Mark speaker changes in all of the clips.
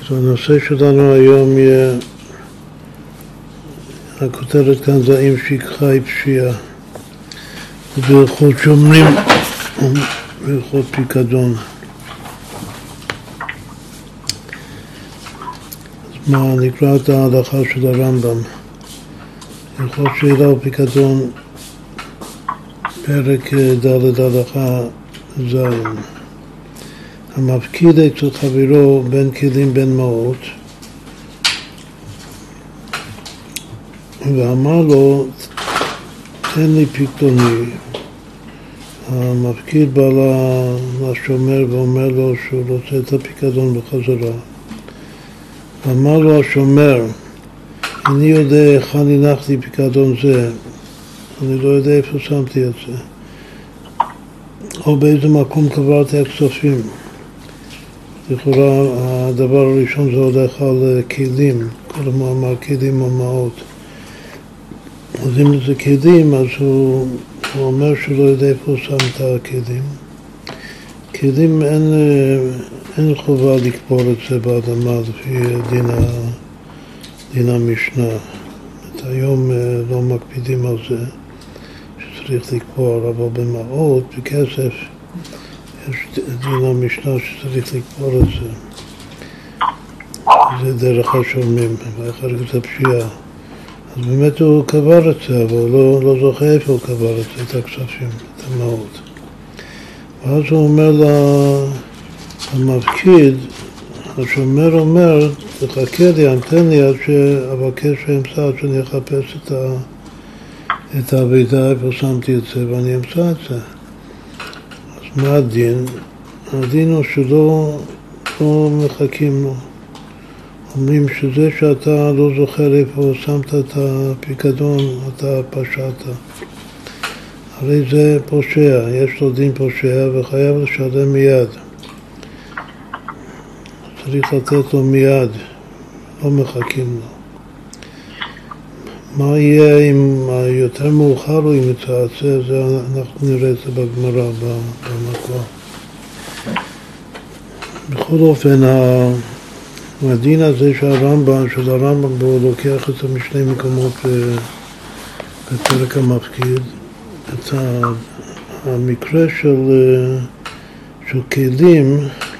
Speaker 1: אז הנושא שלנו היום יהיה, הכותרת כאן זה אם שכחה היא פשיעה, ובהלכות שומרים ובהלכות פיקדון. אז מה, נקרא את ההלכה של הרמב"ם. הלכות שאלה ופיקדון, פרק ד' הלכה ז'. המפקיד אצל חברו בין כלים בין מעות ואמר לו תן לי פיקדוני. המפקיד בא לשומר ואומר לו שהוא רוצה את הפיקדון בחזרה. ואמר לו השומר, אני יודע איך הנחתי פיקדון זה, אני לא יודע איפה שמתי את זה, או באיזה מקום קברתי הכספים. לכאורה הדבר הראשון זה הולך על כלים, כל המאמר כלים או מעות. אז אם זה כלים, אז הוא אומר שהוא לא יודע איפה הוא שם את הכלים. כלים אין חובה לקבור את זה באדמה לפי דין המשנה. היום לא מקפידים על זה שצריך לקבור, אבל במעות, בכסף, יש דין המשנה שצריך לקבור את זה. זה דרך השומרים, ואחר כך זה פשיעה. אז באמת הוא קבר את זה, אבל הוא לא זוכר איפה הוא קבר את זה, את הכספים, את המעות. ואז הוא אומר למפקיד, השומר אומר, תחכה לי, תן לי עד שאבקש ואמצא, עד שאני אחפש את הביתה, איפה שמתי את זה, ואני אמצא את זה. אז מה הדין? הדין הוא שלא מחכים לו. אומרים שזה שאתה לא זוכר איפה שמת את הפיקדון, אתה פשעת. הרי זה פושע, יש לו דין פושע וחייב לשלם מיד. צריך לתת לו מיד, לא מחכים לו. מה יהיה אם יותר מאוחר הוא ימצא, זה אנחנו נראה את זה בגמרא במקור. בכל אופן, הדין הזה של הרמב"ם הוא לוקח את זה משני מקומות בפרק המפקיד. את המקרה של כלים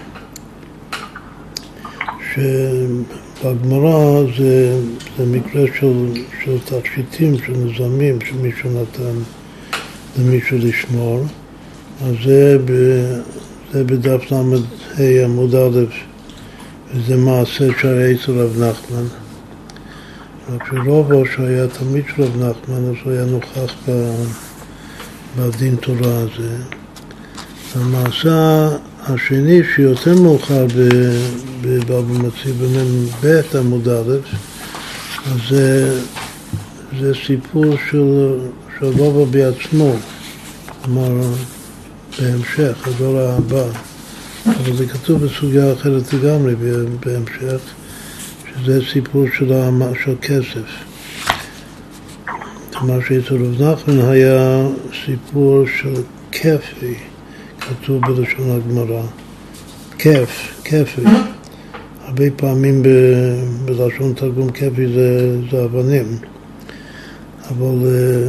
Speaker 1: שבגמרא זה מקרה של תכשיטים, של נזמים שמישהו נתן למישהו לשמור. אז זה בדף ל"ה עמוד א', וזה מעשה שהיה אצל רב נחמן. רק שרובו שהיה תמיד של רב נחמן, אז הוא היה נוכח בדין תורה הזה. המעשה השני שיותר מאוחר בבבא מציעא במ"ב עמוד א', אז זה סיפור של רבא בעצמו, כלומר בהמשך, הדור הבא. אבל זה כתוב בסוגיה אחרת לגמרי בהמשך, שזה סיפור של כסף. מה שאצל רב נחמן היה סיפור של כפי, כתוב בלשון הגמרא. כפי. הרבה פעמים בלשון תרגום כפי זה אבנים. אבל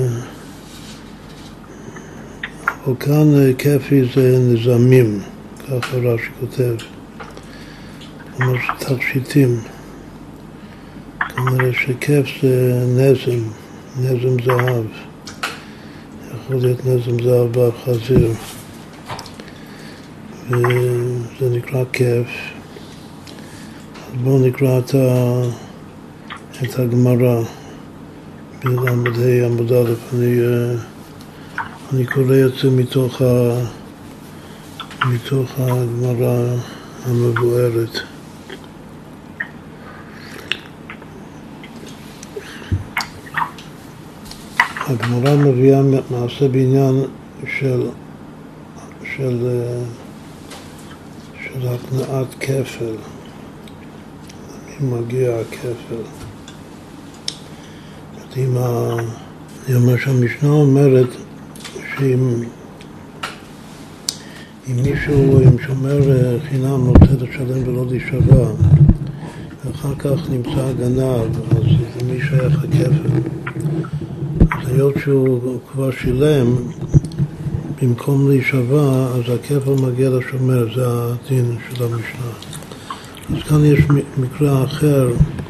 Speaker 1: כאן כפי זה נזמים. ככה רש"י כותב, כלומר תכשיטים. כנראה שכף זה נזם זהב. יכול להיות נזם זהב בחזיר. וזה נקרא כף. אז בואו נקרא את הגמרא בל"ה עמוד א'. אני קורא את זה מתוך הגמרא המבוארת. הגמרא מביאה מעשה בעניין של התנאת כפל. למי מגיע הכפל? אני אומר שהמשנה אומרת שאם אם מישהו עם שומר חינם רוצה לשלם ולא להישבע, ואחר כך נמצא הגנב, אז למי שייך הכפל. אז היות שהוא כבר שילם, במקום להישבע, אז הכפל מגיע לשומר, זה הדין של המשנה. אז כאן יש מקרה אחר,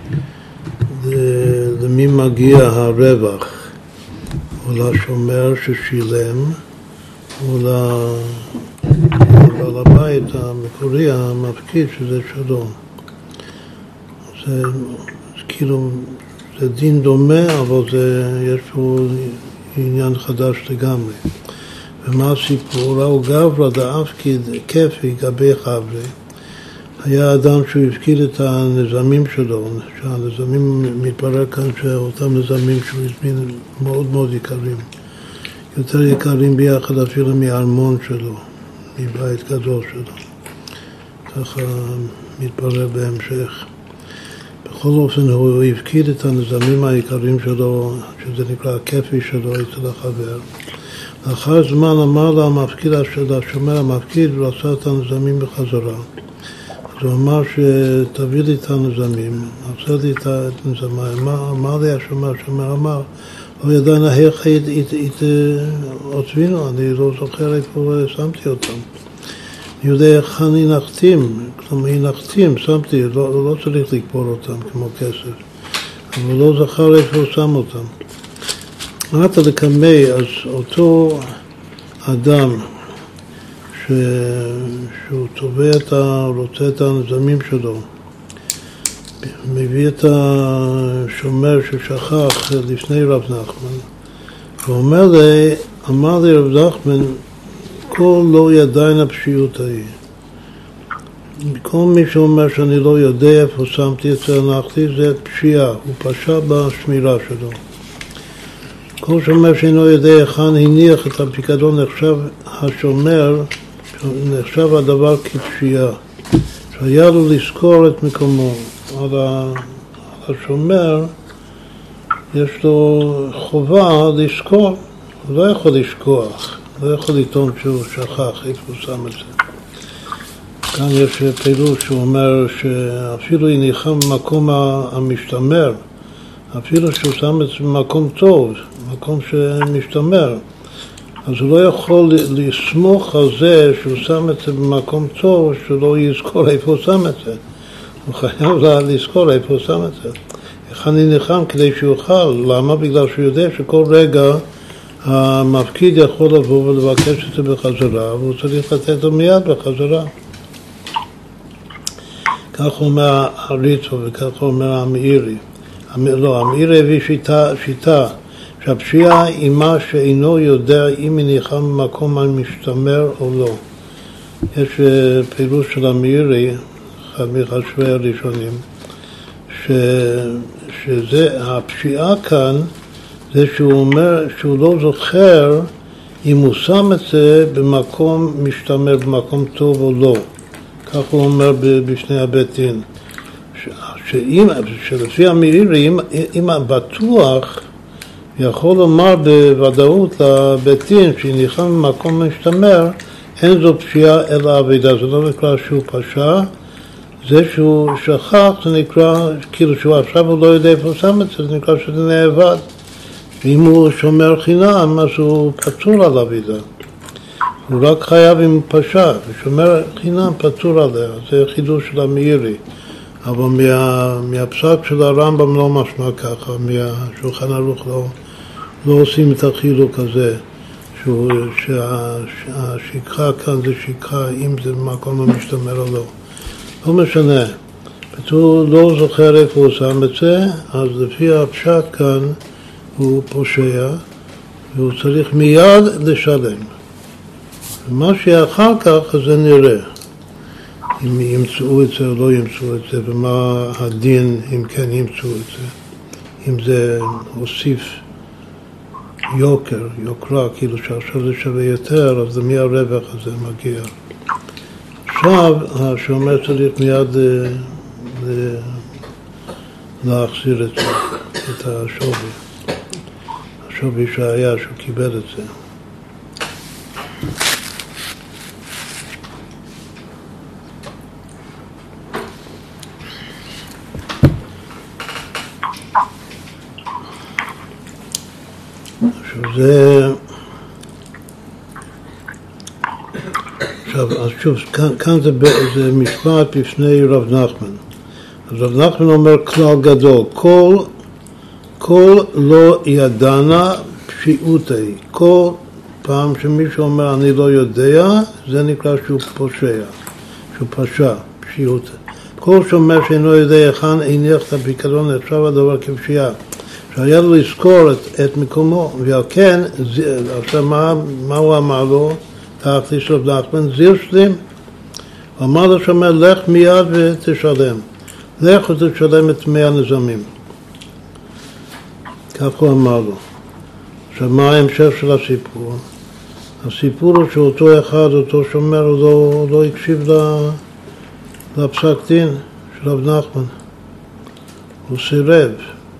Speaker 1: למי מגיע הרווח, או לשומר ששילם, או לבית המקורי המפקיד שזה שלו. זה כאילו, זה דין דומה, אבל יש פה עניין חדש לגמרי. ומה הסיפור? ראו גברא דאפקיד כפי גבי חברי. היה אדם שהוא הפקיד את הנזמים שלו, שהנזמים, מתברר כאן שאותם נזמים שהוא הזמין מאוד מאוד יקרים. יותר יקרים ביחד אפילו מהארמון שלו, מבית גדול שלו. ככה מתברר בהמשך. בכל אופן הוא הפקיד את הנזמים היקרים שלו, שזה נקרא הכפי שלו אצל החבר. לאחר זמן אמר לה המפקיד של השומר המפקיד, הוא עשה את הנזמים בחזרה. אז הוא אמר שתביא לי את הנזמים, עשה לי את הנזמים. אמר לי השומר אמר, לא ידענה איך עוצבינו, אני לא זוכר איפה שמתי אותם. אני יודע איך אני נחתים, כלומר הנחתים, שמתי, לא צריך לקבור אותם כמו כסף, אבל לא זכר איפה הוא שם אותם. אמרת לקמי, אז אותו אדם שהוא תובע רוצה את הנזמים שלו, מביא את השומר ששכח לפני רב נחמן, ואמר לי רב נחמן, כל לא ידעין הפשיעות ההיא. כל מי שאומר שאני לא יודע איפה שמתי את זה הנחתי, זה פשיעה, הוא פשע בשמירה שלו. כל שומר שאינו יודע היכן הניח את הפיקדון, נחשב השומר, נחשב הדבר כפשיעה. שהיה לו לזכור את מקומו. על השומר יש לו חובה לזכור, הוא לא יכול לשכוח, לא יכול לטעון שהוא שכח איפה הוא שם את זה. כאן יש פירוש שהוא אומר שאפילו הניחה במקום המשתמר, אפילו שהוא שם את זה במקום טוב, מקום שמשתמר, אז הוא לא יכול לסמוך על זה שהוא שם את זה במקום טוב, שהוא לא יזכור איפה הוא שם את זה. הוא חייב לזכור איפה הוא שם את זה. איך אני ניחם כדי שיוכל, למה? בגלל שהוא יודע שכל רגע המפקיד יכול לבוא ולבקש את זה בחזרה, והוא צריך לתת לו מיד בחזרה. כך אומר הריצו וכך אומר המאירי. המאירי הביא שיטה שהפשיעה היא מה שאינו יודע אם מניחה במקום המשתמר או לא. יש פירוש של המאירי, אחד מחשבי הראשונים, שזה הפשיעה כאן, זה שהוא אומר שהוא לא זוכר אם הוא שם את זה במקום משתמר, במקום טוב או לא. כך הוא אומר בשני הבית דין. שלפי המאירי, אם בטוח יכול לומר בוודאות לבית דין שהניחה במקום משתמר, אין זו פשיעה אלא עבידה. זה לא נקרא שהוא פשע, זה שהוא שכח, זה נקרא, כאילו שהוא עכשיו הוא לא יודע איפה הוא שם את זה, זה נקרא שזה נאבד. ואם הוא שומר חינם, אז הוא פטור על עבידה. הוא רק חייב עם פשע, ושומר חינם פטור עליה, זה חידוש של המאירי. אבל מהפסק של הרמב"ם לא משמע ככה, מהשולחן ערוך לא עושים את החילוק הזה, שהשכחה כאן זה שכחה, אם זה במקום המשתמר או לא. לא משנה, הוא לא זוכר איפה הוא שם את זה, אז לפי הפשט כאן הוא פושע, והוא צריך מיד לשלם. ומה שאחר כך זה נראה, אם ימצאו את זה או לא ימצאו את זה, ומה הדין אם כן ימצאו את זה. אם זה הוסיף יוקרה, כאילו שעכשיו זה שווה יותר, אז למי הרווח הזה מגיע. עכשיו השומר צריך מיד להחזיר את השווי. השווי שהיה, שהוא קיבל את זה. זה... עכשיו, אז שוב, כאן זה משפט בפני רב נחמן. אז רב נחמן אומר כלל גדול, כל לא ידענה פשיעותי. כל פעם שמישהו אומר אני לא יודע, זה נקרא שהוא פושע, שהוא פשע, פשיעותי. כל שאומר שאינו יודע היכן הניח את הפיקדון נחשב הדבר כפשיעה. שהיה לו לזכור את מקומו, ועל כן, עכשיו מה הוא אמר לו? תחת לסוף נחמן, זיר שלים. הוא אמר לו שאומר, לך מיד ותשלם. לך ותשלם את 100 נזמים. כך הוא אמר לו. עכשיו, מה ההמשך של הסיפור? הסיפור הוא שאותו אחד, אותו שומר, הוא לא הקשיב לפסק דין של רב נחמן. הוא סירב.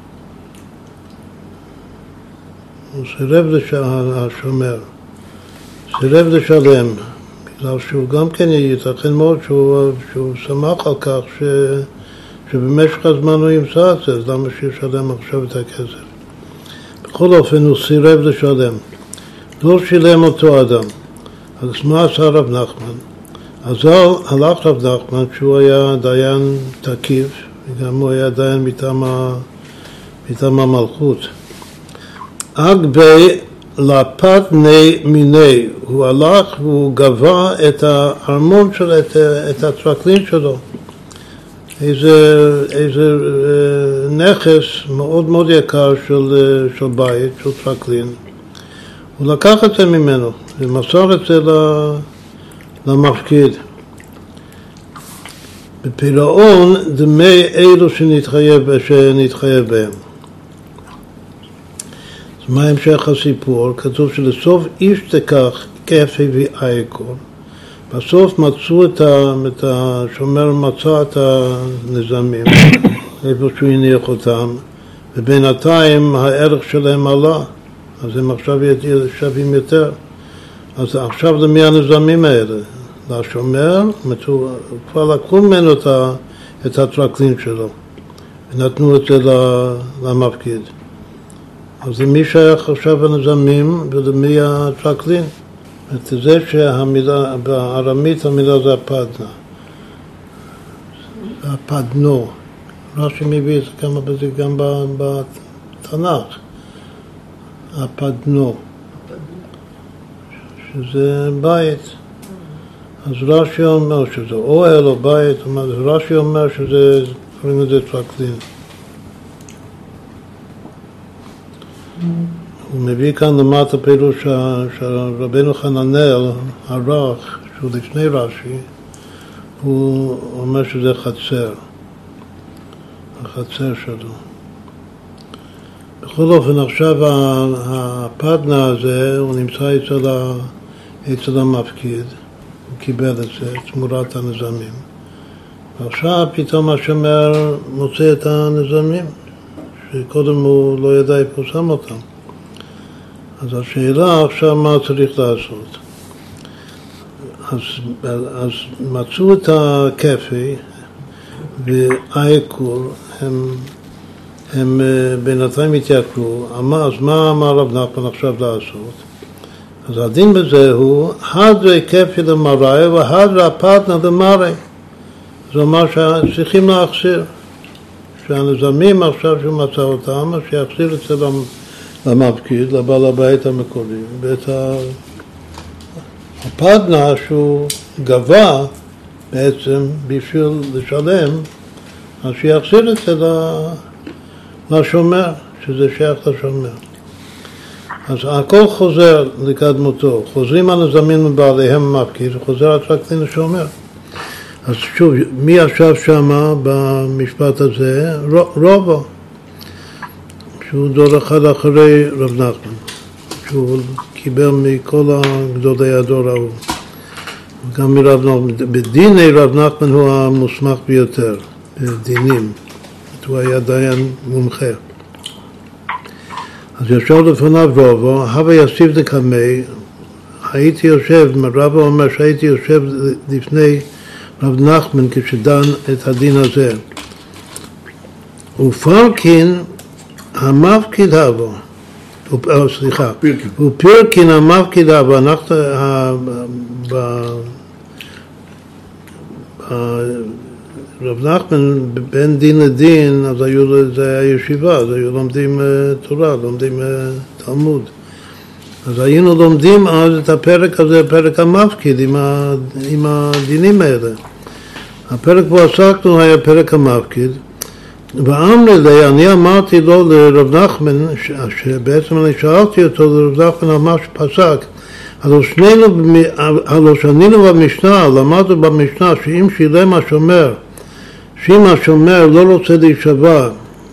Speaker 1: הוא סירב השומר. סירב לשלם, בגלל שהוא גם כן ייתכן מאוד שהוא שמח על כך שבמשך הזמן הוא ימצא את זה, אז למה שישלם עכשיו את הכסף? בכל אופן הוא סירב לשלם, לא שילם אותו אדם. אז מה עשה רב נחמן? אז הלך רב נחמן שהוא היה דיין תקיף, וגם הוא היה דיין מטעם המלכות. אגבי לפתני מיני, הוא הלך והוא גבה את הארמון שלו, את הטרקלין שלו. איזה נכס מאוד מאוד יקר של בית, של טרקלין. הוא לקח את זה ממנו ומסר את זה למפקיד. בפירעון דמי אלו שנתחייב בהם. אז מה המשך הסיפור? כתוב שלסוף איש תקח כפי ואייקור. בסוף מצאו את השומר מצא את הנזמים, איפה שהוא הניח אותם, ובינתיים הערך שלהם עלה, אז הם עכשיו שווים יותר. אז עכשיו למי הנזמים האלה? לשומר, כבר לקחו ממנו את הטרקלין שלו, ונתנו את זה למפקיד. אז למי שייך עכשיו הנזמים ולמי הטרקלין? את זה שהמילה, בארמית המילה זה הפדנה. זה הפדנו. רש"י מביא את זה גם בתנ"ך. הפדנו. שזה בית. אז רש"י אומר שזה אוהל או בית, רש"י אומר שזה, קוראים לזה טרקלין. הוא מביא כאן למטה פירוש שרבנו חננאל, הרך, שהוא לפני רש"י, הוא אומר שזה חצר, החצר שלו. בכל אופן, עכשיו הפדנה הזה, הוא נמצא אצל המפקיד, הוא קיבל את זה, תמורת הנזמים. ועכשיו פתאום השומר מוצא את הנזמים, שקודם הוא לא ידע איפה שם אותם. אז השאלה עכשיו מה צריך לעשות. אז מצאו את הכפי והאיקור, הם בינתיים התייקרו. אז מה אמר רב נחמן עכשיו לעשות? אז הדין בזה הוא, הדרי כפי למראי והדרי הפתנה למראי. זאת אומרת שצריכים להחזיר. שהנזמים עכשיו שהוא מצא אותם, אז שיחזיר את זה למפקיד, לבעל הבית המקורי, ואת הפדנה שהוא גבה בעצם בשביל לשלם, אז שיחזיר את זה לשומר, שזה שייך לשומר. אז הכל חוזר לקדמותו, חוזרים הנזמים מבעליהם המפקיד, חוזר הטרקלין לשומר. אז שוב, מי ישב שם במשפט הזה? רובו. שהוא דור אחד אחרי רב נחמן, שהוא קיבל מכל גדולי הדור ההוא. גם מרב נחמן, בדיני רב נחמן הוא המוסמך ביותר, בדינים. הוא היה דיין מומחה. אז יושב לפניו רובו, הווה יסיב דקמי, הייתי יושב, רבו אומר שהייתי יושב לפני רב נחמן כשדן את הדין הזה. ופרקין המפקיד הבו, סליחה, הוא פירקין המפקידה, ואנחנו, רב נחמן בין דין לדין, אז זה היה ישיבה, אז היו לומדים תורה, לומדים תלמוד. אז היינו לומדים אז את הפרק הזה, פרק המפקיד, עם הדינים האלה. הפרק בו עסקנו היה פרק המפקיד, ואמר לי, אני אמרתי לו לרב נחמן, שבעצם אני שאלתי אותו לרב נחמן על מה שפסק, הלוא שנינו במשנה, למדנו במשנה, שאם שילם השומר, שאם השומר לא רוצה להישבע,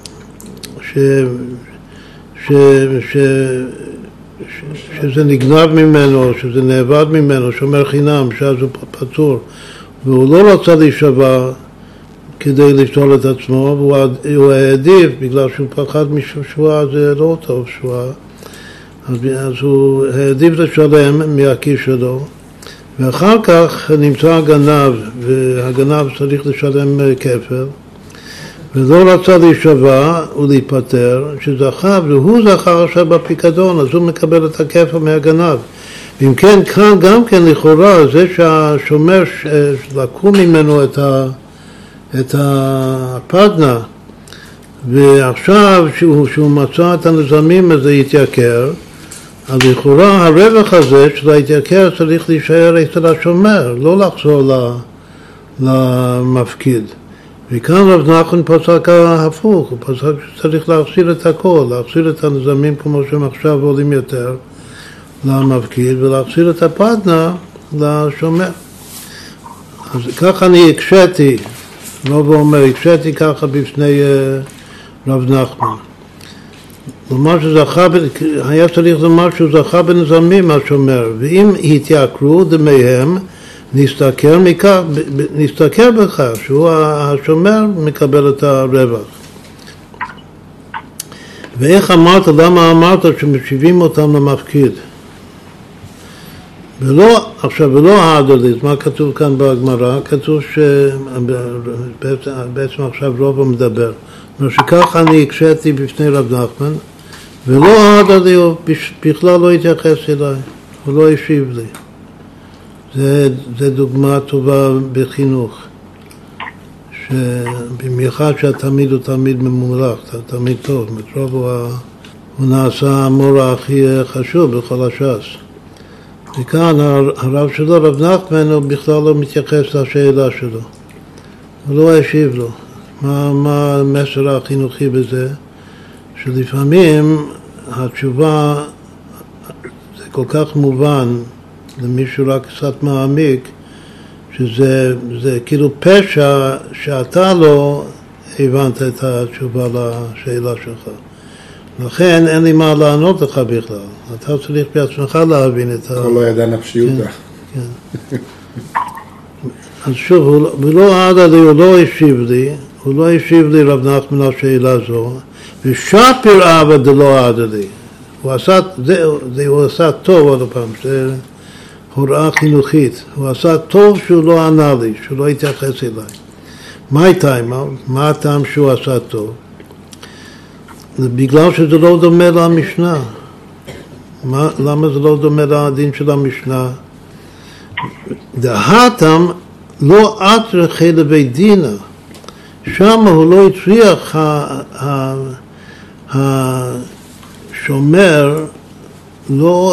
Speaker 1: שזה נגנב ממנו, שזה נאבד ממנו, שומר חינם, שאז הוא פטור, והוא לא רצה להישבע כדי לשאול את עצמו, והוא העדיף, בגלל שהוא פחד משבועה, זה לא טוב שבועה, אז הוא העדיף לשלם מהכיס שלו, ואחר כך נמצא הגנב, והגנב צריך לשלם כפל, ולא רצה להישבע ולהיפטר, שזכה, והוא זכה עכשיו בפיקדון, אז הוא מקבל את הכפל מהגנב. ואם כן, כאן גם כן לכאורה, זה שהשומר לקחו ממנו את הפדנה, ועכשיו שהוא מצא את הנזמים הזה יתייקר, אז לכאורה הרווח הזה של היתייקר צריך להישאר אצל השומר, לא לחזור למפקיד. וכאן רב נחמן פסק הפוך, הוא פסק שצריך להחזיר את הכל, להחזיר את הנזמים כמו שהם עכשיו עולים יותר למפקיד, ולהחזיר את הפדנה לשומר. אז ככה אני הקשתי, רב אומר, הקשתי ככה בפני רב נחמן. לומר שזכה, היה צריך לומר שהוא זכה בנזמים השומר, ואם התייקרו דמיהם, נסתכל בכך, שהוא השומר מקבל את הרווח. ואיך אמרת, למה אמרת שמשיבים אותם למפקיד? ולא ההדדית, מה כתוב כאן בגמרא? כתוב שבעצם עכשיו רוב מדבר. שככה אני הקשתי בפני רב נחמן, ולא ההדדית, הוא בכלל לא התייחס אליי, הוא לא השיב לי. זה דוגמה טובה בחינוך, שבמיוחד שהתלמיד הוא תלמיד ממולח, תלמיד טוב, מטרוב הוא נעשה המורה הכי חשוב בכל הש"ס. וכאן הרב שלו, רב נחמן, הוא בכלל לא מתייחס לשאלה שלו, הוא לא השיב לו. מה המסר החינוכי בזה? שלפעמים התשובה זה כל כך מובן, למישהו רק קצת מעמיק, שזה כאילו פשע שאתה לא הבנת את התשובה לשאלה שלך. לכן אין לי מה לענות לך בכלל. אתה צריך בעצמך להבין את
Speaker 2: כל לא ידע נפשיותה.
Speaker 1: כן. אז שוב, הוא לא השיב לי רב נחמן על שאלה זו, ושפיר אבא דלא עדה לי. הוא עשה טוב עוד פעם, זה הוראה חינוכית. הוא עשה טוב שהוא לא ענה לי, שהוא לא התייחס אליי. מה הטעם שהוא עשה טוב? זה בגלל שזה לא דומה למשנה. למה זה לא דומה לדין של המשנה? דהתם לא אטרחי לבית דינה. שם הוא לא הצליח השומר, לא...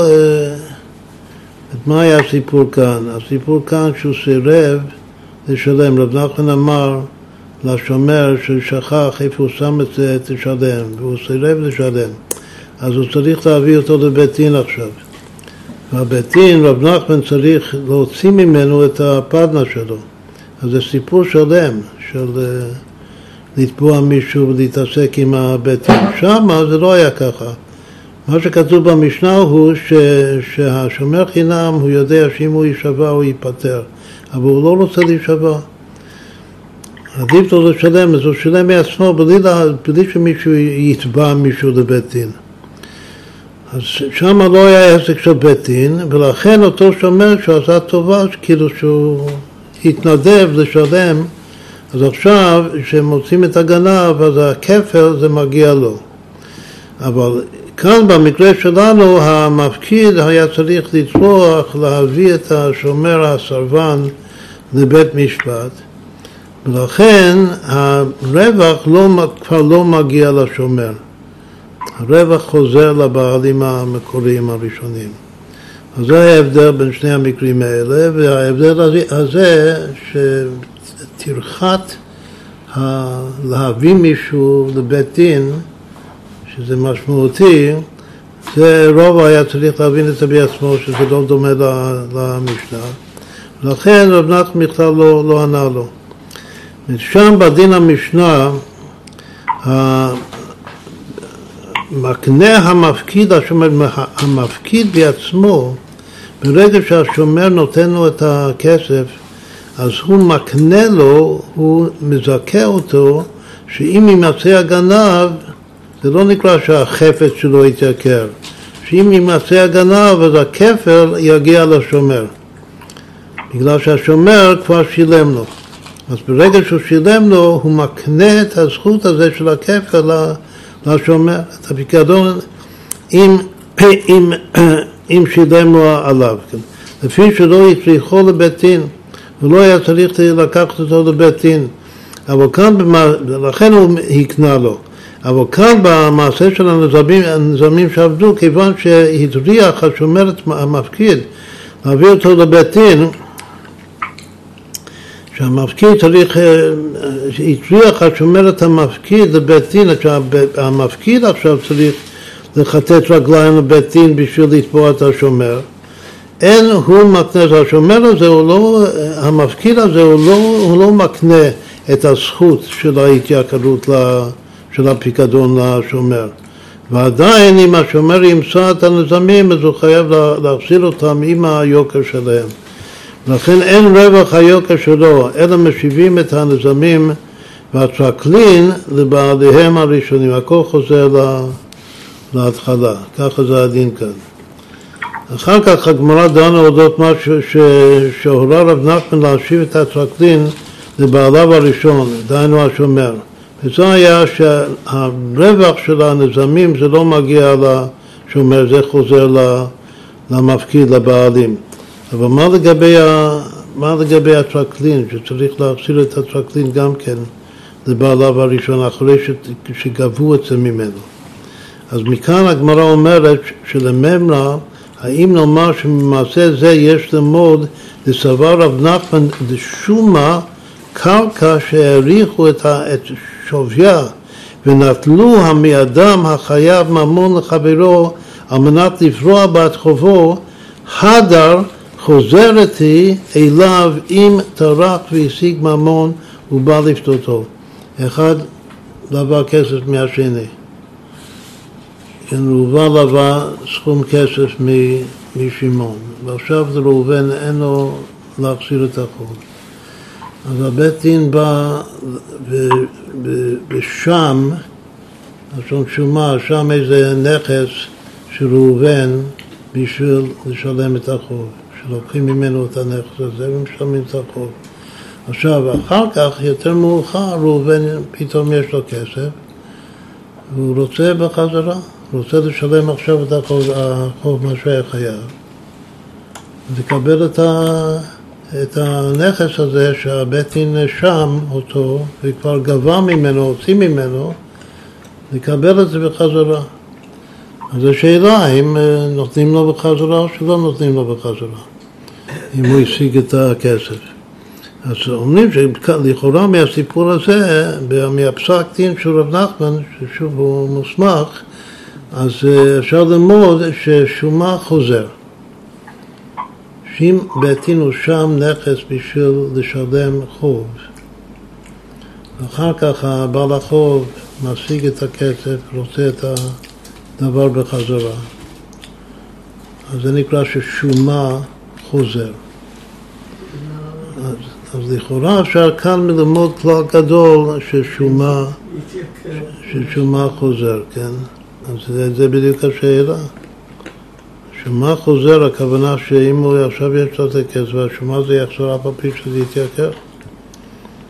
Speaker 1: מה היה הסיפור כאן? הסיפור כאן שהוא סירב לשלם. רב נחמן אמר לשומר ששכח איפה הוא שם את זה, תשלם, והוא סירב לשלם. אז הוא צריך להביא אותו לבית דין עכשיו. והבית דין, רב נחמן צריך להוציא ממנו את הפדנה שלו. אז זה סיפור שלם של לתבוע מישהו ולהתעסק עם הבית דין. שם זה לא היה ככה. מה שכתוב במשנה הוא שהשומר חינם הוא יודע שאם הוא יישבע הוא ייפטר, אבל הוא לא רוצה להישבע. עדיף לו לשלם, אז הוא שלם מעצמו בלי שמישהו יתבע מישהו לבית דין. אז שם לא היה עסק של בית דין, ולכן אותו שומר שעשה טובה, כאילו שהוא התנדב לשלם, אז עכשיו כשמוצאים את הגנב, אז הכפל זה מגיע לו. אבל כאן במקרה שלנו המפקיד היה צריך לצלוח להביא את השומר הסרבן לבית משפט, ולכן הרווח כבר לא מגיע לשומר, הרווח חוזר לבעלים המקוריים הראשונים. אז זה ההבדל בין שני המקרים האלה, וההבדל הזה שטרחת להביא מישהו לבית דין, שזה משמעותי, זה רוב היה צריך להבין את זה בעצמו, שזה לא דומה למשנה. לכן רב נחמן בכלל לא ענה לו. שם בדין המשנה, מקנה המפקיד, המפקיד בעצמו, ברגע שהשומר נותן לו את הכסף, אז הוא מקנה לו, הוא מזכה אותו, שאם יימצא הגנב, זה לא נקרא שהחפץ שלו יתייקר, שאם יימצא הגנב, אז הכפל יגיע לשומר, בגלל שהשומר כבר שילם לו. אז ברגע שהוא שילם לו, הוא מקנה את הזכות הזה של הכפל לשומר, את הפיקדון, אם שילם לו עליו. לפי שלא יצריכו לבית דין, הוא לא היה צריך לקחת אותו לבית דין, אבל כאן, לכן הוא הקנה לו. אבל כאן במעשה של הנזמים שעבדו, כיוון שהטריח השומר המפקיד להביא אותו לבית דין, שהמפקיד צריך, הטריח השומר את המפקיד לבית דין, שהמפקיד עכשיו צריך לחטט רגליים לבית דין בשביל לתבוע את השומר. אין הוא מקנה, השומר הזה, המפקיד הזה, הוא לא מקנה את הזכות של ההתייקרות של הפיקדון לשומר. ועדיין אם השומר ימצא את הנזמים, אז הוא חייב להחזיר אותם עם היוקר שלהם. לכן אין רווח היוקר שלו, אלא משיבים את הנזמים והטרקלין לבעליהם הראשונים. הכל חוזר להתחלה, ככה זה הדין כאן. אחר כך הגמרא דנה אודות משהו שהורה רב נחמן להשיב את הטרקלין לבעליו הראשון, דהיינו השומר. וזה היה שהרווח של הנזמים זה לא מגיע לשומר, זה חוזר למפקיד, לבעלים. אבל מה לגבי הטרקלין, שצריך להחזיר את הטרקלין גם כן לבעליו הראשון, אחרי שגבו את זה ממנו. אז מכאן הגמרא אומרת שלממרה, האם נאמר שממעשה זה יש למוד לסבר רב נחמן דשומה קרקע שהעריכו את שוויה ונטלו מאדם החייב ממון לחברו על מנת לפרוע בעד חובו, הדר חוזרת היא אליו אם טרח והשיג ממון ובא לפתותו. אחד לווה כסף מהשני. ראובן לווה סכום כסף משמעון, ועכשיו ראובן אין לו להחזיר את החוב. אז הבית דין בא ושם, לשון שומה, שם איזה נכס של ראובן בשביל לשלם את החוב. שלוקחים ממנו את הנכס הזה ומשלמים את החוב. עכשיו, אחר כך, יותר מאוחר, ראובן פתאום יש לו כסף, והוא רוצה בחזרה. הוא רוצה לשלם עכשיו את החוב מה שהיה חייב. לקבל את הנכס הזה שהבית דין שם אותו, וכבר גבה ממנו, הוציא ממנו, לקבל את זה בחזרה. אז השאלה, אם נותנים לו בחזרה או שלא נותנים לו בחזרה, אם הוא השיג את הכסף. אז אומרים שלכאורה מהסיפור הזה, מהפסק דין של רב נחמן, ששוב הוא מוסמך, אז אפשר ללמוד ששומה חוזר. שאם בית דין הוא שם נכס בשביל לשלם חוב, ואחר כך הבעל החוב משיג את הכסף, רוצה את הדבר בחזרה. אז זה נקרא ששומה חוזר. אז לכאורה אפשר כאן ללמוד כלל גדול ששומה חוזר, כן? אז זה בדיוק השאלה. שומה חוזר, הכוונה שאם הוא עכשיו יש לו את הכסף, והשומה זה יחזור אף על פי שזה יתייקר.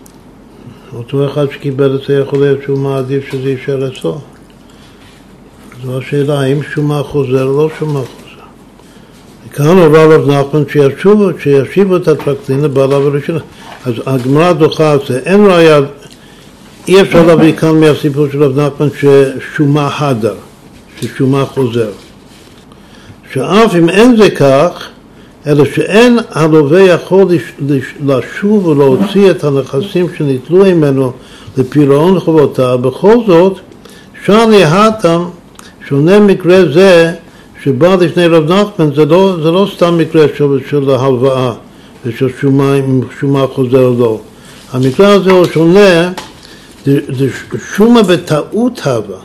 Speaker 1: אותו אחד שקיבל את זה יכול להיות שהוא מעדיף שזה יישאר אצלו. זו השאלה, האם שומה חוזר או לא שומה חוזר. וכאן הורה רב נחמן שישיבו את הטרקלין לבעלה וראשונה. אז הגמרא דוחה על זה, אין ראיה, אי אפשר להביא כאן מהסיפור של רב נחמן ששומה הדר, ששומה חוזר. שאף אם אין זה כך, אלא שאין הלווה יכול לשוב ולהוציא את הנכסים שניטלו ממנו לפירעון חובותיו, בכל זאת, שם להתם שונה מקרה זה שבא לפני רב נחמן, זה לא סתם מקרה של ההלוואה ושל שומה חוזר או לא. המקרה הזה הוא שונה, זה שומה בטעות הווה.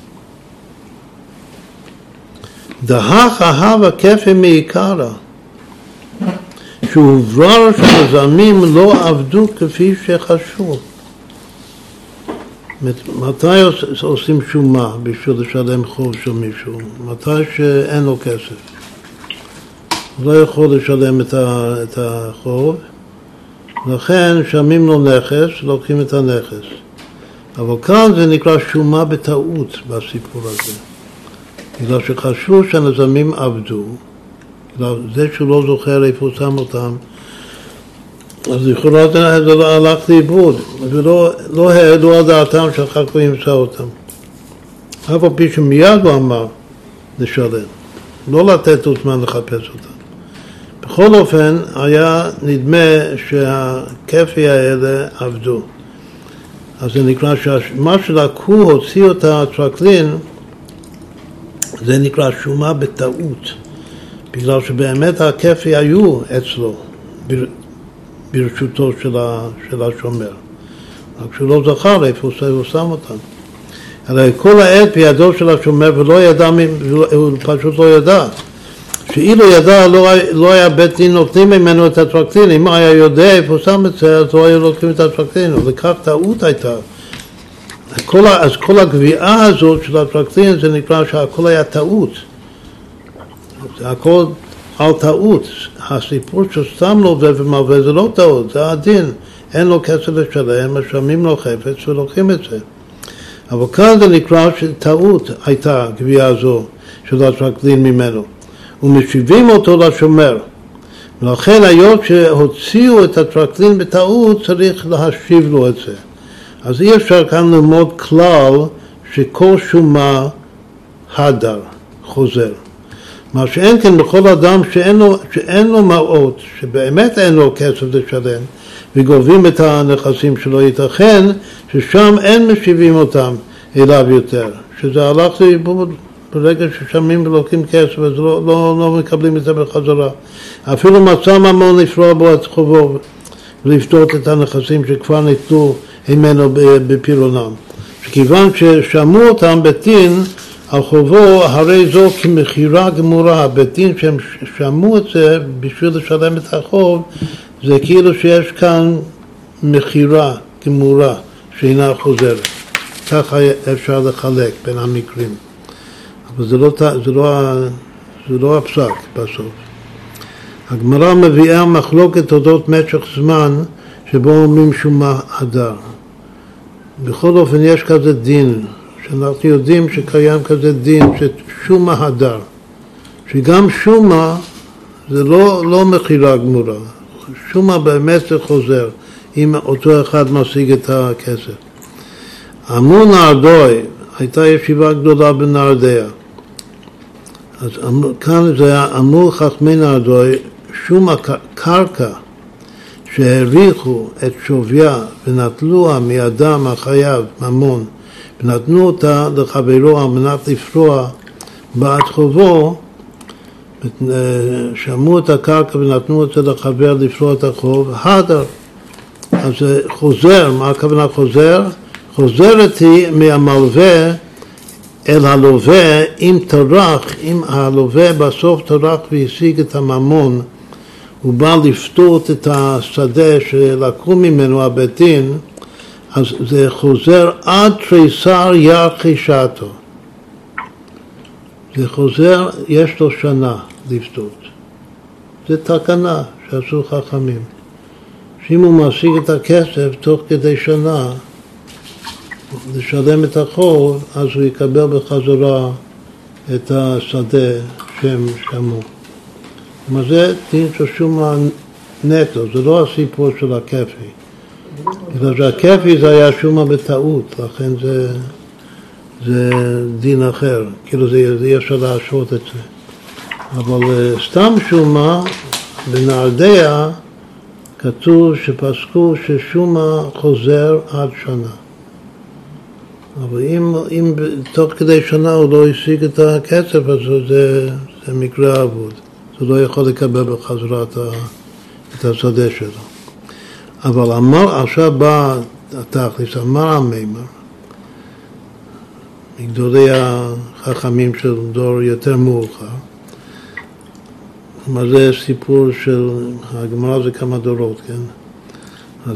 Speaker 1: דהך ההווה כפי מעיקרא, שהוברר שהמזמים לא עבדו כפי שחשבו. מתי עושים שומה בשביל לשלם חוב של מישהו? מתי שאין לו כסף. הוא לא יכול לשלם את החוב, לכן שמים לו נכס, לוקחים את הנכס. אבל כאן זה נקרא שומה בטעות בסיפור הזה. בגלל שחשבו שהנזמים עבדו, זה שהוא לא זוכר איפה הוא שם אותם, אז יכולה זה הלך לאיבוד, ולא העלו על דעתם שאחר כך ימצא אותם. אף על פי שמיד הוא אמר לשלם, לא לתת לו זמן לחפש אותם. בכל אופן, היה נדמה שהכפי האלה עבדו. אז זה נקרא שמה שלקחו, הוציאו את הטרקלין, זה נקרא שומה בטעות. בגלל שבאמת הכפי היו אצלו ברשותו של השומר. רק שהוא לא זכר איפה הוא שם אותם. אלא כל העת בידו של השומר ולא ידע, הוא פשוט לא ידע. שאילו ידע לא היה בית דין נותנים ממנו את הטרקלין. אם היה יודע איפה הוא שם את זה, אז לא היו לוקחים את הטרקלין. וכך טעות הייתה. אז כל הגביעה הזאת של הטרקלין זה נקרא שהכל היה טעות. הכל על טעות. הסיפור ששם לו ומלווה זה לא טעות, זה הדין. אין לו כסף לשלם, משלמים לו חפץ ולוקחים את זה. אבל כאן זה נקרא שטעות הייתה גבייה זו של הטרקלין ממנו. ומשיבים אותו לשומר. ולכן היות שהוציאו את הטרקלין בטעות, צריך להשיב לו את זה. אז אי אפשר כאן ללמוד כלל שכל שומה הדר, חוזר. מה שאין כן בכל אדם שאין לו מעות, שבאמת אין לו כסף לשלם, וגובים את הנכסים שלו, ייתכן ששם אין משיבים אותם אליו יותר. שזה הלך לאיבוד ברגע ששמים ולוקחים כסף, אז לא מקבלים את זה בחזרה. אפילו מצא ממון לפרוע בו את חובו, ולפתות את הנכסים שכבר ניתנו ממנו בפירעונם. שכיוון ששמו אותם בדין על חובו, הרי זו כמכירה גמורה. בדין שהם שמו את זה בשביל לשלם את החוב, זה כאילו שיש כאן מכירה גמורה שאינה חוזרת. ככה אפשר לחלק בין המקרים. אבל זה לא הפסק בסוף. הגמרא מביאה מחלוקת אודות משך זמן שבו אומרים שומה הדר. בכל אופן יש כזה דין, שאנחנו יודעים שקיים כזה דין, ששומה הדר. שגם שומה זה לא מכירה גמורה. שומה באמת זה חוזר, אם אותו אחד משיג את הכסף. אמרו נהרדוי, הייתה ישיבה גדולה בנהרדיה. אז כאן זה היה אמרו חכמי נהרדוי, שום הקרקע שהעריכו את שוויה ונטלוה מאדם החייב ממון, ונתנו אותה לחברו על מנת לפרוע בעד חובו, שמעו את הקרקע ונתנו את זה לחבר לפרוע את החוב, הדר. אז זה חוזר, מה הכוונה חוזר? חוזרת היא מהמלווה אל הלווה, אם טרח, אם הלווה בסוף טרח והשיג את הממון, הוא בא לפתות את השדה שלקחו ממנו הבית דין, אז זה חוזר עד תריסר ירחישתו. זה חוזר, יש לו שנה לפתות. זה תקנה שעשו חכמים. שאם הוא משיג את הכסף תוך כדי שנה, לשלם את החוב, אז הוא יקבל בחזרה את השדה שהם שמעו. כלומר זה דין של שומה נטו, זה לא הסיפור של הכפי. בגלל שהכפי זה היה שומה בטעות, לכן זה דין אחר, כאילו זה אי אפשר להשרות את זה. אבל סתם שומה בנהרדיה כתוב שפסקו ששומה חוזר עד שנה. אבל אם תוך כדי שנה הוא לא השיג את הכסף, אז זה מקרה אבוד. הוא לא יכול לקבל בחזרה את השדה שלו. אבל עכשיו בא התכלס, אמר המימר, מגדולי החכמים של דור יותר מאוחר, כלומר זה סיפור של, הגמרא זה כמה דורות, כן? אז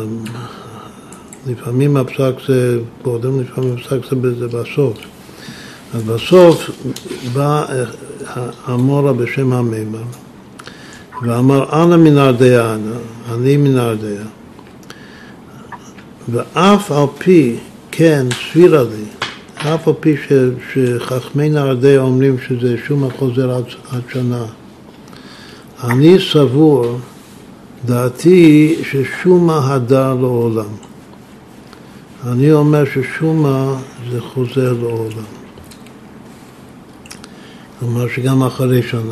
Speaker 1: לפעמים הפסק זה קודם, לפעמים הפסק זה בסוף. אז בסוף בא המורה בשם המימר, ואמר אנא מנהרדיה אני מנהרדיה, ואף על פי כן סבירה לי, אף על פי שחכמי נהרדיה אומרים שזה שומה חוזר עד שנה, אני סבור, דעתי ששומה הדר לעולם. אני אומר ששומה זה חוזר לעולם. כלומר שגם אחרי שנה,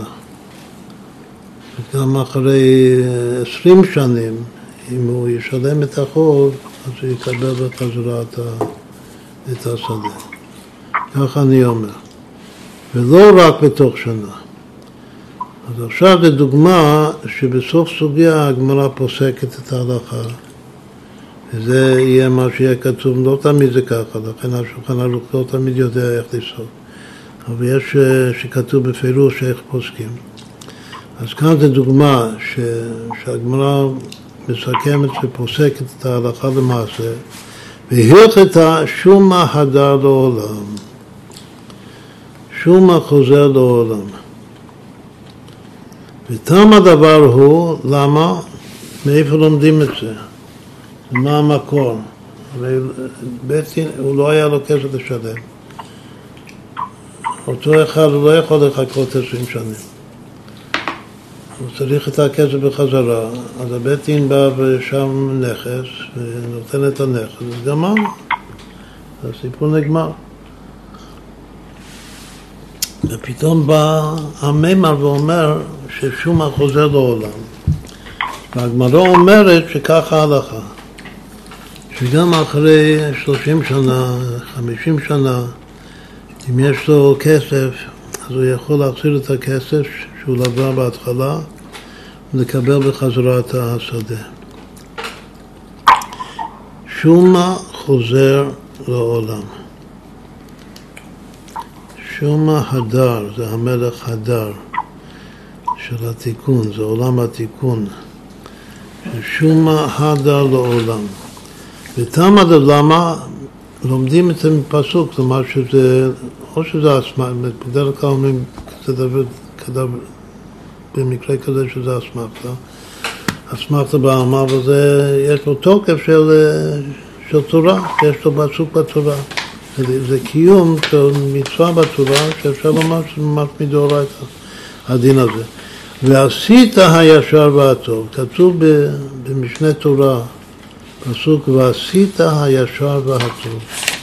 Speaker 1: גם אחרי 20 שנים, אם הוא ישלם את החוב, אז הוא יקבל בחזרה את השדה. כך אני אומר. ולא רק בתוך שנה. אז עכשיו זו דוגמה שבסוף סוגיה הגמרא פוסקת את ההלכה. וזה יהיה מה שיהיה כתוב, לא תמיד זה ככה, לכן השולחן ערוך לא תמיד יודע איך לפסוק. אבל יש שכתוב בפירוש איך פוסקים. אז כאן זו דוגמה שהגמרא מסכמת ופוסקת את ההלכה למעשה, והלכתה שומה הדר לעולם. שומה חוזר לעולם. ותם הדבר הוא, למה? מאיפה לומדים את זה? מה המקור? הרי בעצם הוא לא היה לו כסף לשלם. אותו אחד הוא לא יכול לחכות 20 שנים. הוא צריך את הכסף בחזרה, אז הבית דין בא ושם נכס, ונותן את הנכס, אז גמר. הסיפור נגמר. ופתאום בא המימר ואומר ששומה חוזר לעולם. והגמרא אומרת שככה ההלכה. שגם אחרי 30 שנה, 50 שנה, אם יש לו כסף, אז הוא יכול להחזיר את הכסף שהוא לווה בהתחלה ולקבל בחזרה את השדה. שומה חוזר לעולם. שומה הדר, זה המלך הדר של התיקון, זה עולם התיקון. שומה הדר לעולם. ותם עד למה לומדים את זה מפסוק, כלומר שזה, או שזה אסמכתא, בדרך כלל אומרים במקרה כזה שזה אסמכתא. אסמכתא באמר, וזה יש לו תוקף של תורה, יש לו פסוק בתורה. זה קיום של מצווה בתורה, שאפשר לומר שזה ממש מדאורייתא, הדין הזה. ועשית הישר והטוב, כתוב במשנה תורה, פסוק ועשית הישר והטוב.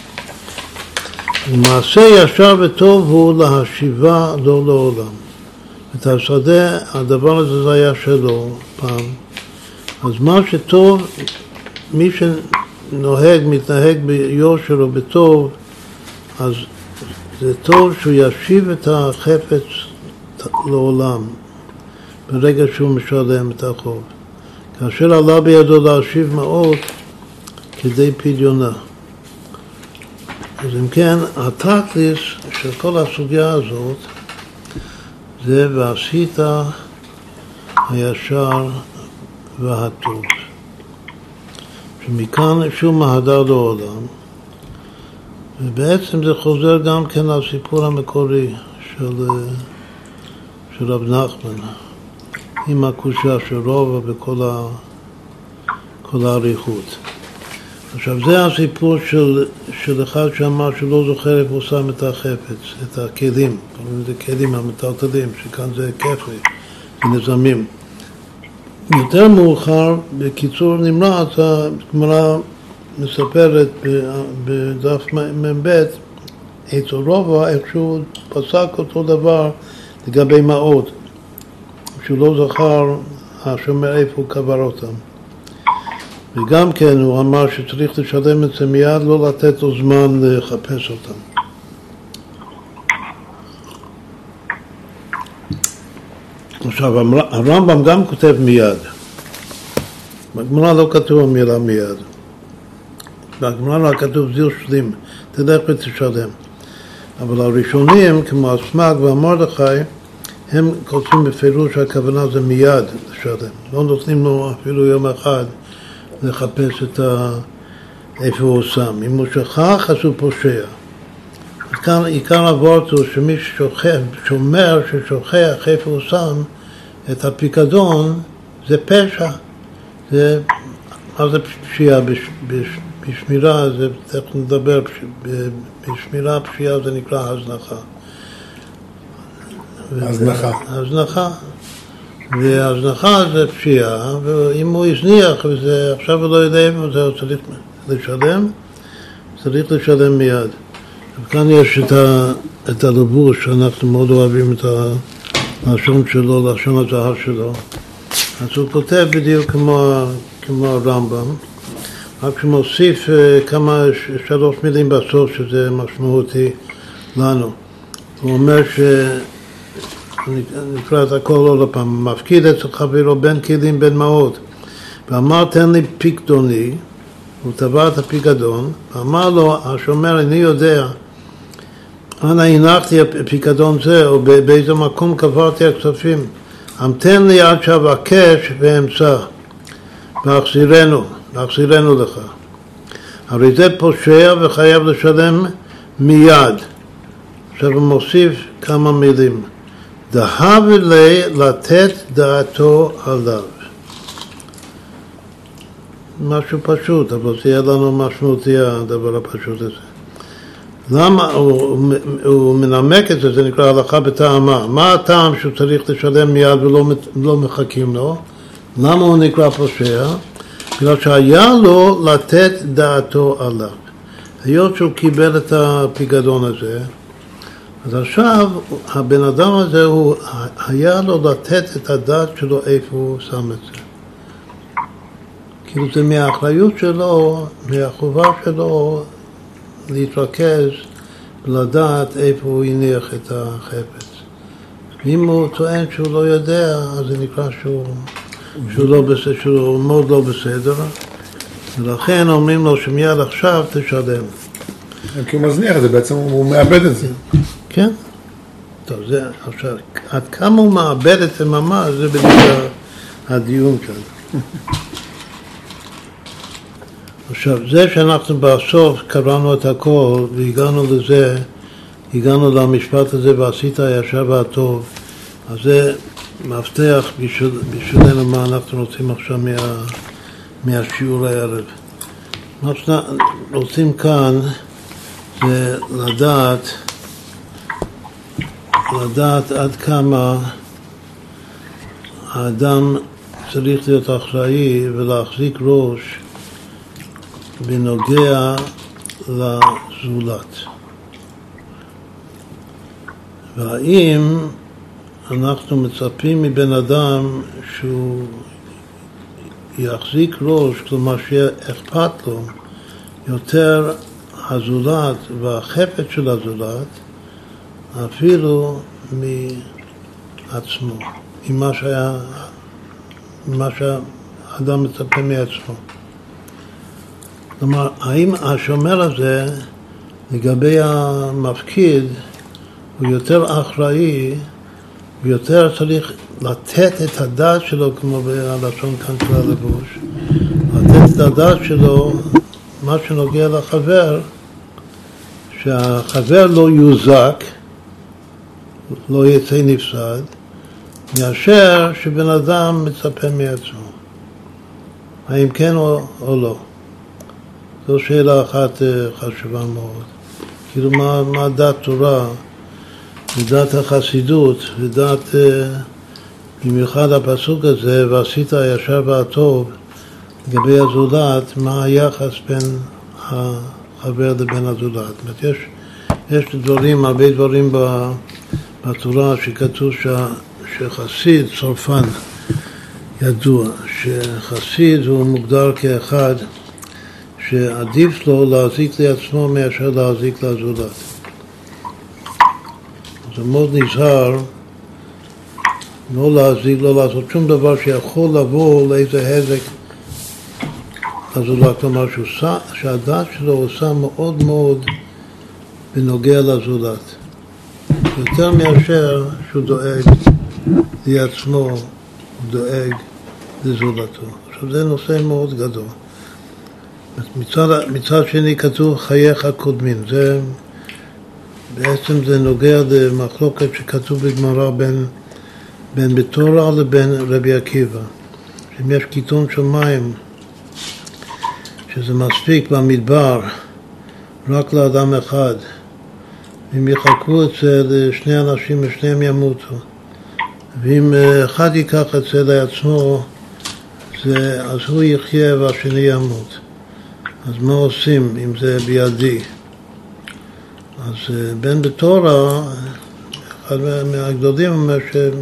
Speaker 1: ומעשה ישר וטוב הוא להשיבה לא לעולם. את השדה, הדבר הזה זה היה שלו פעם. אז מה שטוב, מי שנוהג, מתנהג ביושר או בטוב, אז זה טוב שהוא ישיב את החפץ לעולם, ברגע שהוא משלם את החוב. כאשר עלה בידו להשיב מעות כדי פדיונה. אז אם כן, התכלס של כל הסוגיה הזאת זה ועשית הישר והטוב. שמכאן שומה הדר לעולם, ובעצם זה חוזר גם כן לסיפור המקורי של רב נחמן, עם הקושיה של רובע וכל האריכות. עכשיו זה הסיפור של אחד שאמר שלא זוכר איפה הוא שם את החפץ, את הכלים, קוראים לזה כלים המטלטלים, שכאן זה כפרי, זה נזמים. יותר מאוחר, בקיצור נמרץ, הגמרא מספרת בדף מ"ב, אצל רובע, איכשהו פסק אותו דבר לגבי מעות, שהוא לא זכר השומר איפה הוא קבר אותם. וגם כן הוא אמר שצריך לשלם את זה מיד, לא לתת לו זמן לחפש אותם. עכשיו, הרמב"ם גם כותב מיד. בגמרא לא כתוב המילה מיד. בגמרא לא כתוב זיל שלים, תלך ותשלם. אבל הראשונים, כמו הסמ"ג והמרדכי, הם כותבים בפירוש שהכוונה זה מיד לשלם. לא נותנים לו אפילו יום אחד לחפש איפה הוא שם. אם הוא שכח, אז הוא פושע. אז כאן עיקר הוורט הוא שמי שומר ששוכח איפה הוא שם את הפיקדון, זה פשע. מה זה פשיעה? בשמירה, זה תכף נדבר, בשמירה פשיעה זה נקרא הזנחה. הזנחה. והזנחה זה פשיעה, ואם הוא הזניח וזה עכשיו הוא לא יודע איפה זה, הוא צריך לשלם מיד. וכאן יש את הלבוש שאנחנו מאוד אוהבים את הלשון שלו, לשון הזהב שלו. אז הוא כותב בדיוק כמו הרמב"ם, רק שמוסיף שלוש מילים בסוף שזה משמעותי לנו. הוא אומר נקרא את הכל עוד פעם, מפקיד אצל חברו בין כלים בין מעות, ואמר תן לי פיקדוני, הוא תבע את הפיקדון, ואמר לו השומר אני יודע אנה הנחתי הפיקדון זה, או באיזה מקום קברתי הכספים, המתן לי עד שאבקש ואמצא, ואחזירנו לך. הרי זה פושע וחייב לשלם מיד. עכשיו הוא מוסיף כמה מילים. דהב לי לתת דעתו עליו. משהו פשוט, אבל זה יהיה לנו משמעותי הדבר הפשוט הזה. למה הוא מנמק את זה, זה נקרא הלכה בטעמה. מה הטעם שהוא צריך לשלם מיד ולא מחכים לו? למה הוא נקרא פושע? בגלל שהיה לו לתת דעתו עליו. היות שהוא קיבל את הפיקדון הזה, אז עכשיו הבן אדם הזה היה לו לתת את הדעת שלו איפה הוא שם את זה. כאילו זה מהאחריות שלו, מהחובה שלו להתרכז ולדעת איפה הוא הניח את החפץ. אם הוא טוען שהוא לא יודע, אז זה נקרא שהוא מאוד לא בסדר, ולכן אומרים לו שמיד עכשיו תשלם.
Speaker 2: כי הוא מזניח את זה, בעצם הוא מאבד את זה.
Speaker 1: כן. טוב, זה עכשיו, עד כמה הוא מאבד את זה ממש, זה בדיוק הדיון כאן. עכשיו, זה שאנחנו בסוף קראנו את הכל והגענו לזה, הגענו למשפט הזה ועשית הישר והטוב, אז זה מפתח בשבילנו מה אנחנו רוצים עכשיו מהשיעור הערב. מה שאנחנו רוצים כאן זה לדעת עד כמה האדם צריך להיות אחראי ולהחזיק ראש בנוגע לזולת. והאם אנחנו מצפים מבן אדם שהוא יחזיק ראש, כלומר שיהיה אכפת לו יותר הזולת והחפץ של הזולת, אפילו מעצמו, ממה שהאדם מצפה מעצמו. כלומר, האם השומר הזה, לגבי המפקיד, הוא יותר אחראי, הוא יותר צריך לתת את הדעת שלו, כמו בלשון כאן של הלבוש, לתת את הדעת שלו, מה שנוגע לחבר, שהחבר לא יוזק, לא יצא נפסד, מאשר שבן אדם מצפה מעצמו. האם כן או לא? זו שאלה אחת חשובה מאוד. כאילו מה דת תורה ודת החסידות ודת, במיוחד הפסוק הזה, ועשית הישר והטוב, לגבי הזולת, מה היחס בין החבר לבין הזולת. יש דברים, הרבה דברים בתורה שכתוב שחסיד, צורפן, ידוע, שחסיד הוא מוגדר כאחד שעדיף לו להזיק לעצמו מאשר להזיק לזולת. אז הוא מאוד נזהר לא להזיק, לא לעשות שום דבר שיכול לבוא לאיזה הזק לזולת. כלומר שהדעת שלו עושה מאוד מאוד בנוגע לזולת. יותר מאשר שהוא דואג לעצמו, הוא דואג לזולתו. עכשיו זה נושא מאוד גדול. מצד שני כתוב חייך קודמים. בעצם זה נוגע למחלוקת שכתוב בגמרא בין בתורה לבין רבי עקיבא. שאם יש קיטון של מים, שזה מספיק במדבר רק לאדם אחד, אם יחלקו את זה לשני אנשים ושניהם ימותו, ואם אחד ייקח את זה לעצמו, אז הוא יחיה והשני ימות. אז מה עושים אם זה בידי? אז בן בתורה, אחד מהגדולים אומר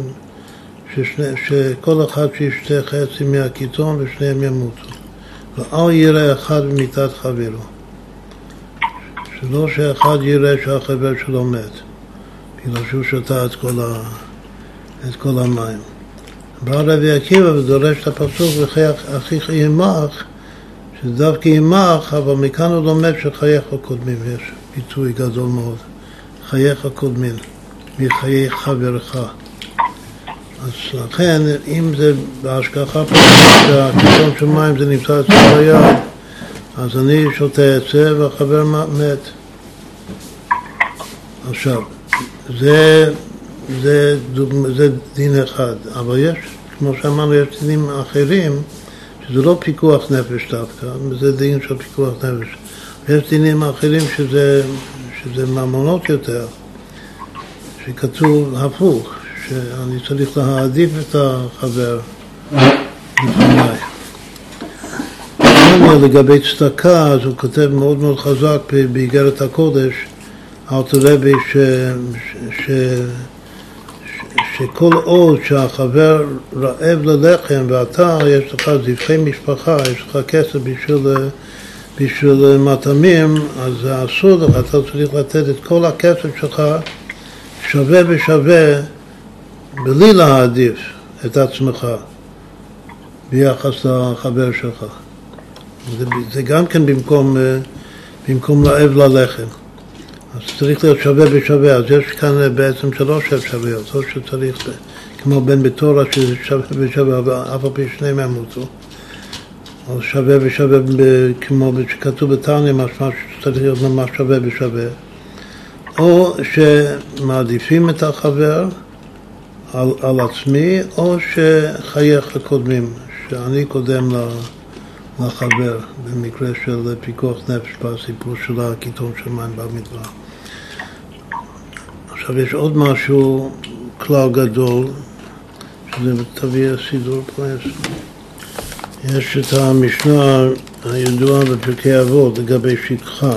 Speaker 1: שכל אחד שישתה חצי מהקיטון ושניהם ימותו. ואל יראה אחד במיתת חברו. שלא שאחד יראה שהחבר שלו מת, בגלל שהוא שתה את כל המים. בא רבי עקיבא ודורש את הפסוק וחייך אחיך עמך, שדווקא עמך, אבל מכאן הוא לומד שחייך הקודמים. יש ביטוי גדול מאוד. חייך הקודמים, מחיי חברך. אז לכן, אם זה בהשגחה פשוט שהקיטון של מים זה נמצא אצל ביד, אז אני שותה את זה והחבר מת. עכשיו, זה דין אחד, אבל יש, כמו שאמרנו, יש דינים אחרים, שזה לא פיקוח נפש דווקא, זה דין של פיקוח נפש. יש דינים אחרים שזה ממונות יותר, שכתוב הפוך, שאני צריך להעדיף את החבר לפניי. לגבי צדקה, אז הוא כותב מאוד מאוד חזק באיגרת הקודש, אל תראה שכל עוד שהחבר רעב ללחם ואתה יש לך זבחי משפחה, יש לך כסף בשביל מטעמים, אז זה אסור לך, אתה צריך לתת את כל הכסף שלך שווה בשווה בלי להעדיף את עצמך ביחס לחבר שלך. זה גם כן במקום רעב ללחם. אז צריך להיות שווה בשווה, אז יש כאן בעצם שלוש אפשרויות, או שצריך, כמו בן בתורה שזה שווה בשווה, אף על פי שניהם ימותו, או שווה בשווה כמו שכתוב בתניא, משמע שצריך להיות ממש שווה בשווה, או שמעדיפים את החבר על עצמי, או שחייך קודמים, שאני קודם לחבר, במקרה של פיקוח נפש בסיפור של הקיטון של מים במדבר. עכשיו יש עוד משהו, כלל גדול, שזה תביא הסידור פה. יש את המשנה הידועה בפרקי אבות לגבי שכחה.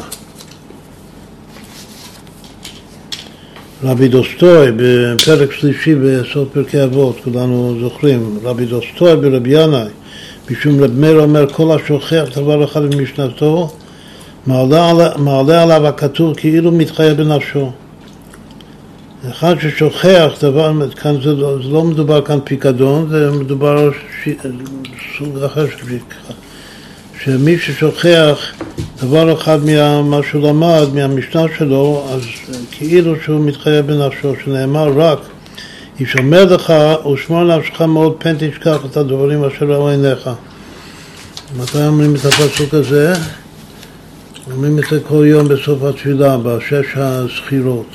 Speaker 1: רבי דוסטוי בפרק שלישי בסוף פרקי אבות, כולנו זוכרים, רבי דוסטוי ברבי ינאי, משום רב מאיר אומר כל השוכח דבר אחד במשנתו מעלה עליו הכתוב כאילו מתחייב בנפשו. אחד ששוכח דבר, כאן זה לא מדובר כאן פיקדון, זה מדובר על סוג אחר של שכחה. שמי ששוכח דבר אחד ממה שהוא למד, מהמשנה שלו, אז כאילו שהוא מתחייב בנפשו, שנאמר רק ישמר לך ושמור נפשך מאוד פן תשכח את הדברים אשר ראו עיניך. מתי אומרים את הפסוק הזה? אומרים את זה כל יום בסוף התפילה, בשש הזכירות.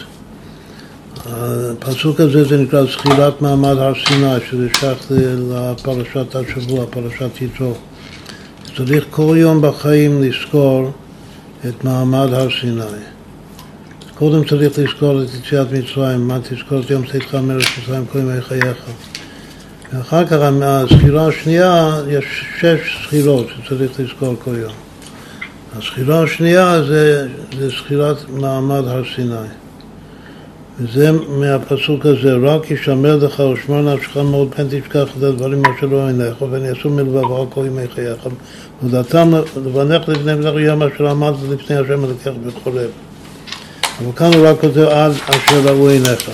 Speaker 1: הפסוק הזה זה נקרא זכירת מעמד הר סיני, שזה שייך לפרשת השבוע, פרשת יתרו. צריך כל יום בחיים לזכור את מעמד הר סיני. קודם צריך לזכור את יציאת מצרים, מה תזכור את יום צאתך מארץ מצרים כל ימי חייך. ואחר כך, הסחירה השנייה, יש 6 סחירות שצריך לזכור כל יום. הסחירה השנייה זה סחירת מעמד הר סיני. וזה מהפסוק הזה, רק ישמר לך ושמור נפשך מאוד פן תשכח את הדברים אשר לא עיניך, ופן יעשו מלבבך כל ימי חייך. ודעתם לבנך לפני בנך יום אשר עמדת לפני השם אלוקיך בכל לב. אבל כאן הוא רק כותב עד אשר ראו עיניך.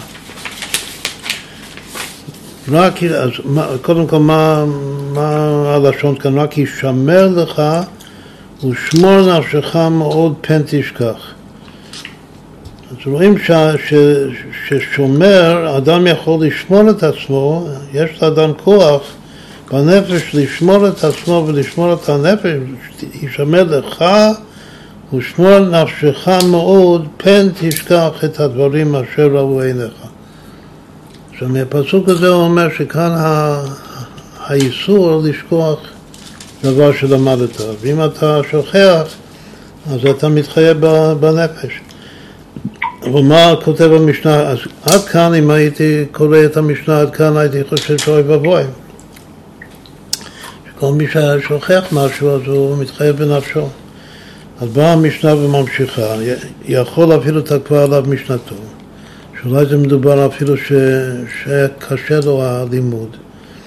Speaker 1: רק, אז קודם כל, מה הלשון כאן? רק ישמר לך ושמור נפשך מאוד פן תשכח. אז רואים ששומר, אדם יכול לשמור את עצמו, יש לאדם כוח בנפש לשמור את עצמו ולשמור את הנפש, ישמר לך ושמור נפשך מאוד פן תשכח את הדברים אשר ראו עיניך. עכשיו מהפסוק הזה הוא אומר שכאן האיסור לשכוח דבר שלמדת, ואם אתה שוכח אז אתה מתחייב בנפש. אבל מה כותב המשנה? אז עד כאן, אם הייתי קורא את המשנה עד כאן, הייתי חושב שאוי ואבוי. שכל מי ששוכח משהו אז הוא מתחייב בנפשו. אז באה המשנה וממשיכה, יכול אפילו תקפה עליו משנתו. שאולי זה מדובר אפילו שקשה לו הלימוד.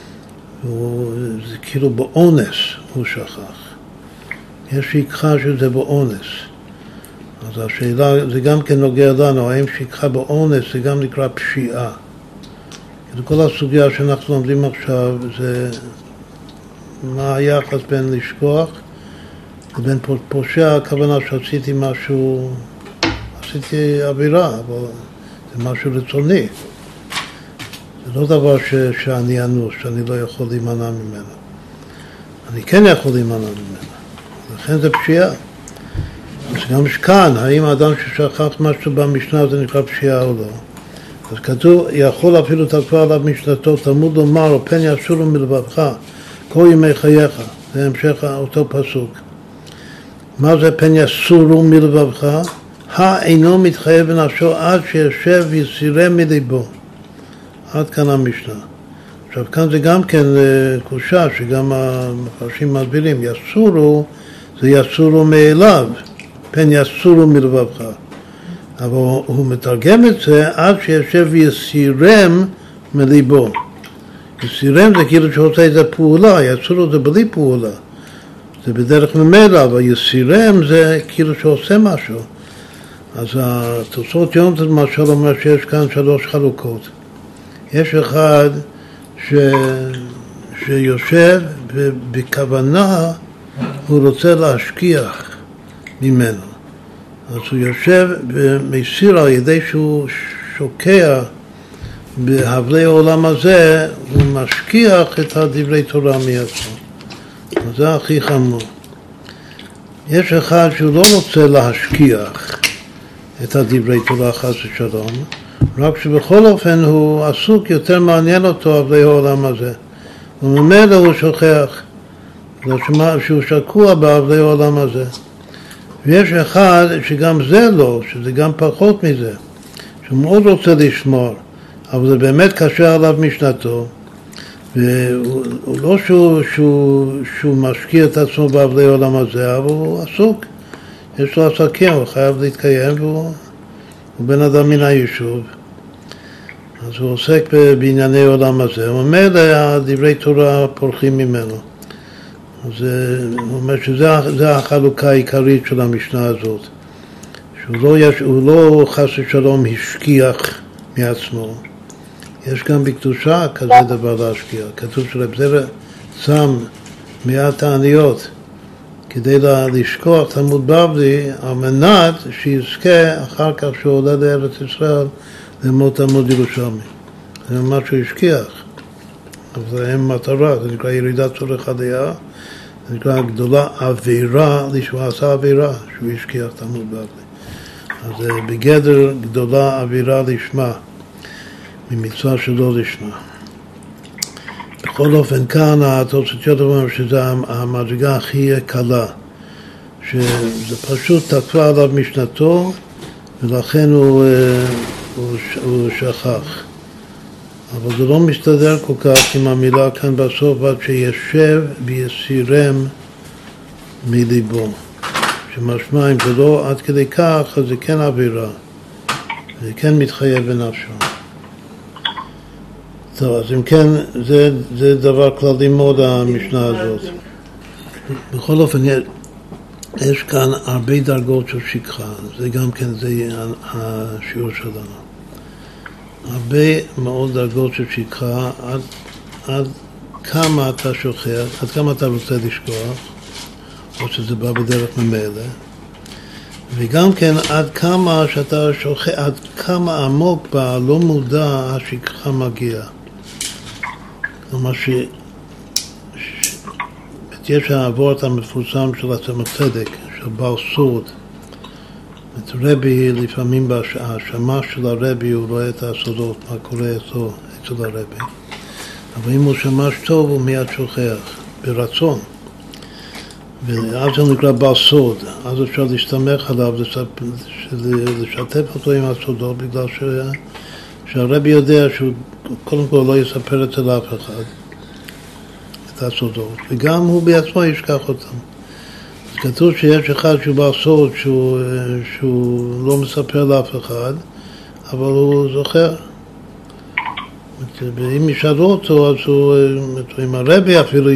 Speaker 1: זה כאילו באונס הוא שכח. יש שכחה שזה באונס. אז השאלה, זה גם כן נוגע לנו, האם שכחה באונס זה גם נקרא פשיעה. כל הסוגיה שאנחנו לומדים עכשיו זה מה היחס בין לשכוח לבין פושע, הכוונה שעשיתי משהו, עשיתי עבירה, אבל זה משהו רצוני. זה לא דבר שאני אנוש, שאני לא יכול להימנע ממנו. אני כן יכול להימנע ממנו, לכן זה פשיעה. אז גם כאן, האם האדם ששכח משהו במשנה זה נקרא פשיעה או לא? אז כתוב, יכול אפילו תקפה עליו משנתו, תלמוד לומר, או פן יסורו מלבבך, כל ימי חייך. זה המשך אותו פסוק. מה זה פן יסורו מלבבך? אינו מתחייב בנפשו עד שישב ויסירם מליבו. עד כאן המשנה. עכשיו כאן זה גם כן קושה, שגם המפרשים מסבירים, יסורו, זה יסורו מאליו. פן יסורו מלבבך. אבל הוא מתרגם את זה עד שישב ויסירם מליבו. יסירם זה כאילו שעושה איזו פעולה, יסורו זה בלי פעולה. זה בדרך ממילא, אבל יסירם זה כאילו שעושה משהו. אז התוספות יום זה למשל אומר שיש כאן 3 חלוקות. יש אחד שיושב ובכוונה הוא רוצה להשכיח ממנו. אז הוא יושב ומסיר על ידי שהוא שוקע בהבלי העולם הזה, הוא משכיח את הדברי תורה מעצמו. אז זה הכי חמור. יש אחד שהוא לא רוצה להשכיח את הדברי תורה חס ושלום, רק שבכל אופן הוא עסוק, יותר מעניין אותו הבלי העולם הזה. וממילא הוא שוכח, שהוא שקוע בהבלי העולם הזה. ויש אחד שגם זה לא, שזה גם פחות מזה, שהוא מאוד רוצה לשמור, אבל זה באמת קשה עליו משנתו, והוא לא שהוא משקיע את עצמו בעבדי העולם הזה, אבל הוא עסוק, יש לו עסקים, הוא חייב להתקיים, והוא בן אדם מן היישוב, אז הוא עוסק בענייני העולם הזה, וממילא הדברי תורה פורחים ממנו. אז הוא אומר שזה החלוקה העיקרית של המשנה הזאת, שהוא לא חס ושלום השכיח מעצמו. יש גם בקדושה כזה דבר להשכיח. כתוב שרב זרע שם 100 תעניות כדי לשכוח תלמוד בבלי, על מנת שיזכה אחר כך שהוא עולה לארץ ישראל ללמוד תלמוד ירושלמי. זה ממש שהוא השכיח. אבל זה אין מטרה, זה נקרא ירידת צורך הדעה. זה נקרא גדולה עבירה, שהוא עשה עבירה, שהוא השכיח תלמוד בבלי. אז זה בגדר גדולה עבירה לשמה, ממצווה שלא לשמה. בכל אופן כאן התוספות אומרים שזה המדרגה הכי קלה שזה פשוט תקפה עליו משנתו ולכן הוא שכח. אבל זה לא מסתדר כל כך עם המילה כאן בסוף, עד שישב ויסירם מליבו. שמשמע, אם זה לא עד כדי כך, אז זה כן עבירה. זה כן מתחייב בנפשו. טוב, אז אם כן, זה דבר כללי מאוד המשנה הזאת. בכל אופן, יש כאן הרבה דרגות של שכחה. זה גם כן, זה השיעור שלנו. הרבה מאוד דרגות של שכחה, עד כמה אתה שוכח, עד כמה אתה רוצה לשכוח, או שזה בא בדרך ממילא, וגם כן עד כמה שאתה שוכח, עד כמה עמוק בלא מודע השכחה מגיע. כלומר יש העבורת המפורסם של הצמח צדק, של בעל סוד. את רבי, לפעמים בהשמה של הרבי הוא רואה את הסודות, מה קורה אצל הרבי. אבל אם הוא שמש טוב הוא מיד שוכח, ברצון. ואז זה נקרא בעל סוד, אז אפשר להסתמך עליו, לשתף אותו עם הסודות, בגלל שהרבי יודע שהוא קודם כל לא יספר את זה לאף אחד, את הסודות, וגם הוא בעצמו ישכח אותם. כתוב שיש אחד שהוא בעל סוד, שהוא לא מספר לאף אחד, אבל הוא זוכר. ואם ישאלו אותו, אז הוא, אם הרבי אפילו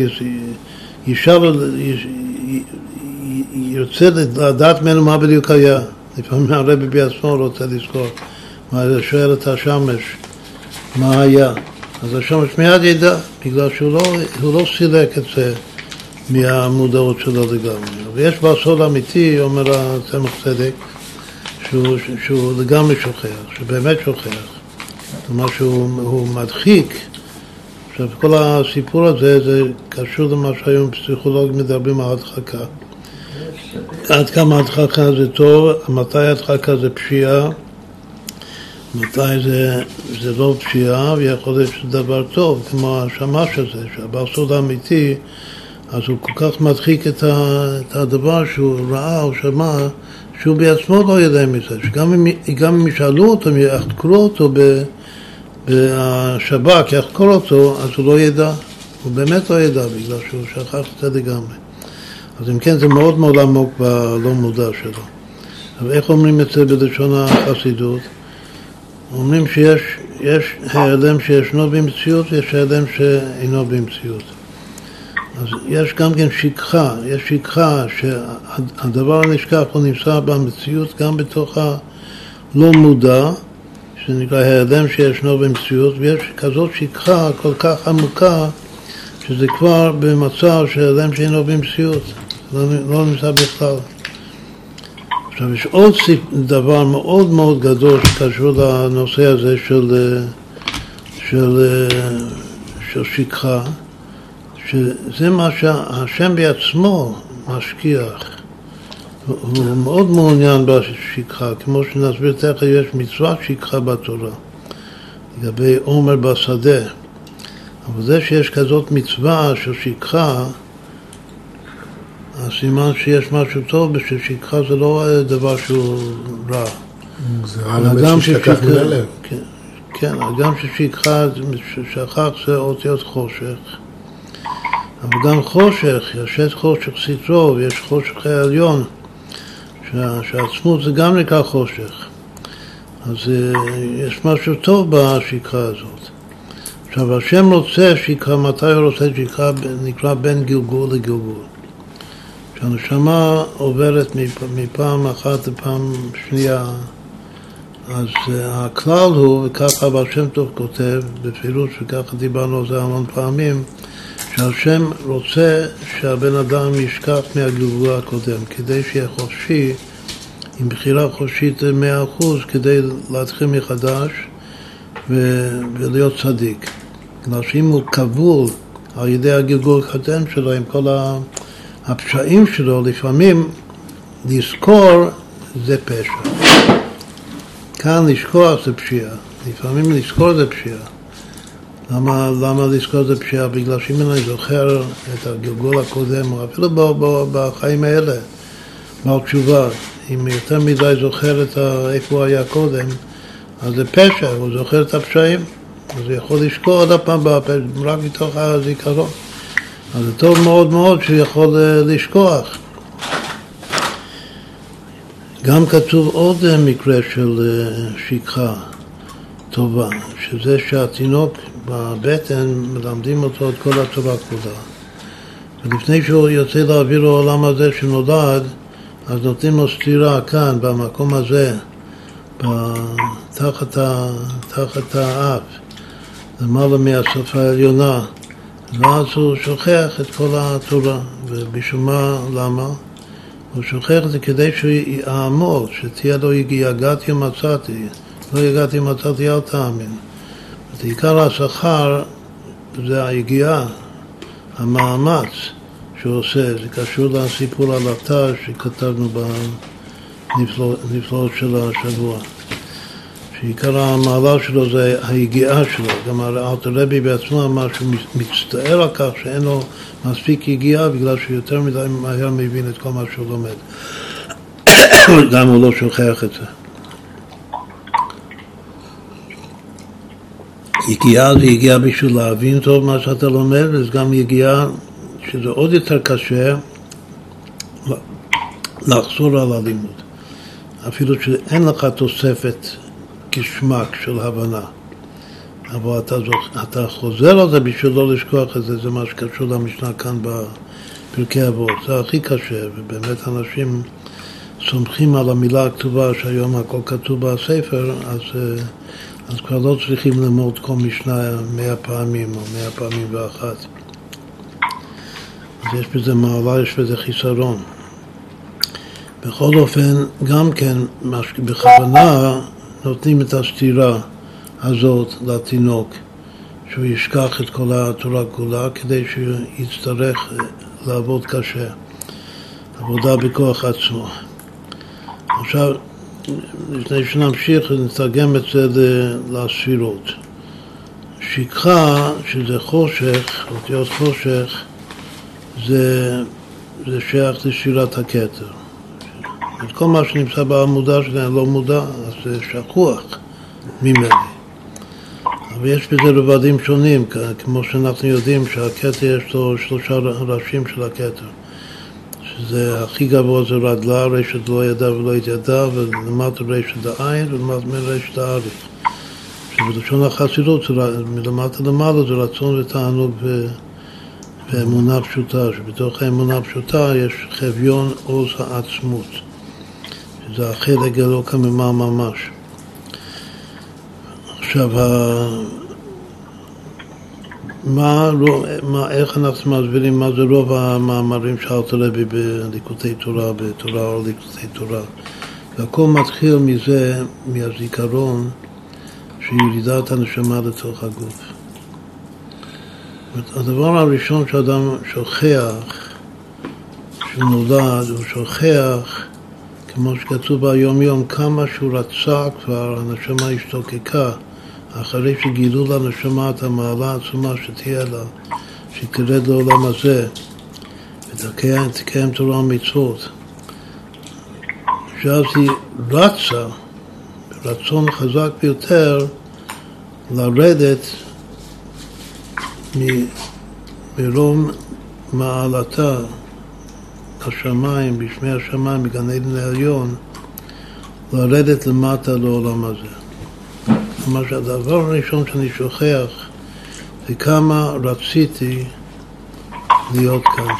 Speaker 1: ירצה לדעת ממנו מה בדיוק היה. לפעמים הרבי בעצמו רוצה לזכור. שואל את השמש, מה היה? אז השמש מיד ידע, בגלל שהוא לא סילק את זה מהמודעות שלו לגמרי. ויש בסוד אמיתי, אומר הצמח צדק, שהוא לגמרי שוכח, שבאמת שוכח. כלומר שהוא מדחיק. עכשיו, כל הסיפור הזה, זה קשור למה שהיום פסיכולוגים מדברים על הדחקה. עד כמה הדחקה זה טוב, מתי הדחקה זה פשיעה, מתי זה לא פשיעה, ויכול להיות שזה דבר טוב, כמו השמש הזה, שהבסוד האמיתי, אז הוא כל כך מדחיק את הדבר שהוא ראה או שמע, שהוא בעצמו לא ידע מזה, שגם אם ישאלו אותו, יחקרו אותו והשב"כ יחקור אותו, אז הוא לא ידע, הוא באמת לא ידע, בגלל שהוא שכח את זה לגמרי. אז אם כן, זה מאוד מאוד עמוק בלא מודע שלו. אבל איך אומרים את זה בלשון החסידות? אומרים שיש העלם שישנו במציאות ויש העלם שאינו במציאות. אז יש גם כן שכחה, יש שכחה שהדבר הנשכח הוא נמצא במציאות גם בתוך הלא מודע, שנקרא העלם שישנו במציאות, ויש כזאת שכחה כל כך עמוקה שזה כבר במצב שהעלם שאינו במציאות, לא נמצא בכלל. עכשיו יש עוד דבר מאוד מאוד גדול שקשור לנושא הזה של שכחה, שזה מה שהשם בעצמו משכיח. הוא מאוד מעוניין בשכחה, כמו שנסביר תכף, יש מצוות שכחה בתורה, לגבי עומר בשדה. אבל זה שיש כזאת מצווה של שכחה, הסימן שיש משהו טוב, וששכחה זה לא דבר שהוא רע.
Speaker 2: זה רע באמת ששכח מן הלב.
Speaker 1: כן, גם ששכחה, ששכח זה אותיות חושך. אבל גם חושך, יש חושך סתרו ויש חושך העליון, שהעצמות זה גם נקרא חושך. אז יש משהו טוב בשכחה הזאת. עכשיו, השם רוצה שכחה, מתי הוא רוצה שכחה? נקרא בין גלגול לגלגול. כשהנשמה עוברת מפעם אחת לפעם שנייה, אז הכלל הוא, וככה בשם טוב כותב, בפירוש, וככה דיברנו על זה המון פעמים, שהשם רוצה שהבן אדם ישכח מהגלגול הקודם, כדי שיהיה חופשי, עם בחירה חופשית 100%, כדי להתחיל מחדש ולהיות צדיק. כלומר שאם הוא כבול על ידי הגלגול הקודם שלו, עם כל הפשעים שלו, לפעמים לזכור זה פשע. כאן לשכוח זה פשיעה, לפעמים לזכור זה פשיעה. למה לזכור זה פשיעה? בגלל שאם אני זוכר את הגלגול הקודם, או אפילו בחיים האלה, בעל תשובה, אם יותר מדי זוכר איפה הוא היה קודם, אז זה פשע, הוא זוכר את הפשעים, אז הוא יכול לשקוע עוד הפעם רק מתוך הזיכרון. אז זה טוב מאוד מאוד שהוא יכול לשכוח. גם כתוב עוד מקרה של שכחה טובה, שזה שהתינוק בבטן מלמדים אותו את כל התורה כולה. ולפני שהוא יוצא לאוויר העולם הזה שנולד, אז נותנים לו סתירה כאן, במקום הזה, תחת האף, למעלה מהשפה העליונה. ואז הוא שוכח את כל התורה. ובשביל מה? למה? הוא שוכח את זה כדי שהוא יעמוד, שתהיה לו יגעתי ומצאתי. לא יגעתי ומצאתי, אל תאמין. עיקר השכר זה היגיעה, המאמץ שהוא עושה. זה קשור לסיפור על התא שכתבנו בנפלאות של השבוע. שעיקר המעלה שלו זה היגיעה שלו. גם אלתר רבי בעצמו אמר שהוא מצטער על כך שאין לו מספיק יגיעה, בגלל שהוא יותר מדי מהר מבין את כל מה שהוא לומד. גם הוא לא שוכח את זה. יגיעה זה יגיעה בשביל להבין טוב מה שאתה לומד, וזה גם יגיעה שזה עוד יותר קשה לחזור על הלימוד. אפילו שאין לך תוספת גשמק של הבנה. אבל אתה חוזר על זה בשביל לא לשכוח את זה, זה מה שקשור למשנה כאן בפרקי אבות. זה הכי קשה, ובאמת אנשים סומכים על המילה הכתובה שהיום הכל כתוב בספר, אז כבר לא צריכים ללמוד כל משנה 100 פעמים או 100 פעמים ואחת. אז יש בזה מעלה, יש בזה חיסרון. בכל אופן, גם כן, בכוונה נותנים את הסתירה הזאת לתינוק, שהוא ישכח את כל התורה כולה, כדי שהוא יצטרך לעבוד קשה, עבודה בכוח עצמו. עכשיו, לפני שנמשיך, נתרגם את זה לספירות. שכחה, שזה חושך, אותיות חושך, זה שייך לשירת הכתר. את כל מה שנמצא בעמודה שאני לא מודע, אז זה שכוח ממני. אבל יש בזה רבדים שונים, כמו שאנחנו יודעים שהכתר יש לו 3 ראשים של הכתר. שזה הכי גבוה זה רדלה, רשת לא ידע ולא התיידע, ולמטה רשת העין ולמטה רשת האריך. שבלשון החסידות, מלמטה למעלה זה רצון ותענוג ואמונה פשוטה, שבתוך האמונה הפשוטה יש חביון עוז העצמות. זה החלק אלוקא ממש ממש. עכשיו, איך אנחנו מסבירים מה זה רוב המאמרים של אלתר רבי בליקוטי תורה, בתורה או ליקוטי תורה? והכל מתחיל מזה, מהזיכרון, שירידת הנשמה לתוך הגוף. הדבר הראשון שאדם שוכח, שהוא נולד, הוא שוכח, כמו שכתוב ביום יום, כמה שהוא רצה כבר, הנשמה השתוקקה, אחרי שגילו לנשמה את המעלה העצומה שתהיה לה, שתרד לעולם הזה, ותקיים תורה ומצוות. שאז היא רצה, רצון חזק ביותר, לרדת מרום מעלתה השמיים, בשמי השמיים, בגן עדן העליון, לרדת למטה לעולם הזה. כלומר שהדבר הראשון שאני שוכח זה כמה רציתי להיות כאן.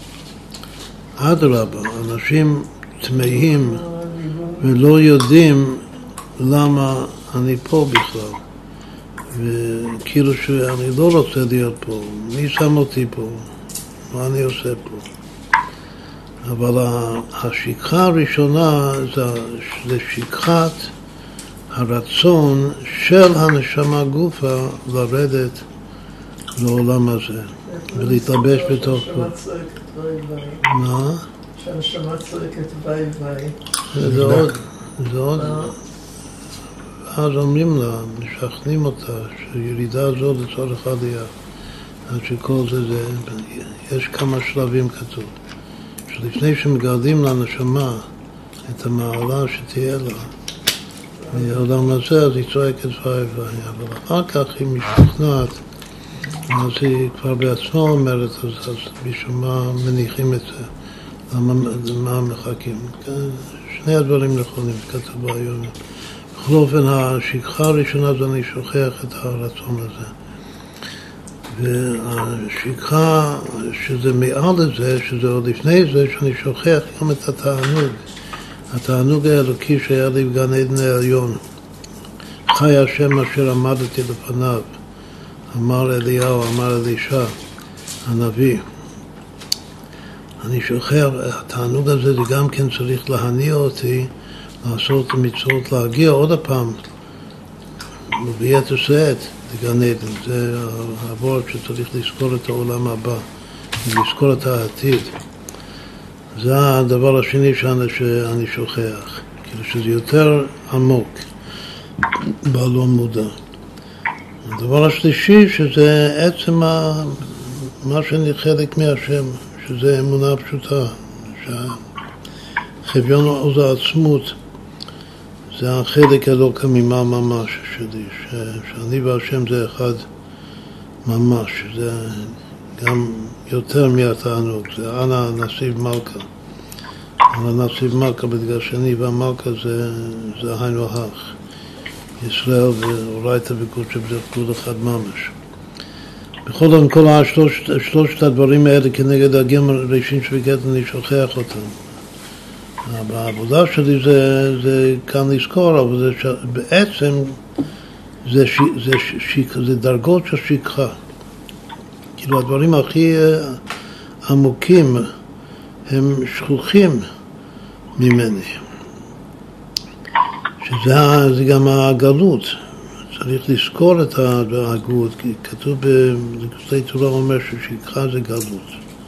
Speaker 1: אדרבה, אנשים תמהים ולא יודעים למה אני פה בכלל. וכאילו שאני לא רוצה להיות פה, מי שם אותי פה, מה אני עושה פה. אבל השכחה הראשונה זה שכחת הרצון של הנשמה גופה לרדת לעולם הזה ולהתלבש בתוך פה. מה?
Speaker 3: שהנשמה צועקת ביי ביי.
Speaker 1: זה עוד. אז אומרים לה, משכנעים אותה, שירידה זו לצורך עלייה. אז שכל זה, יש כמה שלבים כתוב. שלפני שמגרדים לנשמה את המעלה שתהיה לה מהעולם הזה, אז היא צועקת ואי ואי, אבל אחר כך היא משתכנעת, אז היא כבר בעצמה אומרת, אז בשביל מה מניחים את זה, למה מחכים. שני הדברים נכונים, כתוב היום. בכל אופן, השכחה הראשונה זה אני שוכח את הרצון הזה. והשכחה שזה מעל לזה, שזה עוד לפני זה, שאני שוכח גם את התענוג האלוקי שהיה לי בגן עדן העליון. חי השם אשר עמדתי לפניו, אמר אליהו, אמר אלישע, הנביא. אני שוכח, התענוג הזה זה גם כן צריך להניע אותי, לעשות מצוות, להגיע עוד הפעם, וביתר שאת, לגן עדן. זה העבוד שצריך לזכור את העולם הבא, לזכור את העתיד. זה הדבר השני שאני שוכח, כאילו שזה יותר עמוק, בעלון מודע. הדבר השלישי שזה עצם מה שאני חלק מהשם, שזה אמונה פשוטה, שהחביון עוז העצמות זה החלק אלוקא ממש ממש שלי, שאני והשם זה אחד ממש, זה גם יותר מהתענוג, זה אנא נסיב מלכה. אנא נסיב מלכה בגלל שאני והמלכה זה היינו הך. ישראל ואורייתא וקודשא בכל אחד ממש. בכל זאת, כל שלושת הדברים האלה כנגד הגימל הראשון שבגלל אני שוכח אותם. בעבודה שלי זה כאן לזכור, אבל בעצם זה דרגות של שכחה. כאילו הדברים הכי עמוקים הם שכוחים ממני. שזה גם הגלות. צריך לזכור את הגלות, כי כתוב בליקוטי תורה אומר ששכחה זה גלות.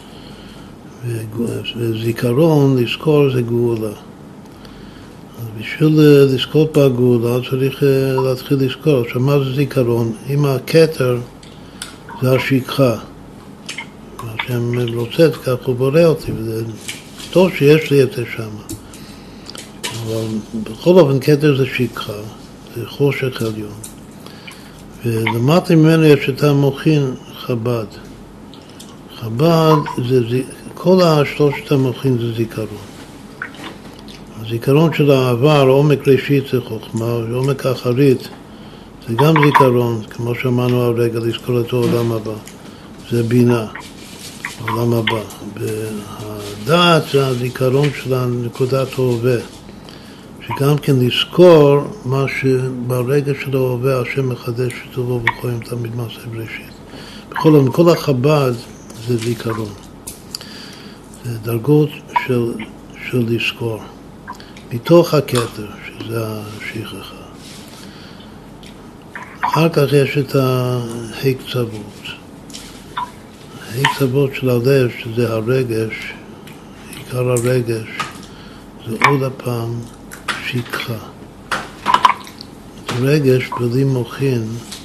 Speaker 1: וזיכרון, לזכור זה גאולה. אז בשביל לזכור בגאולה צריך להתחיל לזכור. עכשיו מה זה זיכרון? אם הכתר זה השכחה. השם רוצה את כך, הוא בורא אותי, וזה טוב שיש לי את זה שם. אבל בכל אופן כתר זה שכחה, זה חושך עליון. ולמטה ממנו יש את המוחין חב"ד. חב"ד זה כל השלושת המוחין זה זיכרון. הזיכרון של העבר, עומק ראשית זה חוכמה, ועומק האחרית זה גם זיכרון, כמו שאמרנו הרגע, לזכור את העולם הבא. זה בינה, העולם הבא. והדעת זה הזיכרון של נקודת ההווה. שגם כן לזכור מה שברגע של ההווה השם מחדש שטובו וחיים תמיד מעשה בראשית. בכל החב"ד זה זיכרון. זה דרגות של לזכור. מתוך הכתר, שזה השכחה. אחר כך יש את ההקצוות. ההקצוות של הלב, שזה הרגש, עיקר הרגש, זה עוד הפעם שכחה. רגש בלי מוחין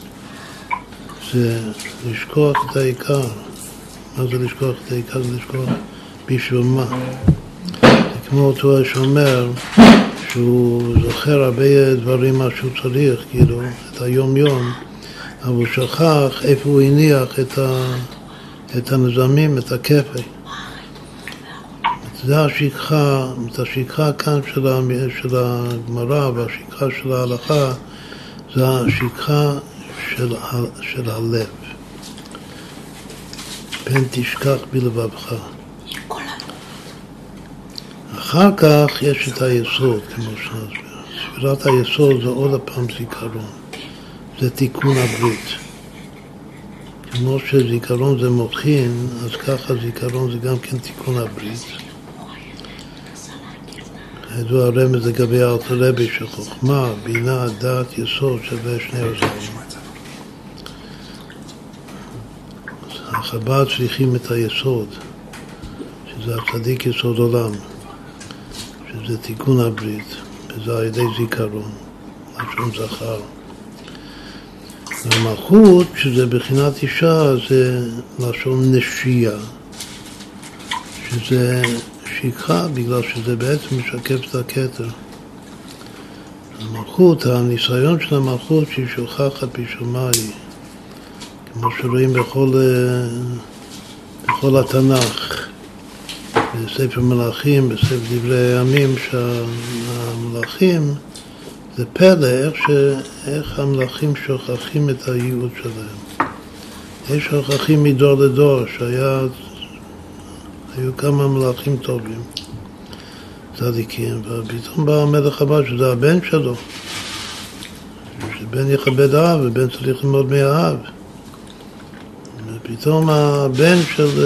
Speaker 1: זה לשכוח את העיקר. מה זה לשכוח את העיקר? זה לשכוח בשביל מה. זה כמו אותו שאומר שהוא זוכר הרבה דברים מה שהוא צריך, כאילו, את היום יום, אבל הוא שכח איפה הוא הניח את הנזמים, את הכפי. זה השכחה, את השכחה כאן של הגמרא והשכחה של ההלכה, זה השכחה של הלב. פן תשכח בלבבך. אחר כך יש את היסוד, כמו שנסביר. ספירת היסוד זה עוד הפעם זיכרון. זה תיקון הברית. כמו שזיכרון זה מוחין, אז ככה זיכרון זה גם כן תיקון הברית. זו הרמז לגבי אלתר רבי שחוכמה, בינה, דעת, יסוד שווה שני עוזרים. החב"ד צריכים את היסוד, שזה הצדיק יסוד עולם, שזה תיקון הברית, וזה על ידי זיכרון, לשון זכר. והמלכות, שזה בחינת אישה, זה לשון נשייה, שזה שכחה, בגלל שזה בעצם משקף את הכתר. המלכות, הניסיון של המלכות שהיא שוכחת בשמיים, כמו שרואים בכל התנ"ך, בספר מלאכים, בספר דברי הימים, שהמלאכים זה פלא איך המלאכים שוכחים את הייעוד שלהם. יש שוכחים מדור לדור, היו כמה מלאכים טובים, צדיקים, ופתאום בא המלך הבא שזה הבן שלו, שבן יכבד האב ובן צריך ללמוד מהאב. ופתאום הבן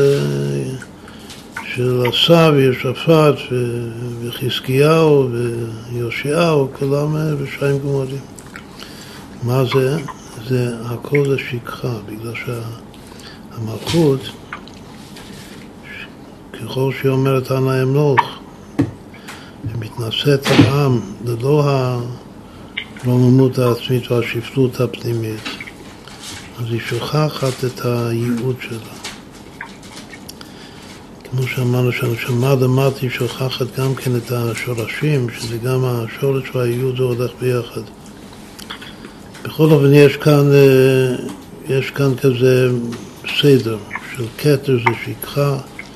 Speaker 1: של עשיו וישפט וחזקיהו ויושיעהו, כולם רשעים גמורים. מה זה? זה הכל זה שכחה, בגלל שהמלכות, ככל שהיא אומרת אנא אמלוך, ומתנשאת על העם ללא הרוממות העצמית והשפלות הפנימית, אז היא שוכחת את הייעוד שלה. כמו שאמרנו שהנשמה למטה שוכחת גם כן את השורשים, שזה גם השורש והייעוד זה הולך ביחד. בכל אופן יש כאן כזה סדר של כתר זה שכחה,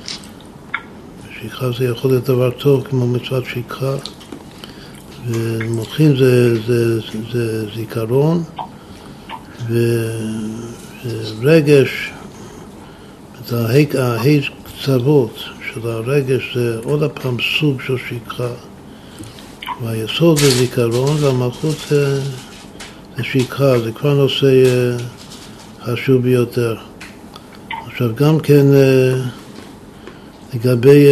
Speaker 1: שכחה זה יכול להיות דבר טוב כמו מצוות שכחה, ומוחין זה זיכרון, ורגש, הקצוות של הרגש זה עוד הפעם סוג של שכחה, והיסוד זה זיכרון, והמלכות זה שכחה, זה כבר נושא חשוב ביותר. עכשיו גם כן לגבי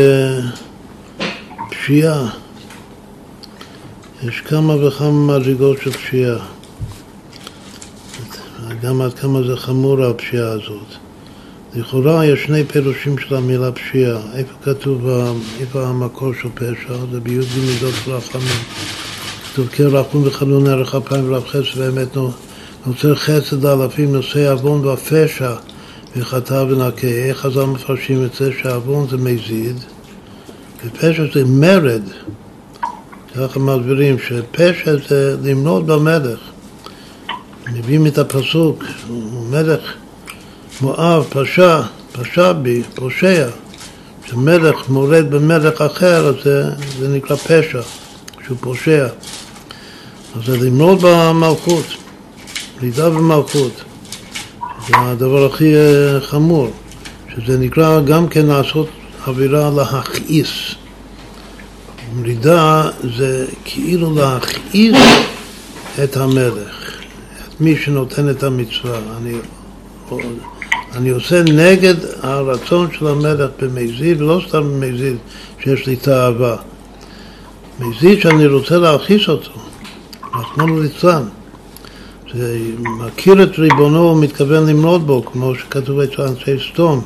Speaker 1: פשיעה, יש כמה וכמה מדרגות של פשיעה, גם עד כמה זה חמור הפשיעה הזאת. לכאורה יש שני פירושים של המילה פשיעה. איפה כתוב, איפה המקור של פשע? זה בי"ג מידות של רחמים. כתוב כרחום וחנון ערך אפיים ורב חסד ואמת נוצר חסד לאלפים נושא עוון והפשע וחטא ונקה. איך חז"ל מפרשים את זה? שהעוון זה מזיד ופשע זה מרד. ככה מסבירים שפשע זה למנוד במלך. מביאים את הפסוק, הוא מלך מואב, פשע בי, פושע. כשמלך מורד במלך אחר, אז זה נקרא פשע, שהוא פושע. אז זה למנוד במלכות, לידה במלכות. זה הדבר הכי חמור, שזה נקרא גם כן לעשות עבירה להכעיס. לידה זה כאילו להכעיס את המלך, את מי שנותן את המצווה. אני עושה נגד הרצון של המלך במזיד, ולא סתם במזיד שיש לי תאווה. מזיד שאני רוצה להכעיס אותו, רחמנא ליצלן. זה מכיר את ריבונו ומתכוון למנוד בו, כמו שכתוב אצל אנשי סדום.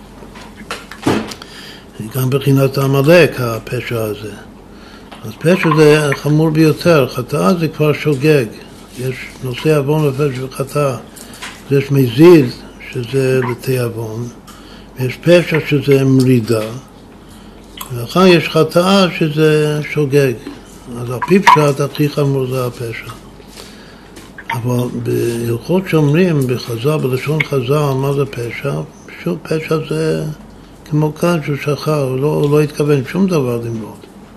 Speaker 1: גם בחינת עמלק הפשע הזה. אז פשע זה חמור ביותר, חטאה זה כבר שוגג. יש נושא עוון ופשע וחטאה. יש מזיד שזה לתיאבון, ויש פשע שזה מרידה, ואחר יש חטאה שזה שוגג. אז הפי פשט הכי חמור זה הפשע. אבל בהלכות שומרים, בחז"ל, בלשון חז"ל, מה זה פשע? שוב, פשע זה כמו כאן שהוא שכח, הוא לא התכוון שום דבר למרות.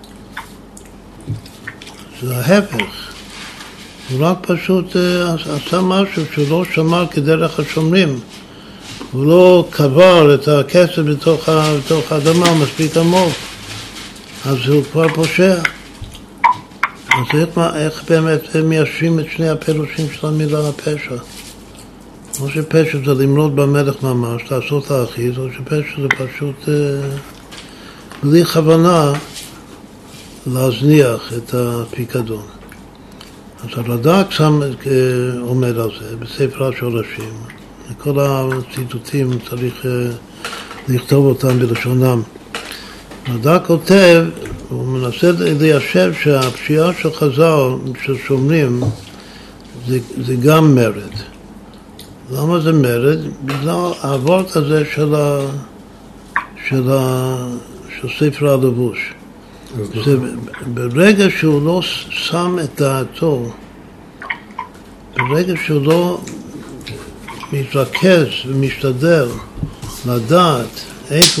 Speaker 1: זה ההפך. הוא רק פשוט עשה משהו שהוא לא שמר כדרך השומרים. הוא לא קבר את הכסף בתוך האדמה מספיק עמוק. אז הוא כבר פושע. אז איך באמת מיישבים את שני הפירושים של המילה הפשע? או שפשע זה למרוד במלך ממש, לעשות להכעיס, או שפשע זה פשוט בלי כוונה להזניח את הפיקדון. אז הרד"ק עומד על זה בספר השורשים. כל הציטוטים צריך לכתוב אותם בלשונם. הרד"ק כותב, הוא מנסה ליישב שהפשיעה של חז"ל, של שומרים, זה גם מרד. למה זה מרד? בגלל העברת הזה של ספר הלבוש. זה ברגע שהוא לא שם את דעתו, ברגע שהוא לא מתרכז ומשתדל לדעת איפה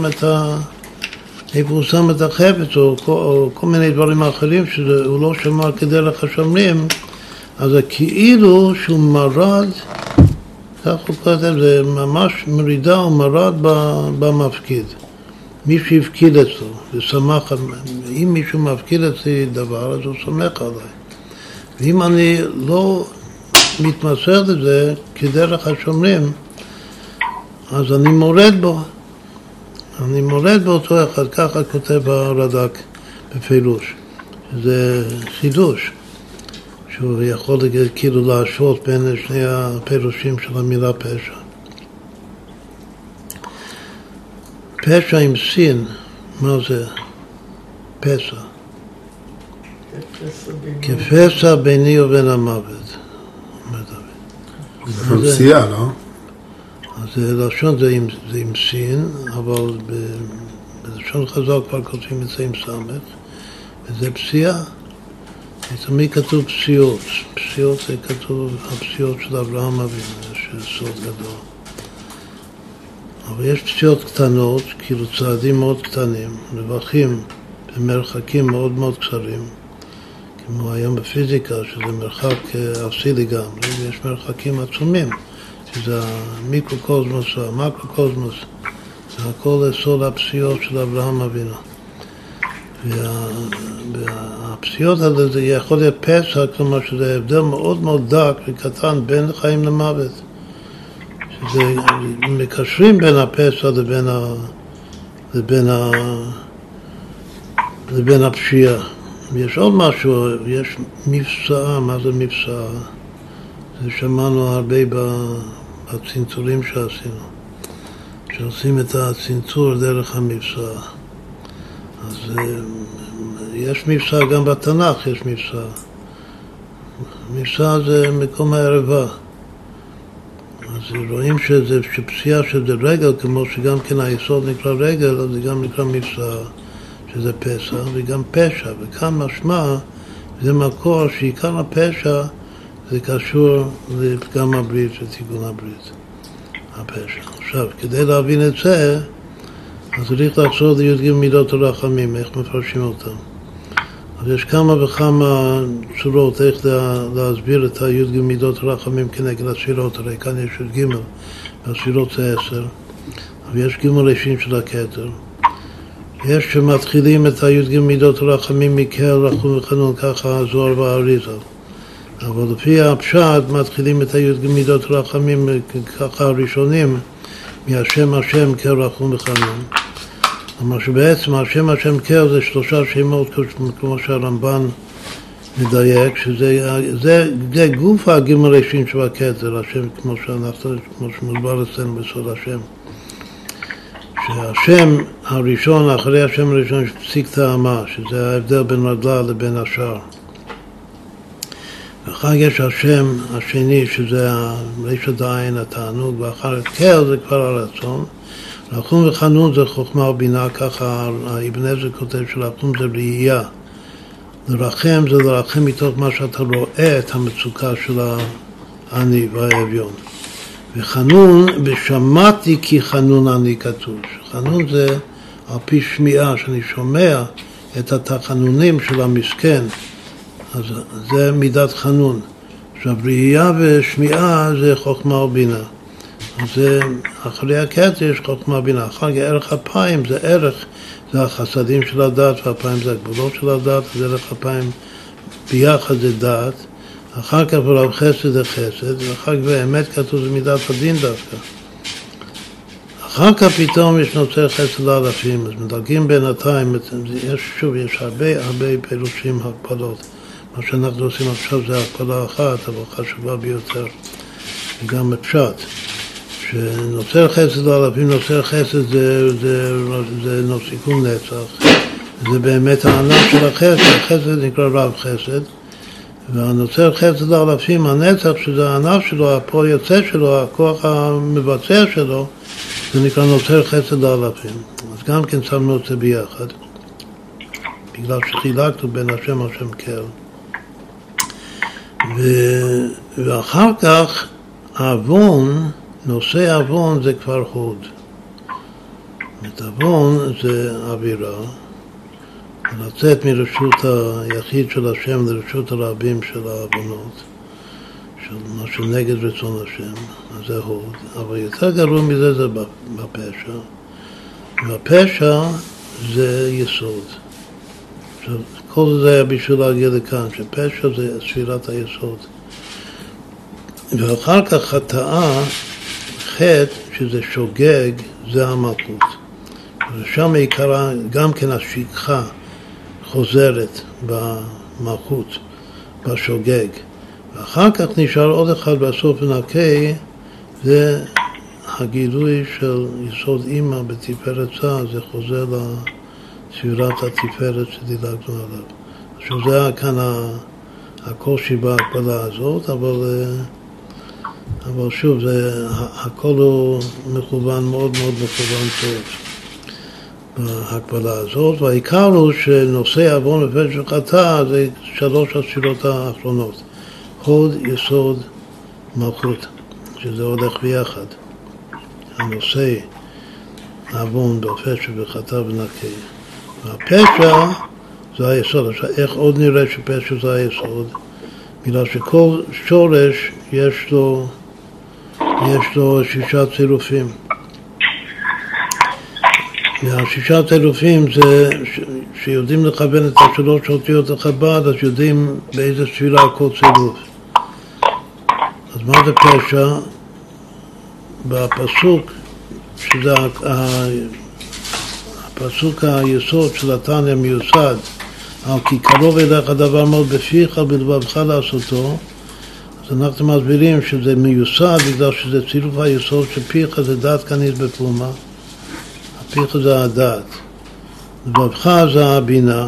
Speaker 1: הוא שם את החפץ או כל מיני דברים אחרים שהוא לא שמר כדרך השומרים, אז כאילו שהוא מרד, כך הוא כותב, זה ממש מרידה או מרד במפקיד. מי שהפקיד אצלו, ושמח, אם מישהו מפקיד אצלי דבר, אז הוא סומך עליי. ואם אני לא מתמסר לזה כדרך השומרים, אז אני מורד בו. אני מורד באותו אחד, ככה כותב הרד"ק בפירוש. זה חידוש, שהוא יכול כאילו להשוות בין שני הפירושים של המילה פשע. פשע עם סין, מה זה? פשע. כפשע ביני ובין המוות.
Speaker 2: זה פרסייה, לא?
Speaker 1: אז לשון זה עם סין, אבל בלשון חז"ל כבר כותבים את זה עם סמך, וזה פסיעה. תמיד כתוב פסיעות. פסיעות זה כתוב הפסיעות של אברהם אבינו, שזה סוד גדול. אבל יש פסיעות קטנות, כאילו צעדים מאוד קטנים, רווחים במרחקים מאוד מאוד קצרים, כמו היום בפיזיקה, שזה מרחק אפסי לגמרי, ויש מרחקים עצומים, שזה המיקרוקוסמוס והמקרוקוסמוס, זה הכל סוד הפסיעות של אברהם אבינו. והפסיעות האלה זה יכול להיות פסע, כלומר שזה הבדל מאוד מאוד דק וקטן בין חיים למוות. שזה מקשרים בין הפסע לבין הפשיעה. יש עוד משהו, יש מפסעה. מה זה מפסעה? זה שמענו הרבה בצנצורים שעשינו, שעושים את הצנצור דרך המפסעה. אז יש מבצע, גם בתנ"ך יש מבצע. מבצע זה מקום הערבה. אז רואים שפסיעה שזה רגל, כמו שגם כן היסוד נקרא רגל, אז זה גם נקרא מבצע, שזה פסע, וגם פשע. וכאן משמע, זה מקור שעיקר הפשע זה קשור לפגם הברית ותיקון הברית, הפשע. עכשיו, כדי להבין את זה, אז צריך לחזור לי"ג מידות הרחמים, איך מפרשים אותם. אז יש כמה וכמה צורות איך להסביר את הי"ג מידות הרחמים כנגד הספירות. הרי כאן יש י"ג, והספירות זה 10, אבל יש ג' ראשין של הכתר. יש שמתחילים את הי"ג מידות הרחמים מקל, רחום וחנון, ככה הזוהר והאריז"ל. אבל לפי הפשט מתחילים את הי"ג מידות הרחמים ככה הראשונים, מהשם השם קל, רחום וחנון. כלומר שבעצם השם קל זה 3 שמות, כמו שהרמב"ן מדייק, שזה גוף הג' ראשין של הכתר, השם כמו שמדובר אצלנו בסוד השם. שהשם הראשון, אחרי השם הראשון, יש פסיק טעמה, שזה ההבדל בין רגלה לבין השאר. ואחר יש השם השני, שזה רשת העין, התענוג, ואחר קל זה כבר הרצון. רחום וחנון זה חוכמה ובינה, ככה אבן עזרא כותב שרחום זה ראייה. לרחם זה לרחם מתוך מה שאתה רואה את המצוקה של העני והאביון. וחנון, ושמעתי כי חנון אני כתוב. חנון זה על פי שמיעה, שאני שומע את התחנונים של המסכן, אז זה מידת חנון. עכשיו, ראייה ושמיעה זה חוכמה ובינה. אז אחרי הכתר יש חוכמה ובינה. אחר כך ערך אפיים זה ערך, זה החסדים של הדת, והפיים זה הגבולות של הדת, אז ערך אפיים ביחד זה דת. אחר כך ברב חסד זה חסד, ואחר כך באמת כתוב זה מידת הדין דווקא. אחר כך פתאום יש נוצר חסד לאלפים, אז מדרגים בינתיים, יש הרבה פירושים, הקפלות. מה שאנחנו עושים עכשיו זה הקפלה אחת, אבל חשובה ביותר, וגם בפשט. שנוצר חסד לאלפים, נוצר חסד זה נוסיקום נצח, זה באמת הענף של החסד, החסד נקרא רב חסד, והנוצר חסד לאלפים, הנצח שזה הענף שלו, הפועל יוצא שלו, הכוח המבצע שלו, זה נקרא נוצר חסד לאלפים. אז גם כן שמנו את זה ביחד, בגלל שחילקנו בין השם השם קל. ואחר כך אבון, נושא אבון זה כבר הוד. אבון זה אווירה, לצאת מרשות היחיד של השם לרשות הרבים של האבונות, של מה שנגד רצון השם, אז זה הוד. אבל יותר גרוע מזה זה בפשע. והפשע זה יסוד. כל זה היה בשביל להגיע לכאן, שפשע זה ספירת היסוד. ואחר כך חטאה, חטא, שזה שוגג, זה המלכות. ושם עיקרה גם כן השכחה חוזרת במלכות, בשוגג. ואחר כך נשאר עוד אחד בסוף ונקי, זה הגילוי של יסוד אימא בתפארת צה, זה חוזר לספירת התפארת שדילגנו עליו. עכשיו זה כאן הקושי בהקבלה הזאת, אבל שוב, הכל הוא מכוון, מאוד מאוד מכוון טוב בהקבלה הזאת, והעיקר הוא שנושא אבון ופשע חטא זה שלוש הספירות האחרונות, הוד, יסוד, מלכות, שזה הולך ביחד. הנושא אבון בפשע וחטא ונקי. והפשע זה היסוד. עכשיו, איך עוד נראה שפשע זה היסוד? בגלל שכל שורש יש לו 6 צירופים. והשישה צירופים זה שיודעים לכוון את השלוש אותיות לחב"ד, אז יודעים באיזה ספירה כל צירוף. אז מה זה פשע? בפסוק, שזה הפסוק היסוד של התניא מיוסד, על כי קרוב אליך דבר מאוד בפיך בלבבך לעשותו, אז אנחנו מסבירים שזה מיוסד בגלל שזה צירוף היסוד שפיך זה דעת כניס בפומה, הפיך זה הדעת, לבבך זה הבינה,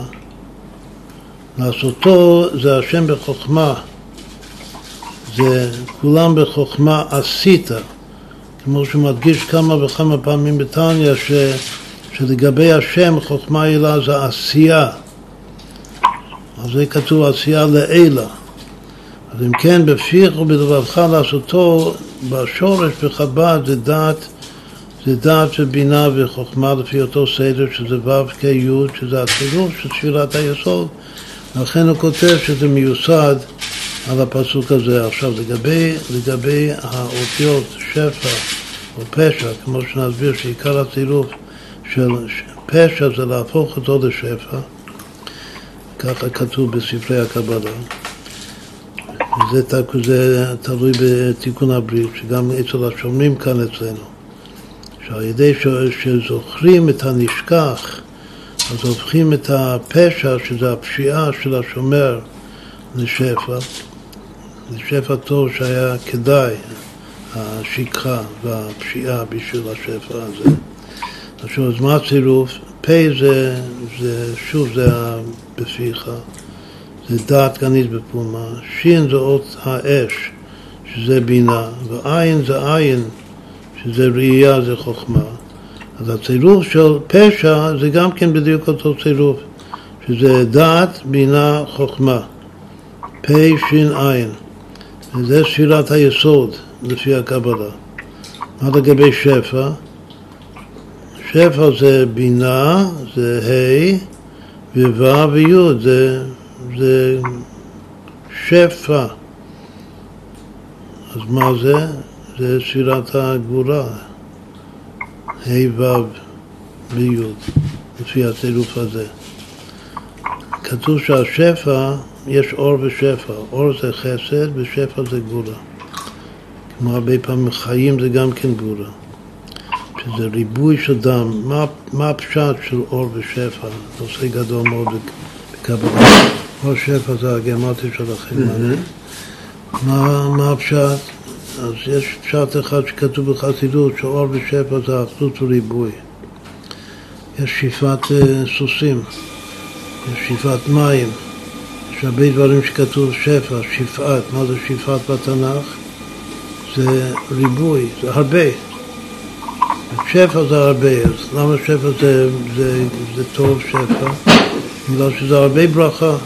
Speaker 1: לעשותו זה השם בחוכמה, זה כולם בחוכמה עשית, כמו שמדגיש כמה וכמה פעמים בתניא שלגבי השם חוכמה אלה זה עשייה, אז זה כתוב עשייה לאלה. אז אם כן בפיך ובלבבך לעשותו בשורש בחב"ד זה דעת ובינה וחוכמה לפי אותו סדר שזה ו' כ' י' שזה הצירוף של ספירת היסוד, לכן הוא כותב שזה מיוסד על הפסוק הזה. עכשיו לגבי האותיות שפע או פשע, כמו שנסביר שעיקר הצירוף של פשע זה להפוך אותו לשפע, ככה כתוב בספרי הקבלה. זה תלוי בתיקון הברית, שגם אצל השומרים כאן אצלנו, שעל ידי שזוכרים את הנשכח, אז הופכים את הפשע, שזה הפשיעה של השומר, לשפע טוב שהיה כדאי, השכחה והפשיעה בשביל השפע הזה. עכשיו, אז מה הצירוף? פה זה שוב, זה בפיך, זה דעת כניס בפומה, שין זה אות האש, שזה בינה, ועין זה עין, שזה ראייה, זה חוכמה. אז הצירוף של פשע זה גם כן בדיוק אותו צירוף, שזה דעת, בינה, חוכמה, פה, שין, עין. וזה ספירת היסוד לפי הקבלה. מה לגבי שפע? שפע זה בינה, זה ה' וו' וי', זה שפע. אז מה זה? זה ספירת הגבורה, ה' ו' וי', לפי הצירוף הזה. כתוב שהשפע, יש אור ושפע. אור זה חסד ושפע זה גבורה. כמו הרבה פעמים חיים זה גם כן גבורה. שזה ריבוי של דם. מה הפשט של אור ושפע? נושא גדול מאוד בקבלה. אור שפע זה הגמטריה שלכם. מה הפשט? אז יש פשט אחד שכתוב בחסידות, שאור ושפע זה אחדות וריבוי. יש שפיפת סוסים, יש שפיפת מים, יש הרבה דברים שכתוב שפע, שפעת. מה זה שפעת בתנ"ך? זה ריבוי, זה הרבה. שפע זה הרבה, אז למה שפע זה טוב שפע? בגלל שזה הרבה ברכה.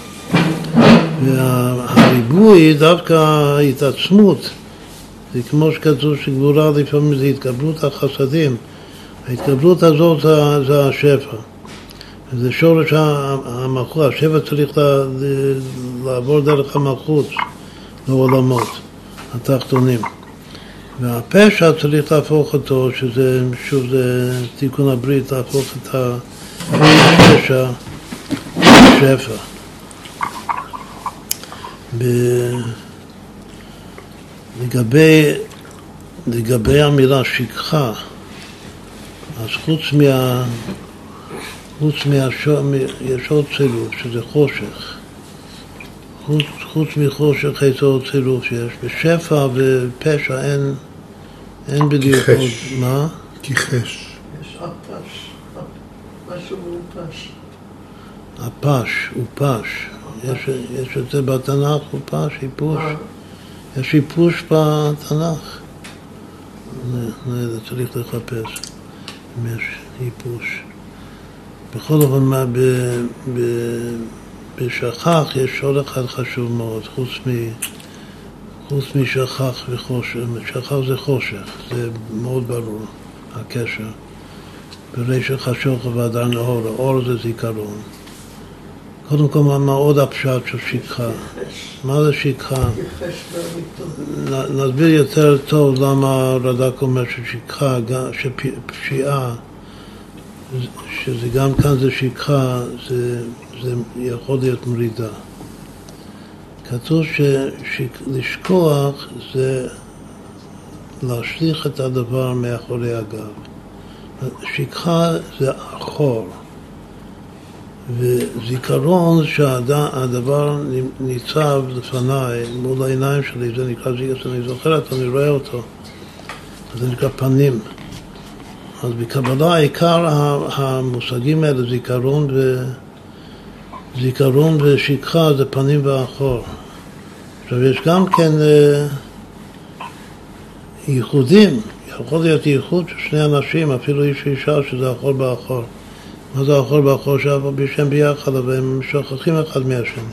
Speaker 1: והריבוי דווקא ההתעצמות, זה כמו שכתוב שגבורה לפעמים זה התקבלות החסדים. ההתקבלות הזאת זה השפע. זה שורש המלכות. השפע צריך לעבור דרך המלכות לעולמות התחתונים. והפשע צריך להפוך אותו, שזה שוב זה תיקון הברית, להפוך את הפשע לשפע. לגבי המילה שכחה, אז חוץ יש עוד צילוף, שזה חושך. חוץ מחושך יש עוד צילוף שיש. בשפע ופשע אין בדיוק עוד. מה?
Speaker 2: כיחש.
Speaker 3: יש הפש, משהו מופש.
Speaker 1: הפש, אופש. יש את זה בתנ"ך, אופש, היפוש. יש היפוש בתנ"ך. צריך לחפש אם יש היפוש. בכל אופן, בשכח יש עוד אחד חשוב מאוד, חוץ משכח וחושך. שכח זה חושך, זה מאוד ברור, הקשר. בריש חשוך והדר נאור, אור זה זיכרון. קודם כל, מה עוד הפשט של שכחה? מה זה שכחה? נסביר יותר טוב למה רד"ק אומר ששכחה, שפשיעה, שזה גם כאן זה שכחה, זה יכול להיות מרידה. כתוב שלשכוח זה להשליך את הדבר מאחורי הגב. שכחה זה אחור. וזיכרון שהדבר ניצב לפניי מול העיניים שלי, זה נקרא זיכרון, אני זוכר אותו, אני רואה אותו, זה נקרא פנים. אז בקבלה העיקר המושגים האלה, זיכרון ושכחה זה פנים ואחור. עכשיו יש גם כן ייחודים, יכול להיות ייחוד של שני אנשים, אפילו איש ואישה שזה אחור באחור. מה זה אחור באחור? שאבו בשם ביחד, אבל הם שוכחים אחד מהשני.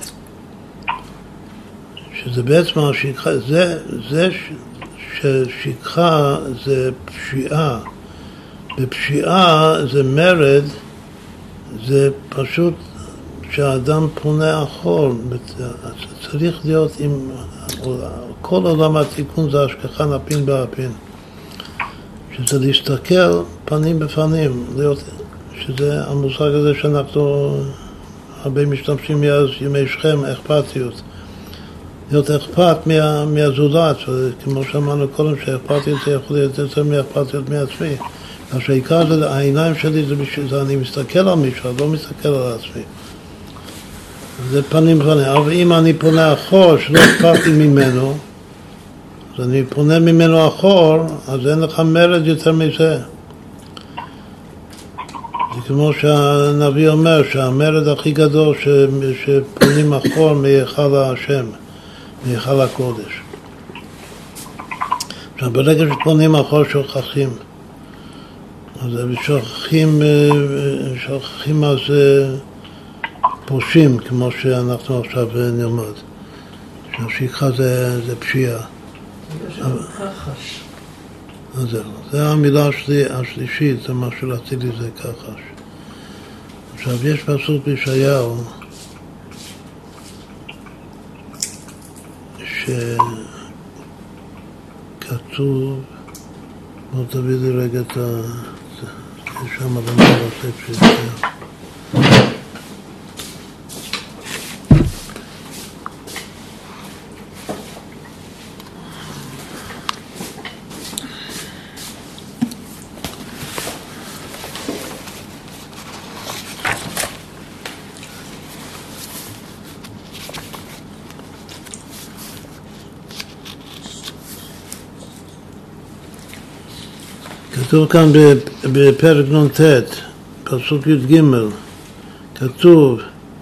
Speaker 1: שזה בעצם השכחה, זה ששכחה זה פשיעה. בפשיעה זה מרד, זה פשוט שהאדם פונה אחור. צריך להיות עם כל עולם התיקון זה השכחה נפין באפין. שזה להסתכל פנים בפנים, להיות... שזה המושג הזה שאנחנו הרבה משתמשים מאז ימי שכם, אכפתיות. להיות אכפת מהזולת, כמו שאמרנו קודם, שאכפתיות זה יכול להיות יותר מאכפתיות מעצמי. אז העיקר זה, העיניים שלי זה בשביל זה, אני מסתכל על מישהו, אני לא מסתכל על עצמי. זה פנים בפנים. אבל אם אני פונה אחור, שלא אכפת לי ממנו, אז אני פונה ממנו אחור, אז אין לך מרד יותר מזה. זה כמו שהנביא אומר, שהמרד הכי גדול שפונים אחור מהיכל השם, מהיכל הקודש. עכשיו, ברגע שפונים אחור שוכחים, אז שוכחים אז פושעים, כמו שאנחנו עכשיו נלמד. שהשכחה זה פשיעה.
Speaker 3: כחש.
Speaker 1: אז זהו. זה המילה השלישית, זה מה שרציתי, זה כחש. עכשיו, יש פסוק בישעיהו שכתוב, בוא תביא לי רגע את ה... יש שם למעלה ספר. כתוב כאן בפרק נ"ט, פסוק י"ג, כתוב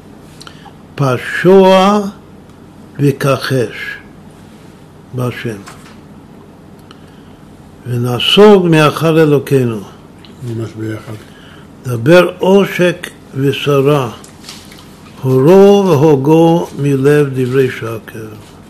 Speaker 1: פשוע וכחש בהשם ונסוג מאחר אלוקינו.
Speaker 2: ממש ביחד.
Speaker 1: דבר עושק ושרה, הורו והוגו מלב דברי שקר.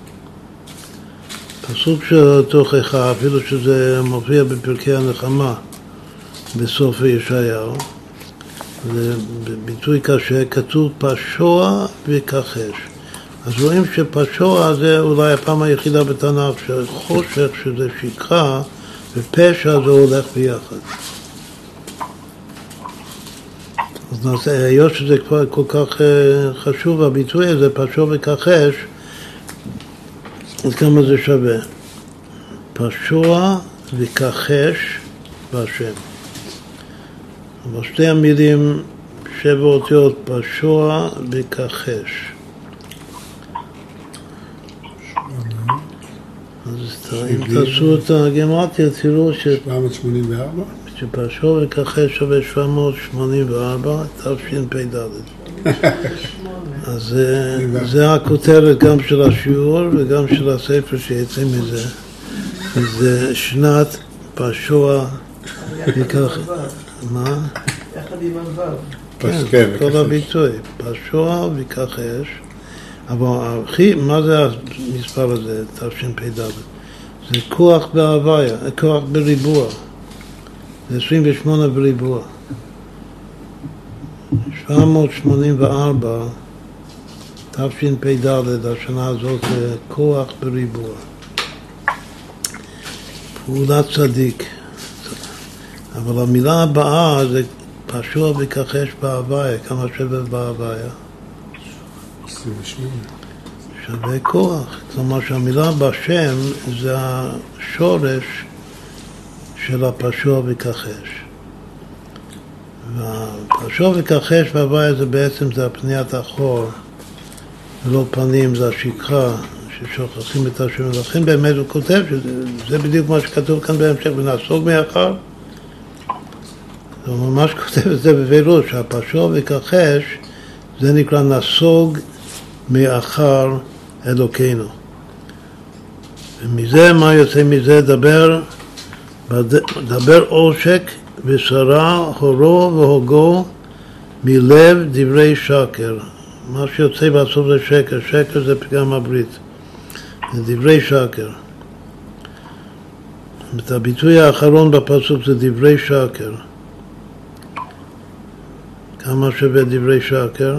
Speaker 1: פסוק של תוכחה, אפילו שזה מופיע בפרקי הנחמה בסוף ישעיהו, זה ביטוי קשה, כתוב פשוע וכחש. אז רואים שפשוע זה אולי הפעם היחידה בתנ"ך, שחושך שזה שכחה ופשע זה הולך ביחד. אז היות שזה כבר כל כך חשוב, הביטוי הזה, פשוע וכחש, אז כמה זה שווה? פשוע וכחש בהשם. אבל שתי המילים 7 אותיות, פשוע וכחש. אז אם תעשו את הגימטריה, תראו
Speaker 2: 784?
Speaker 1: שפשוע וכחש שווה 784, תשפ"ד. אז זה הכותרת גם של השיעור וגם של הספר שיצא מזה. זה שנת פשוע וכחש. מה?
Speaker 3: יחד עם הוו.
Speaker 1: כן, כל הביטוי, פשוע וכחש. אבל מה זה המספר הזה, תשפ"ד? זה כוח בהוויה, כוח בריבוע. זה 28 בריבוע. 784 תשפ"ד, השנה הזאת זה כוח בריבוע. פעולת צדיק. אבל המילה הבאה זה פשוע וכחש בהוויה, כמה שווה בהוויה?
Speaker 2: 28.
Speaker 1: שווה כוח. כלומר שהמילה בשם זה השורש של הפשוע וכחש. והפשוע וכחש בהוויה זה בעצם זה הפניית אחור, ולא פנים, זה השכחה ששוכחים את השם. ולכן באמת הוא כותב שזה בדיוק מה שכתוב כאן בהמשך, ונסוג מאחר. הוא ממש כותב את זה בפירוש, שהפשוע וכחש זה נקרא נסוג מאחר אלוקינו. ומזה, מה יוצא מזה? דבר עושק ושרה, הורו והוגו מלב דברי שקר. מה שיוצא בסוף זה שקר, שקר זה פגם הברית, זה דברי שקר. את הביטוי האחרון בפסוק זה דברי שקר. כמה שווה דברי שקר?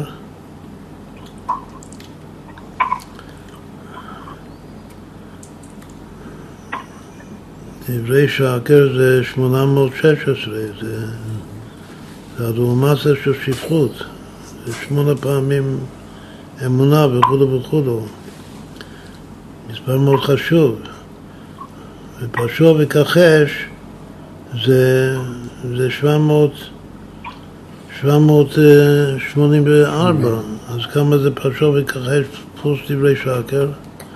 Speaker 1: דברי שקר זה 816, זה הדורמסה של שפחות, זה 8 פעמים אמונה וכו' וכו'. מספר מאוד חשוב. ופשוע וכחש זה 784, אז כמה זה פשוע וכחש פלוס דברי שקר?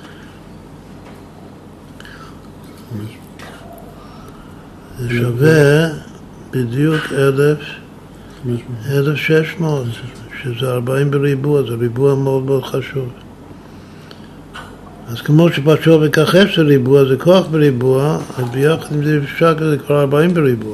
Speaker 1: זה שווה בדיוק 1,600, שזה 40 בריבוע, זה ריבוע מאוד מאוד חשוב. אז כמו שפשוע וכחש זה ריבוע, זה כוח בריבוע, אז ביחד עם זה שקר זה כבר 40 בריבוע.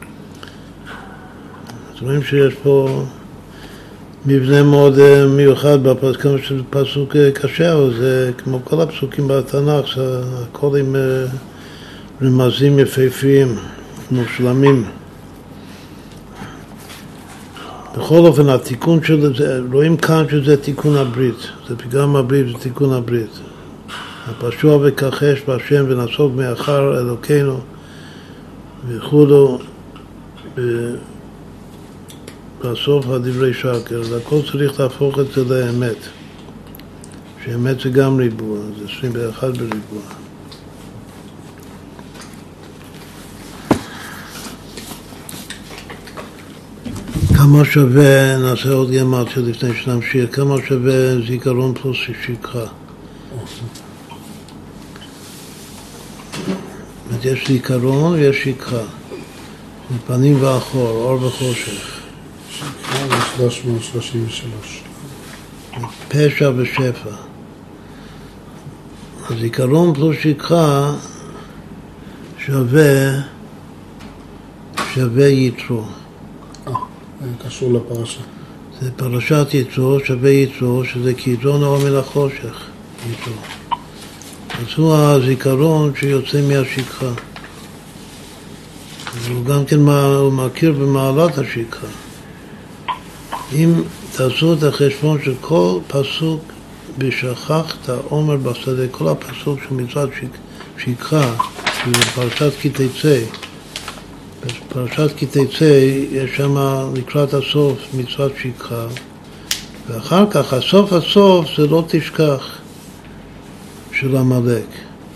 Speaker 1: אז רואים שיש פה מבנה מאוד מיוחד בפסוק, שזה פסוק קשה, אבל זה כמו כל הפסוקים בתנ"ך, הכל עם רמזים יפהפיים, מושלמים. בכל אופן, התיקון של זה, רואים כאן שזה תיקון הברית, זה פגם הברית ותיקון הברית. הפשוע וכחש בהשם ונסוג מאחר אלוקינו וכו' בסוף הדברי שקר. לכל צריך להפוך את זה לאמת, שאמת זה גם ריבוע, זה 21 בריבוע. כמה שווה, נעשה עוד גימטריה לפני שנמשיך, כמה שווה זיכרון פלוס שכחה? יש זיכרון ויש שכחה, פנים ואחור, אור וחושך.
Speaker 2: שכחה זה 333.
Speaker 1: פשע ושפע. הזיכרון פלוס שכחה שווה שווה יתרו.
Speaker 2: קשור לפרשה.
Speaker 1: זה פרשת יתרו, שווה יתרו, שזה כי יתרו נאור מן החושך, יתרו. אז הוא הזיכרון שיוצא מהשכחה. הוא גם כן הוא מכיר במעלת השכחה. אם תעשו את החשבון של כל פסוק בשכחת עומר בשדה, כל הפסוק של מצוות שכחה, בפרשת כי תצא, בפרשת כי תצא יש שם לקראת הסוף מצוות שכחה, ואחר כך הסוף זה לא תשכח של עמלק.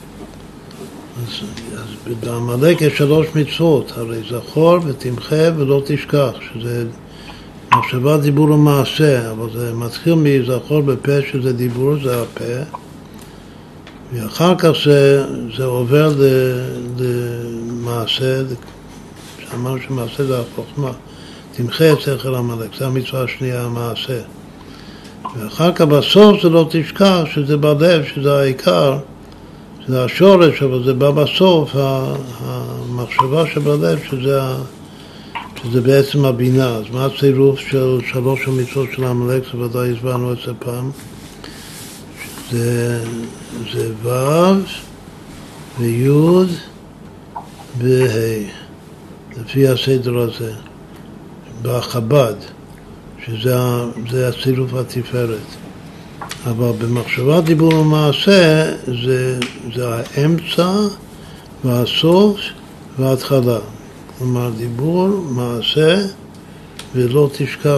Speaker 1: אז בעמלק יש 3 מצוות, הרי זכור ותמחה ולא תשכח, שזה מחשבה, דיבור ומעשה, אבל זה מתחיל מזכור בפה, שזה דיבור, זה הפה, ואחר כך זה עובר למעשה, שאמרנו שמעשה זה החוכמה, תמחה את שכל עמלק, זה המצווה השנייה, המעשה. ואחר כך בסוף זה לא תשכח, שזה בלב, שזה העיקר, שזה השורש, אבל זה בא בסוף, המחשבה שבלב, שזה בעצם הבינה. אז מה הצירוף של 3 המצוות של עמלק, זה ודאי הסברנו את זה פעם, זה ו' וי' וה', לפי הסדר הזה, בחב"ד, שזה הצירוף התפארת. אבל במחשבה, דיבור ומעשה זה האמצע והסוף וההתחלה. כלומר, דיבור, מעשה, ולא תשכח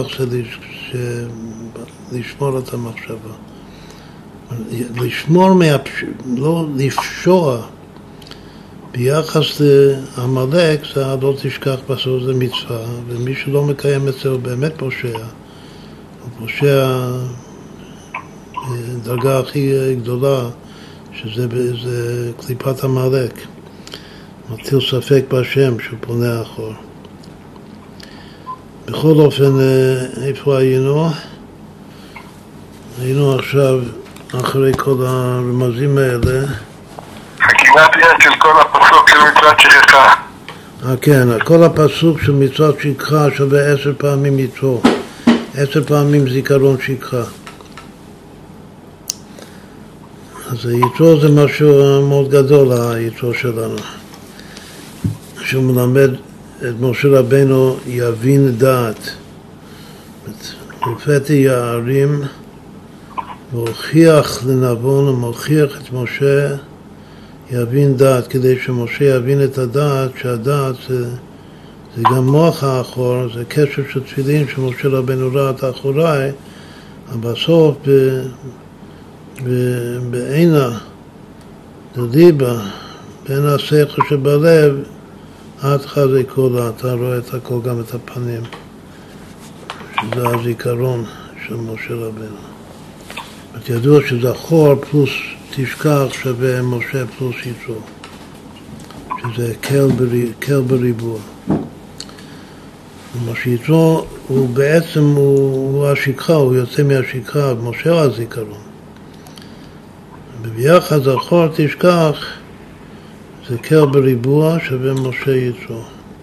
Speaker 1: לשמור את המחשבה. לשמור, לא לפשוע. ביחס לעמלק, זה לא תשכח בסוף, זה מצווה, ומי שלא מקיים את זה הוא באמת פושע. הוא פושע דרגה הכי גדולה, שזה קליפת עמלק. מטיל ספק בשם שהוא פונה אחור. בכל אופן, איפה היינו? היינו עכשיו, אחרי כל הרמזים האלה,
Speaker 4: חקירת עד של כל הפסוק של מצוות שכחה.
Speaker 1: כן, כל הפסוק של מצוות שכחה שווה 10 פעמים יתרו. 10 פעמים זיכרון שכחה. אז היתרו זה משהו מאוד גדול, היתרו שלנו. שהוא מלמד את משה רבנו יבין דעת. לפתי יערים והוכיח לנבון ומוכיח את משה יבין דעת, כדי שמשה יבין את הדעת, שהדעת זה גם מוח האחור, זה קשר של תפילין שמשה רבנו ראה את האחוריי, אבל בסוף בעינה, בליבה, בין השכל שבלב, עד חזה קולה, אתה רואה את הכל, גם את הפנים, שזה הזיכרון של משה רבנו. את ידוע שזכור פלוס תשכח שווה משה פלוס יתרו, שזה קל בריבוע. מה שיתרו הוא בעצם הוא השכחה, הוא יוצא מהשכחה, משה הוא הזיכרון. וביחד זכור תשכח זה קל בריבוע שווה משה יתרו.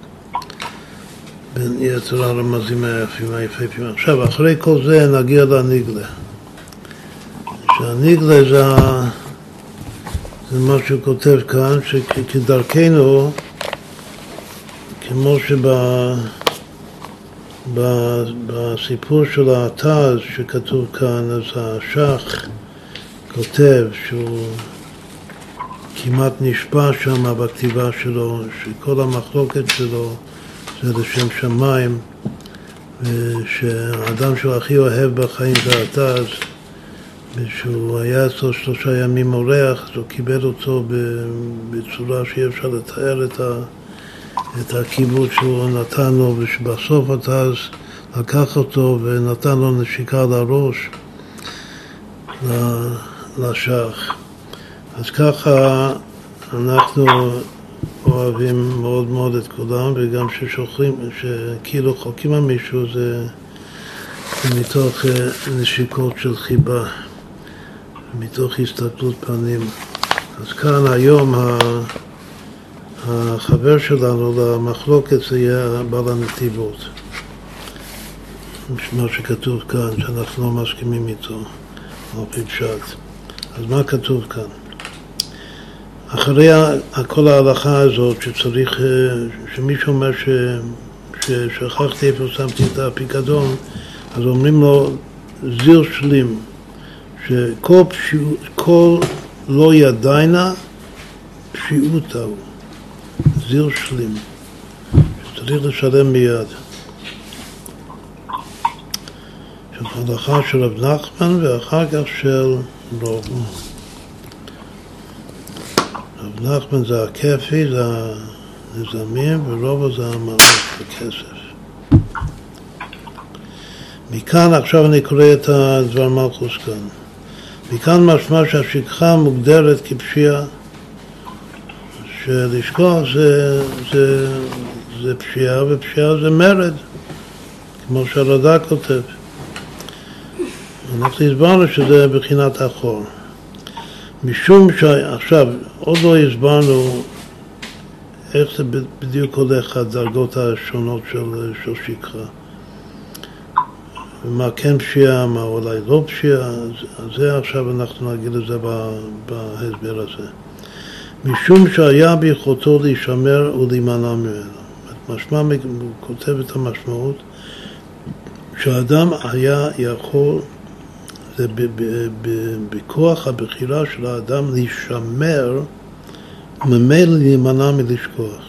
Speaker 1: בין יתר הרמזים היפהפים. עכשיו, אחרי כל זה נגיע לניגלה. שהניגלה זה מה שהוא כותב כאן, שכדרכנו, כמו בסיפור של התז שכתוב כאן, אז השח כותב שהוא כמעט נשפע שם בכתיבה שלו, שכל המחלוקת שלו זה לשם שמיים, ושהאדם שהוא הכי אוהב בחיים זה התז, ושהוא היה אצלו 3 ימים אורח, אז הוא קיבל אותו בצורה שאי אפשר לתאר את הכיבוד שהוא נתן לו, ושבסוף התז לקח אותו ונתן לו נשיקה לראש לשח. אז ככה אנחנו אוהבים מאוד מאוד את כולם, וגם שכאילו חוקים על מישהו זה מתוך נשיקות של חיבה, מתוך הסתכלות פנים. אז כאן היום החבר שלנו למחלוקת זה יהיה בעל הנתיבות. מה שכתוב כאן, שאנחנו לא מסכימים איתו, על פי פשט. אז מה כתוב כאן? אחרי כל ההלכה הזאת שצריך, שמישהו אומר ששכחתי איפה שמתי את הפיקדון, אז אומרים לו זיר שלים, שכל לא ידיינה פשיעותה הוא, זיר שלים, שצריך לשלם מיד. ההלכה של רב נחמן ואחר כך של רוב. רב נחמן זה הכפי, זה הנזמים, ורוב זה המעות בכסף. מכאן עכשיו אני קורא את הדבר מלכוס כאן. מכאן משמע שהשכחה מוגדרת כפשיעה, שלשכוח זה פשיעה, ופשיעה זה מרד, כמו שהרד"ק כותב. אנחנו הסברנו שזה בחינת החור. משום שעכשיו עוד לא הסברנו איך זה בדיוק הולך הדרגות השונות של שכחה. ומה כן פשיעה, מה אולי לא פשיעה, אז זה עכשיו אנחנו נגיד את זה בהסבר הזה. משום שהיה ביכולתו להישמר ולהימנע ממנו. משמע, הוא כותב את המשמעות, שהאדם היה יכול, זה בכוח הבחירה של האדם להישמר, ממילא להימנע מלשכוח.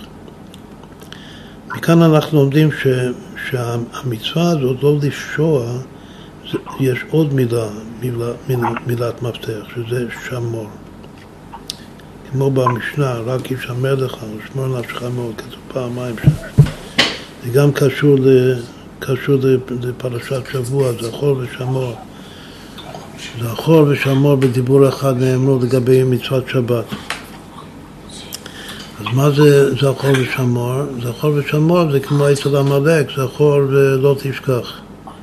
Speaker 1: מכאן אנחנו לומדים שהמצווה הזאת לא לפשוע, יש עוד מילת מפתח, שזה שמור. כמו במשנה, רק ישמר לך, שמור נפשך מאוד, כתוב פעמיים שם. זה גם קשור לפרשת שבוע, זכור ושמור. זכור ושמור בדיבור אחד נאמרו לגבי מצוות שבת. אז מה זה זכור ושמור? זכור ושמור זה כמו אצל עמלק, זכור ולא תשכח.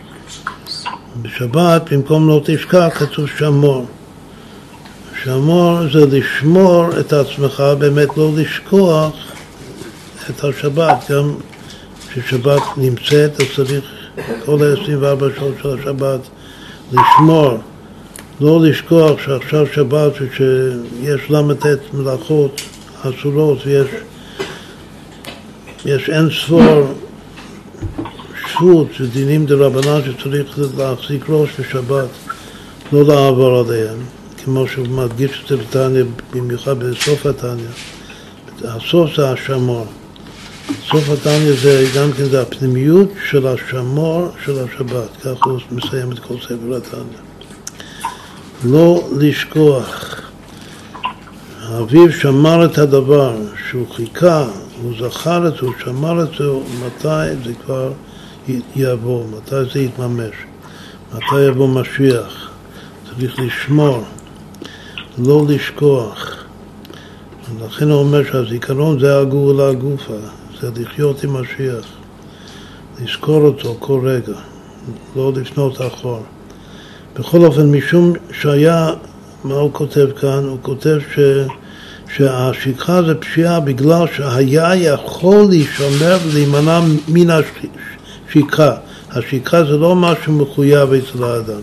Speaker 1: בשבת במקום לא תשכח כתוב שמור. שמור זה לשמור את עצמך, באמת לא לשכוח את השבת. גם כששבת נמצאת, אז צריך כל ה-24 שעות של השבת לשמור. לא לשכוח שעכשיו שבת ושיש למתת מלאכות אסורות ויש אין ספור שבות ודינים דרבנן שצריך להחזיק ראש בשבת, לא לעבור עליהם, כמו שהוא מדגיש את זה בתניא, במיוחד בסוף התניא. הסוף זה השמור. סוף התניא זה גם כן זה הפנימיות של השמור של השבת, כך הוא מסיים את כל ספר התניא. לא לשכוח. האביב שמר את הדבר שהוא חיכה, הוא זכר את זה, הוא שמר את זה, מתי זה כבר יבוא, מתי זה יתממש, מתי יבוא משיח. צריך לשמור, לא לשכוח. לכן הוא אומר שהזיכרון זה הגאולה הגופה, זה לחיות עם משיח, לזכור אותו כל רגע, לא לפנות אחור. בכל אופן, משום שהיה, מה הוא כותב כאן? הוא כותב שהשכחה זה פשיעה בגלל שהיה יכול להישמר ולהימנע מן השכחה. השכחה זה לא משהו מחויב אצל האדם.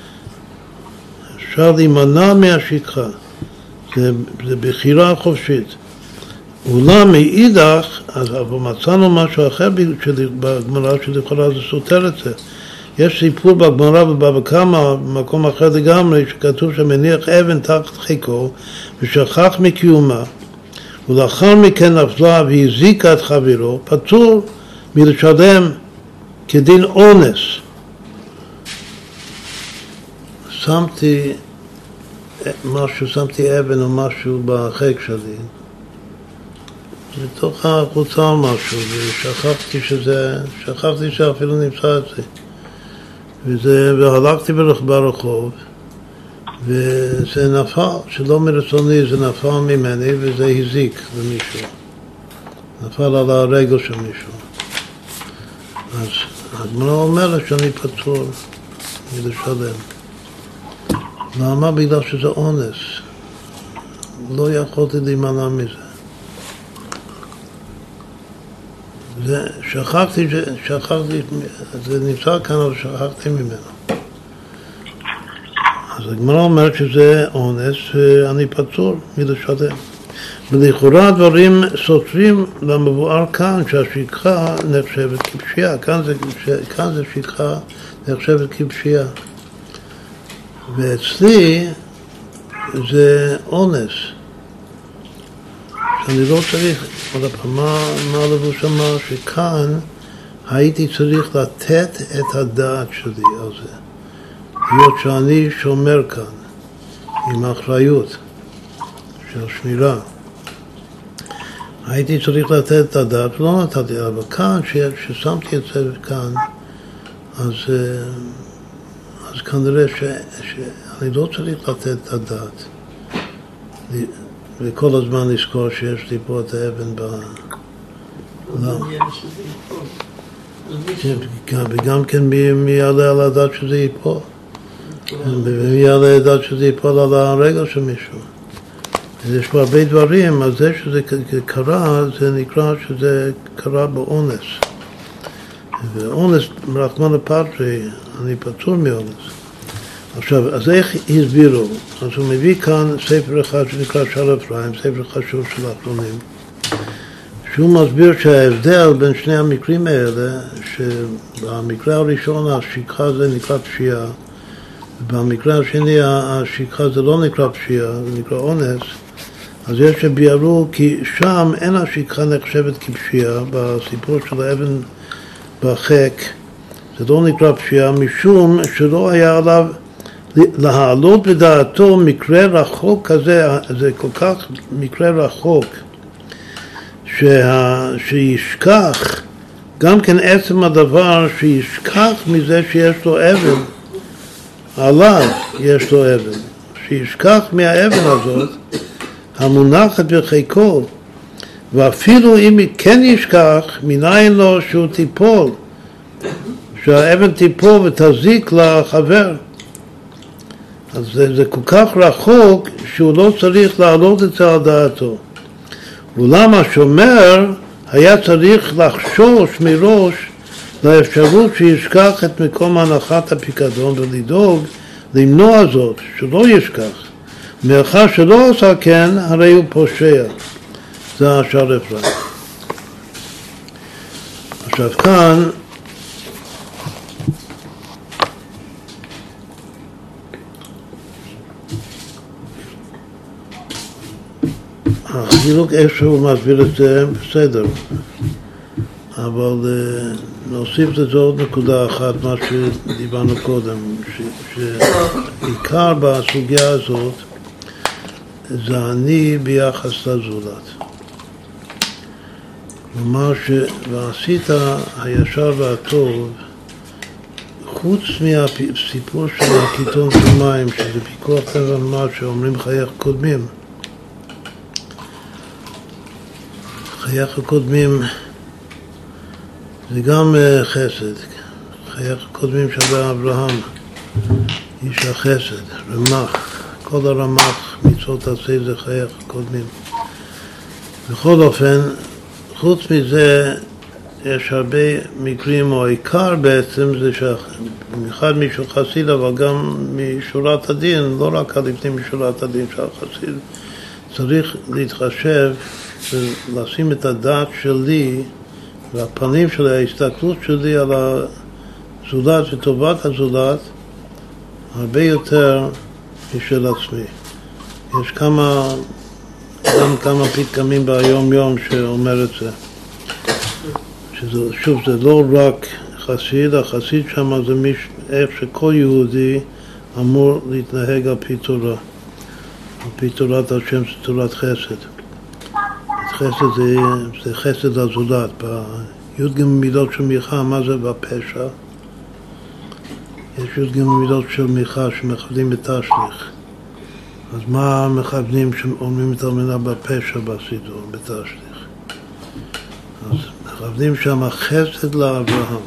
Speaker 1: אפשר להימנע מהשכחה. זה בחירה חופשית. אולם מאידך, אבל מצאנו משהו אחר בגמרא שלכאורה זה סותר את זה. יש סיפור בגמרא ובבא קמא, במקום אחר לגמרי, שכתוב שמניח אבן תחת חיקו ושכח מקיומה, ולאחר מכן נפלה והזיקה את חברו, פטור מלשלם כדין אונס. שמתי אבן או משהו בחק שלי, לתוך החוצה או משהו, ושכחתי שאפילו נמצא את זה. והלכתי ברחוב, וזה נפל, שלא מרצוני, זה נפל ממני, וזה הזיק למישהו. נפל על הרגל של מישהו. אז הגמרא אומרת שאני פטור מלשלם. למה? בגלל שזה אונס. לא יכולתי להימנע מזה. שכחתי, זה נמצא כאן, אבל שכחתי ממנו. אז הגמרא אומרת שזה אונס, ואני פטור מלשלם. ולכאורה דברים סותרים למבואר כאן, שהשכחה נחשבת כפשיעה. כאן זה שכחה נחשבת כפשיעה. ואצלי זה אונס. אני לא צריך, עוד פעם, מה לבוש אמר? שכאן הייתי צריך לתת את הדעת שלי על זה. להיות שאני שומר כאן, עם האחריות של שמירה. הייתי צריך לתת את הדעת, ולא נתתי, אבל כאן, ששמתי את זה כאן, אז כנראה שאני לא צריך לתת את הדעת. וכל הזמן לזכור שיש לי פה את האבן וגם כן מי יעלה על הדעת שזה ייפול. ומי יעלה על הדעת שזה ייפול על הרגל של מישהו. יש פה הרבה דברים, אז זה שזה קרה, זה נקרא שזה קרה באונס. ואונס, רחמנא פטרי, אני פטור מאונס. עכשיו, אז איך הסבירו? אז הוא מביא כאן ספר אחד שנקרא שער אפרים, ספר חשוב של האחרונים, שהוא מסביר שההבדל בין שני המקרים האלה, שבמקרה הראשון השכחה זה נקרא פשיעה, ובמקרה השני השכחה זה לא נקרא פשיעה, זה נקרא אונס, אז יש שביארו כי שם אין השכחה נחשבת כפשיעה, בסיפור של האבן בחק, זה לא נקרא פשיעה, משום שלא היה עליו להעלות בדעתו מקרה רחוק כזה, זה כל כך מקרה רחוק, שישכח, גם כן עצם הדבר שישכח מזה שיש לו אבן, עליו יש לו אבן, שישכח מהאבן הזאת, המונחת בחיקו, ואפילו אם כן ישכח, מניין לו שהוא טיפול, שהאבן טיפול ותזיק לחבר. אז זה כל כך רחוק שהוא לא צריך להעלות את זה על דעתו. אולם השומר היה צריך לחשוש מראש לאפשרות שישכח את מקום הנחת הפיקדון ולדאוג למנוע זאת, שלא ישכח. מאחר שלא עשה כן, הרי הוא פושע. זה השער אפרים. עכשיו כאן החילוק איכשהו מסביר את זה בסדר, אבל נוסיף לזה עוד נקודה אחת, מה שדיברנו קודם, שעיקר בסוגיה הזאת זה אני ביחס לזולת. כלומר ועשית הישר והטוב, חוץ מהסיפור של הקיטון של מים, שזה פיקוח מה שאומרים חייך קודמים, חייך הקודמים זה גם חסד, חייך הקודמים של אברהם, איש החסד, רמ"ח, כל הרמ"ח, מצוות עשה זה חייך הקודמים. בכל אופן, חוץ מזה יש הרבה מקרים, או העיקר בעצם זה שבמיוחד מישהו חסיד, אבל גם משורת הדין, לא רק לפנים משורת הדין של החסיד, צריך להתחשב ולשים את הדעת שלי והפנים של ההסתכלות שלי על הזולת וטובת הזולת הרבה יותר משל עצמי. יש כמה פתקמים ביום יום שאומר את זה. שוב, זה לא רק חסיד, החסיד שם זה איך שכל יהודי אמור להתנהג על פי תורה. על פי תורת השם זה תורת חסד. חסד זה חסד הזולת. בי"ג מידות של מיכה, מה זה בפשע? יש י"ג מידות של מיכה שמכוונים בתשליך. אז מה מכוונים שאומרים את המילה בפשע בסידור, בתשליך? אז מכוונים שם חסד לאברהם.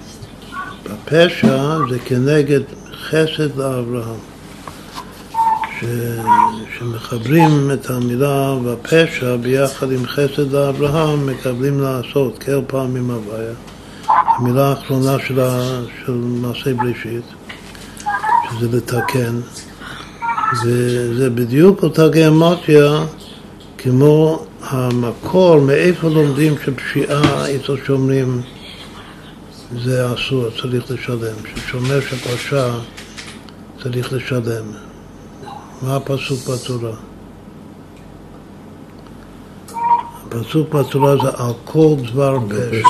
Speaker 1: בפשע זה כנגד חסד לאברהם. שמחברים את המילה והפשע ביחד עם חסד אברהם, מקבלים לעשות כל פעמים הוויה. המילה האחרונה של מעשה בראשית, שזה לתקן. זה בדיוק אותה גיאומטריה כמו המקור, מאיפה לומדים שפשיעה, איתו שאומרים זה אסור, צריך לשלם. ששומר שפשע צריך לשלם. מה הפסוק בתורה? הפסוק בתורה זה על כל דבר פשע.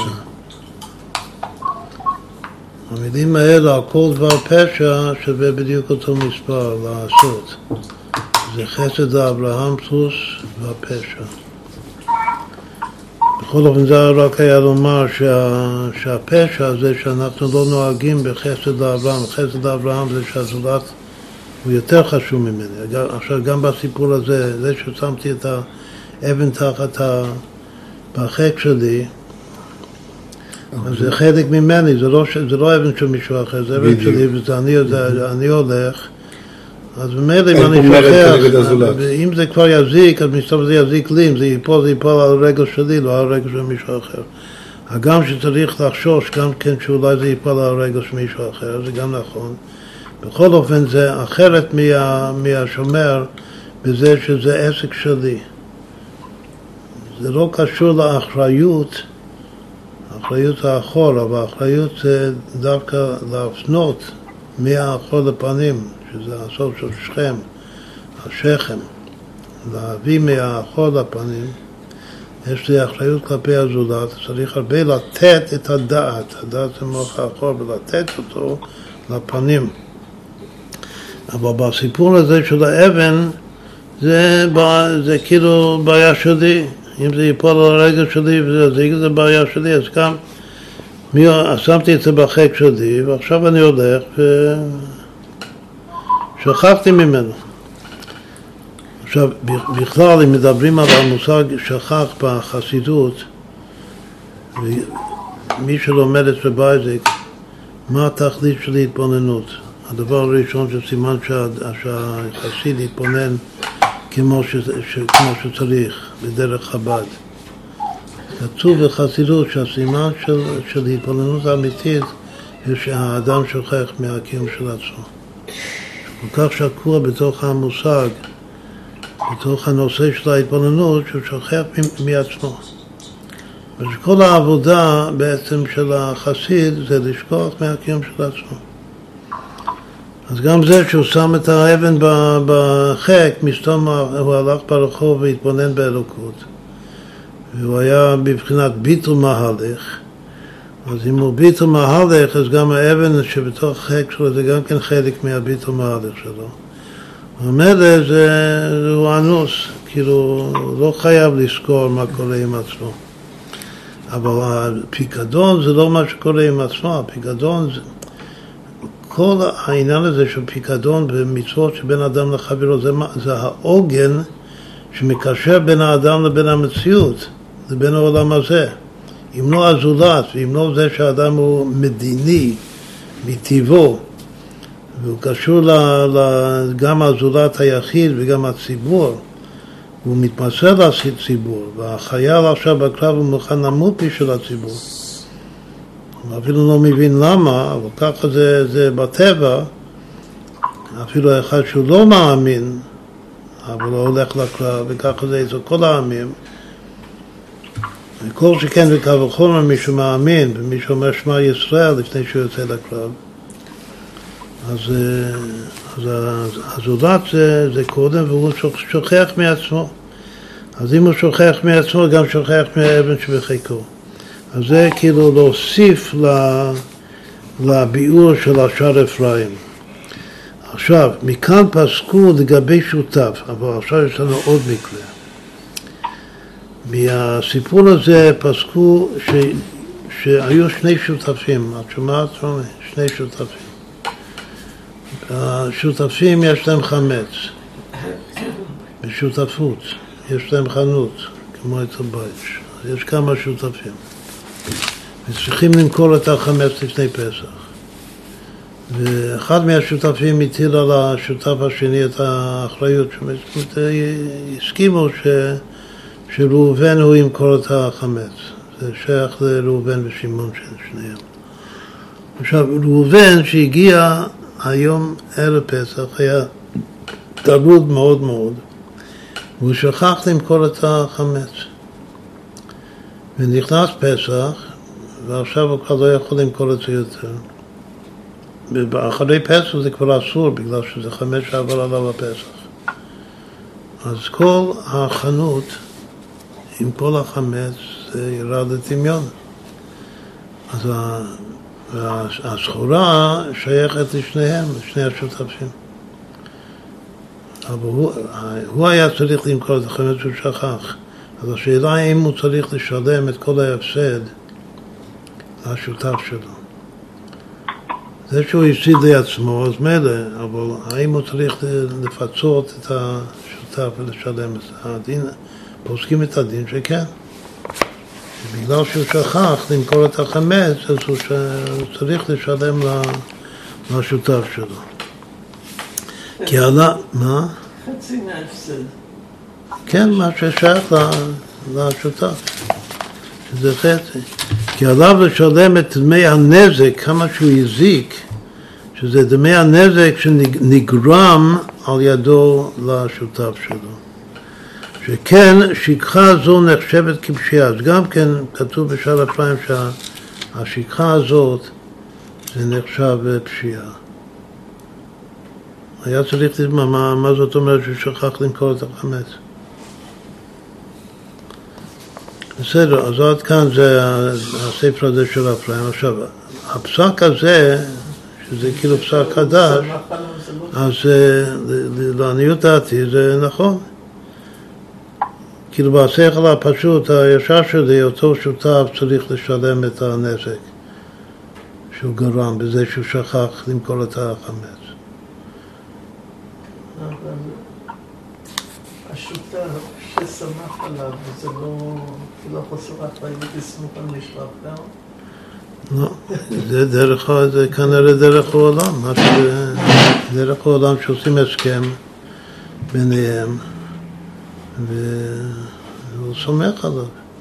Speaker 1: המילים האלה על כל דבר פשע שווה בדיוק אותו מספר, לעשות. זה חסד אברהם פלוס והפשע. בכל אופן זה רק היה לומר שהפשע זה שאנחנו לא נוהגים בחסד אברהם. חסד אברהם זה שהזולת הוא יותר חשוב ממני. עכשיו גם בסיפור הזה, זה ששמתי את האבן תחת בחק שלי, אז זה חלק ממני, זה לא אבן של מישהו אחר, זה אבן שלי, ואני הולך, אז במילא אם אני שוכח, אם זה כבר יזיק, אז מסתבר זה יזיק לי, אם זה ייפול על הרגל שלי, לא על הרגל של מישהו אחר. הגם שצריך לחשוש, גם כן שאולי זה ייפול על הרגל של מישהו אחר, זה גם נכון. בכל אופן זה אחרת מהשומר, בזה שזה עסק שלי. זה לא קשור לאחריות, האחריות האחור, אבל האחריות זה דווקא להפנות מהאחור לפנים, שזה הסוף של שכם, השכם, להביא מהאחור לפנים, יש לי אחריות כלפי הזולת, צריך הרבה לתת את הדעת, הדעת זה מוח האחור, ולתת אותו לפנים. אבל בסיפור הזה של האבן, זה כאילו בעיה שלי. אם זה ייפול על הרגל שלי וזה בעיה שלי, אז גם שמתי את זה בחק שלי, ועכשיו אני הולך ושכחתי ממנו. עכשיו, בכלל, אם מדברים על המושג שכח בחסידות, מי שלומד את רב אייזק, מה התכלית של התבוננות? הדבר הראשון שסימן שהחסיד יתבונן כמו שצריך, בדרך חב"ד. כתוב בחסידות שהסימן של התבוננות האמיתית היא שהאדם שוכח מהקיום של עצמו. כל כך שקוע בתוך המושג, בתוך הנושא של ההתבוננות, שהוא שוכח מעצמו. וכל העבודה בעצם של החסיד זה לשכוח מהקיום של עצמו. אז גם זה שהוא שם את האבן בחק, מסתום הוא הלך ברחוב והתבונן באלוקות. והוא היה בבחינת ביטל מהלך. אז אם הוא ביטל מהלך, אז גם האבן שבתוך החק שלו זה גם כן חלק מהביטל מהלך שלו. ומילא הוא אנוס, כאילו לא חייב לזכור מה קורה עם עצמו. אבל הפיקדון זה לא מה שקורה עם עצמו, הפיקדון זה... כל העניין הזה של פיקדון במצוות שבין אדם לחברו, זה העוגן שמקשר בין האדם לבין המציאות, לבין העולם הזה. אם לא הזולת, ואם לא זה שהאדם הוא מדיני מטבעו, והוא קשור גם הזולת היחיד וגם הציבור, הוא מתמסר לציבור, והחייל עכשיו בקרב הוא מוכן למות בשביל הציבור. הוא אפילו לא מבין למה, אבל ככה זה בטבע, אפילו אחד שהוא לא מאמין, אבל הוא הולך לקרב, וככה זה אצל כל העמים. וכל שכן וקו וחומר מישהו מאמין, ומישהו אומר שמע ישראל לפני שהוא יוצא לקרב. אז הזולת זה קודם, והוא שוכח מעצמו. אז אם הוא שוכח מעצמו, גם שוכח מהאבן שבחיקו. אז זה כאילו להוסיף לביאור של השער אפרים. עכשיו, מכאן פסקו לגבי שותף, אבל עכשיו יש לנו עוד מקרה. מהסיפור הזה פסקו שהיו שני שותפים, את שומעת? שני שותפים. השותפים יש להם חמץ, בשותפות, יש להם חנות, כמו אצל בייץ'. יש כמה שותפים. וצריכים למכור את החמץ לפני פסח. ואחד מהשותפים הטיל על השותף השני את האחריות, הסכימו שראובן הוא ימכור את החמץ. זה שייך לראובן ושמעון של שניהם. עכשיו, ראובן שהגיע היום ערב פסח היה טרוד מאוד מאוד, והוא שכח למכור את החמץ. ונכנס פסח, ועכשיו הוא כבר לא יכול למכור את זה יותר. אחרי פסח זה כבר אסור, בגלל שזה 5 שעבר עליו הפסח. אז כל החנות עם כל החמץ זה ירד לטמיון. אז הסחורה שייכת לשניהם, לשני השותפים. אבל הוא היה צריך למכור את החמץ שהוא שכח. אז השאלה האם הוא צריך לשלם את כל ההפסד לשותף שלו. זה שהוא הפסיד לעצמו, אז מילא, אבל האם הוא צריך לפצות את השותף ולשלם את הדין? פוסקים את הדין שכן. בגלל שהוא שכח למכור את החמץ, אז הוא צריך לשלם לשותף שלו. כי מה?
Speaker 3: חצי מההפסד.
Speaker 1: כן, מה ששייך לשותף. שזה חצי. כי עליו לשלם את דמי הנזק, כמה שהוא הזיק, שזה דמי הנזק שנגרם על ידו לשותף שלו. שכן שכחה זו נחשבת כפשיעה. אז גם כן כתוב בשער אפרים שהשכחה הזאת זה נחשב פשיעה. היה צריך למה, מה זאת אומרת שהוא שכח למכור את החמץ? בסדר, אז עד כאן זה הספר הזה של אפרים. עכשיו, הפסק הזה, שזה כאילו פסק חדש, אז לעניות דעתי זה נכון. כאילו בשכל הפשוט, הישר שלי, אותו שותף צריך לשלם את הנזק שהוא גרם בזה שהוא שכח למכור את החמץ.
Speaker 3: השותף שסמך עליו, זה לא חוסר אחריות לסמוך על משפח גם?
Speaker 1: לא, זה כנראה דרך העולם, דרך העולם שעושים הסכם ביניהם והוא סומך עליו.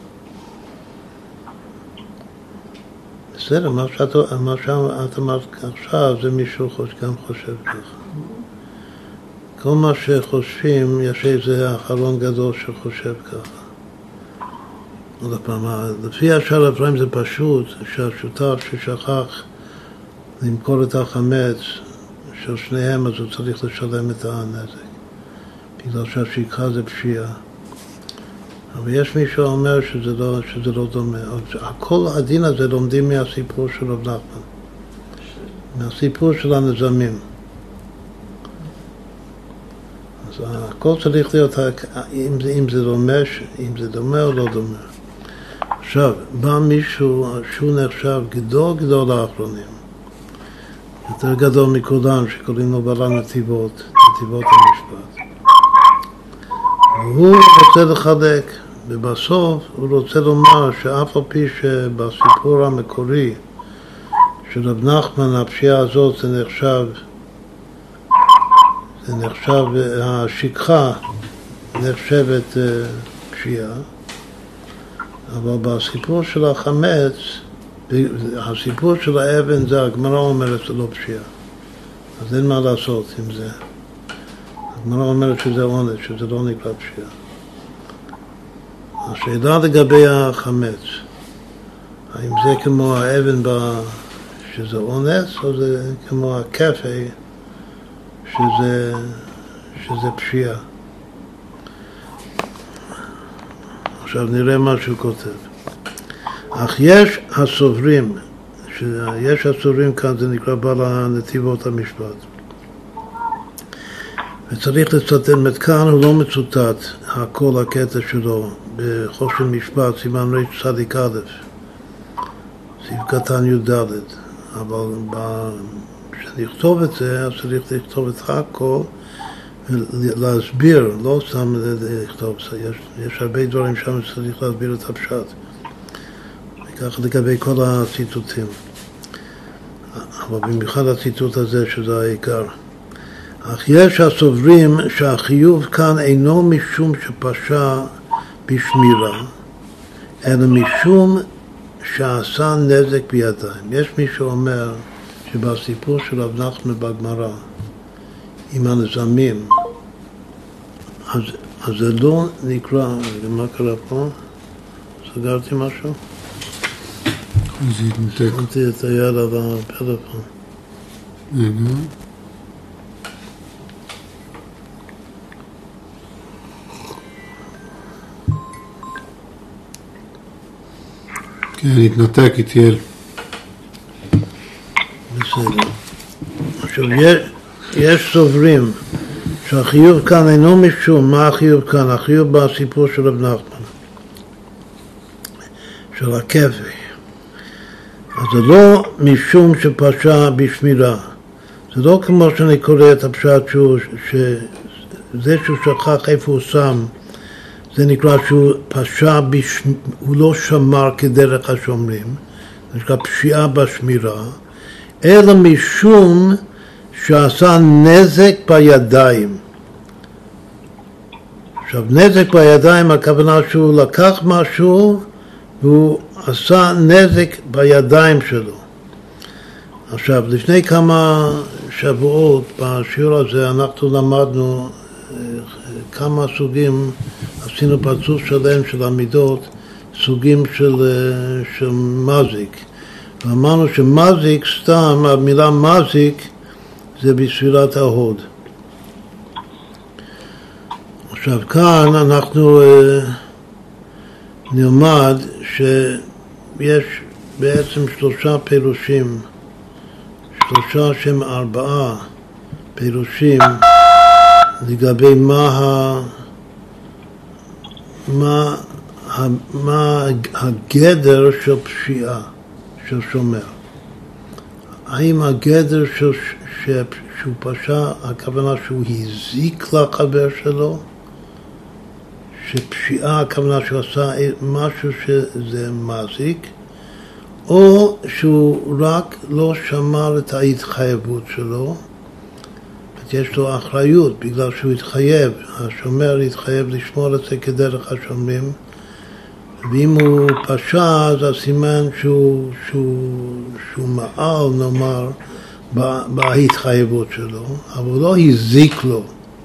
Speaker 1: בסדר, מה שאת אמרת עכשיו זה מישהו גם חושב ככה. כל מה שחושבים, יש איזה אחרון גדול שחושב ככה. עוד פעם, לפי השער אפרים זה פשוט שהשותף ששכח למכור את החמץ של שניהם, אז הוא צריך לשלם את הנזק. בגלל שהשכחה זה פשיעה. אבל יש מישהו שאומר שזה לא דומה. כל הדין הזה לומדים מהסיפור של רב נחמן. מהסיפור של הנזמים. אז הכל צריך להיות, אם זה דומה או לא דומה. עכשיו, בא מישהו שהוא נחשב גדול האחרונים. יותר גדול מכולם שקוראים לו בעל נתיבות המשפט. והוא רוצה לחלק, ובסוף הוא רוצה לומר שאף על פי שבסיפור המקורי של רב נחמן הפשיעה הזאת זה נחשב, השכחה נחשבת פשיעה, אבל בסיפור של החמץ, הסיפור של האבן זה הגמרא אומרת זה לא פשיעה, אז אין מה לעשות עם זה. הגמרא אומרת שזה עונש, שזה לא נקרא פשיעה. השאלה לגבי החמץ, האם זה כמו האבן שזה אונס, או זה כמו הקפה שזה פשיעה. עכשיו נראה מה שהוא כותב. אך יש הסוברים, כאן זה נקרא בעל הנתיבות המשפט. וצריך לצטט, כאן הוא לא מצוטט הכל הקטע שלו בחושן משפט, סימן צדיק א', סעיף קטן י"ד, אבל כשנכתוב את זה, אז צריך לכתוב את הכל ולהסביר, לא סתם לכתוב, יש הרבה דברים שם שצריך להסביר את הפשט. וכך לגבי כל הציטוטים. אבל במיוחד הציטוט הזה שזה העיקר. אך יש הסוברים שהחיוב כאן אינו משום שפשע בשמירה, אלא משום שעשה נזק בידיים. יש מי שאומר שבסיפור של רב נחמן בגמרא עם הנזמים, אז זה לא נקרא, מה קרה פה? סגרתי משהו?
Speaker 2: זה התנתק.
Speaker 1: שמתי את היד על הפלאפון.
Speaker 2: כן, התנתק, איתיאל.
Speaker 1: בסדר. עכשיו, יש סוברים שהחיוב כאן אינו משום, מה החיוב כאן? החיוב בסיפור של רב נחמן, של הכפי. אז זה לא משום שפשע בשמירה. זה לא כמו שאני קורא את הפשט שזה שהוא שכח איפה הוא שם, זה נקרא שהוא פשע, הוא לא שמר כדרך השומרים, זה נקרא פשיעה בשמירה, אלא משום שעשה נזק בידיים. עכשיו, נזק בידיים, הכוונה שהוא לקח משהו והוא עשה נזק בידיים שלו. עכשיו, לפני כמה שבועות בשיעור הזה אנחנו למדנו כמה סוגים, עשינו פרצוף שלם של המידות, סוגים של מזיק. ואמרנו שמזיק, סתם, המילה מזיק זה בספירת ההוד. עכשיו כאן אנחנו נלמד שיש בעצם 3 פירושים, 3 שהם 4 פירושים לגבי מה הגדר של פשיעה של שומר. האם הגדר שהוא פשע, הכוונה שהוא הזיק לחבר שלו, שפשיעה הכוונה שהוא עשה משהו שזה מזיק, או שהוא רק לא שמר את ההתחייבות שלו, יש לו אחריות בגלל שהוא התחייב, השומר התחייב לשמור את זה כדרך השומרים, ואם הוא פשע אז הסימן שהוא מעל, נאמר, בהתחייבות שלו, אבל הוא לא הזיק לו.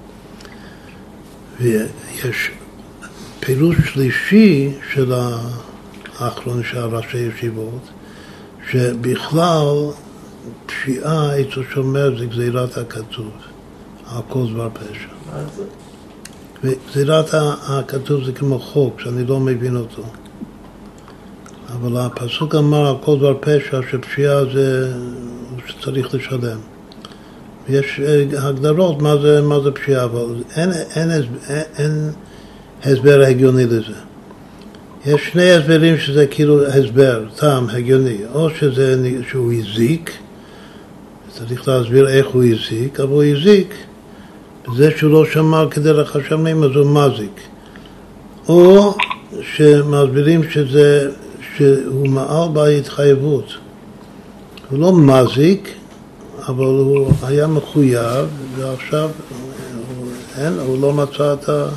Speaker 1: ויש פירוש שלישי של האחרון של ראשי ישיבות, שבכלל פשיעה אצל שומר זה גזירת הכתוב, על כל דבר פשע.
Speaker 3: מה זה?
Speaker 1: וגזירת הכתוב זה כמו חוק, שאני לא מבין אותו. אבל הפסוק אמר על כל דבר פשע שפשיעה זה שצריך לשלם. יש הגדרות מה זה פשיעה, אבל אין הסבר הגיוני לזה. יש 2 הסברים שזה כאילו הסבר, טעם הגיוני, או שהוא הזיק, צריך להסביר איך הוא הזיק, אבל הוא הזיק, בזה שהוא לא שמר כדרך השומרים, אז הוא מזיק. או שמסבירים שהוא מעל בהתחייבות. הוא לא מזיק, אבל הוא היה מחויב, ועכשיו הוא לא מצא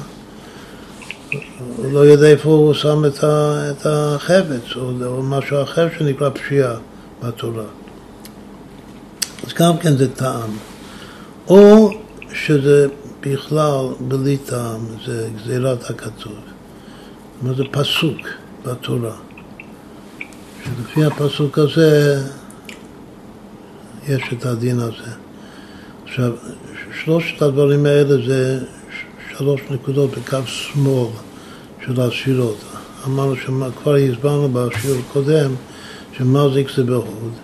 Speaker 1: הוא לא יודע איפה הוא שם את החפץ, או משהו אחר שנקרא פשיעה בתורה. אז גם כן זה טעם. או שזה בכלל בלי טעם, זה גזירת הכתוב. זאת אומרת, זה פסוק בתורה. שלפי הפסוק הזה יש את הדין הזה. עכשיו, 3 הדברים האלה זה 3 נקודות בקו שמאל של הספירות. אמרנו שכבר הסברנו בשיעור קודם שמזיק זה בהוד,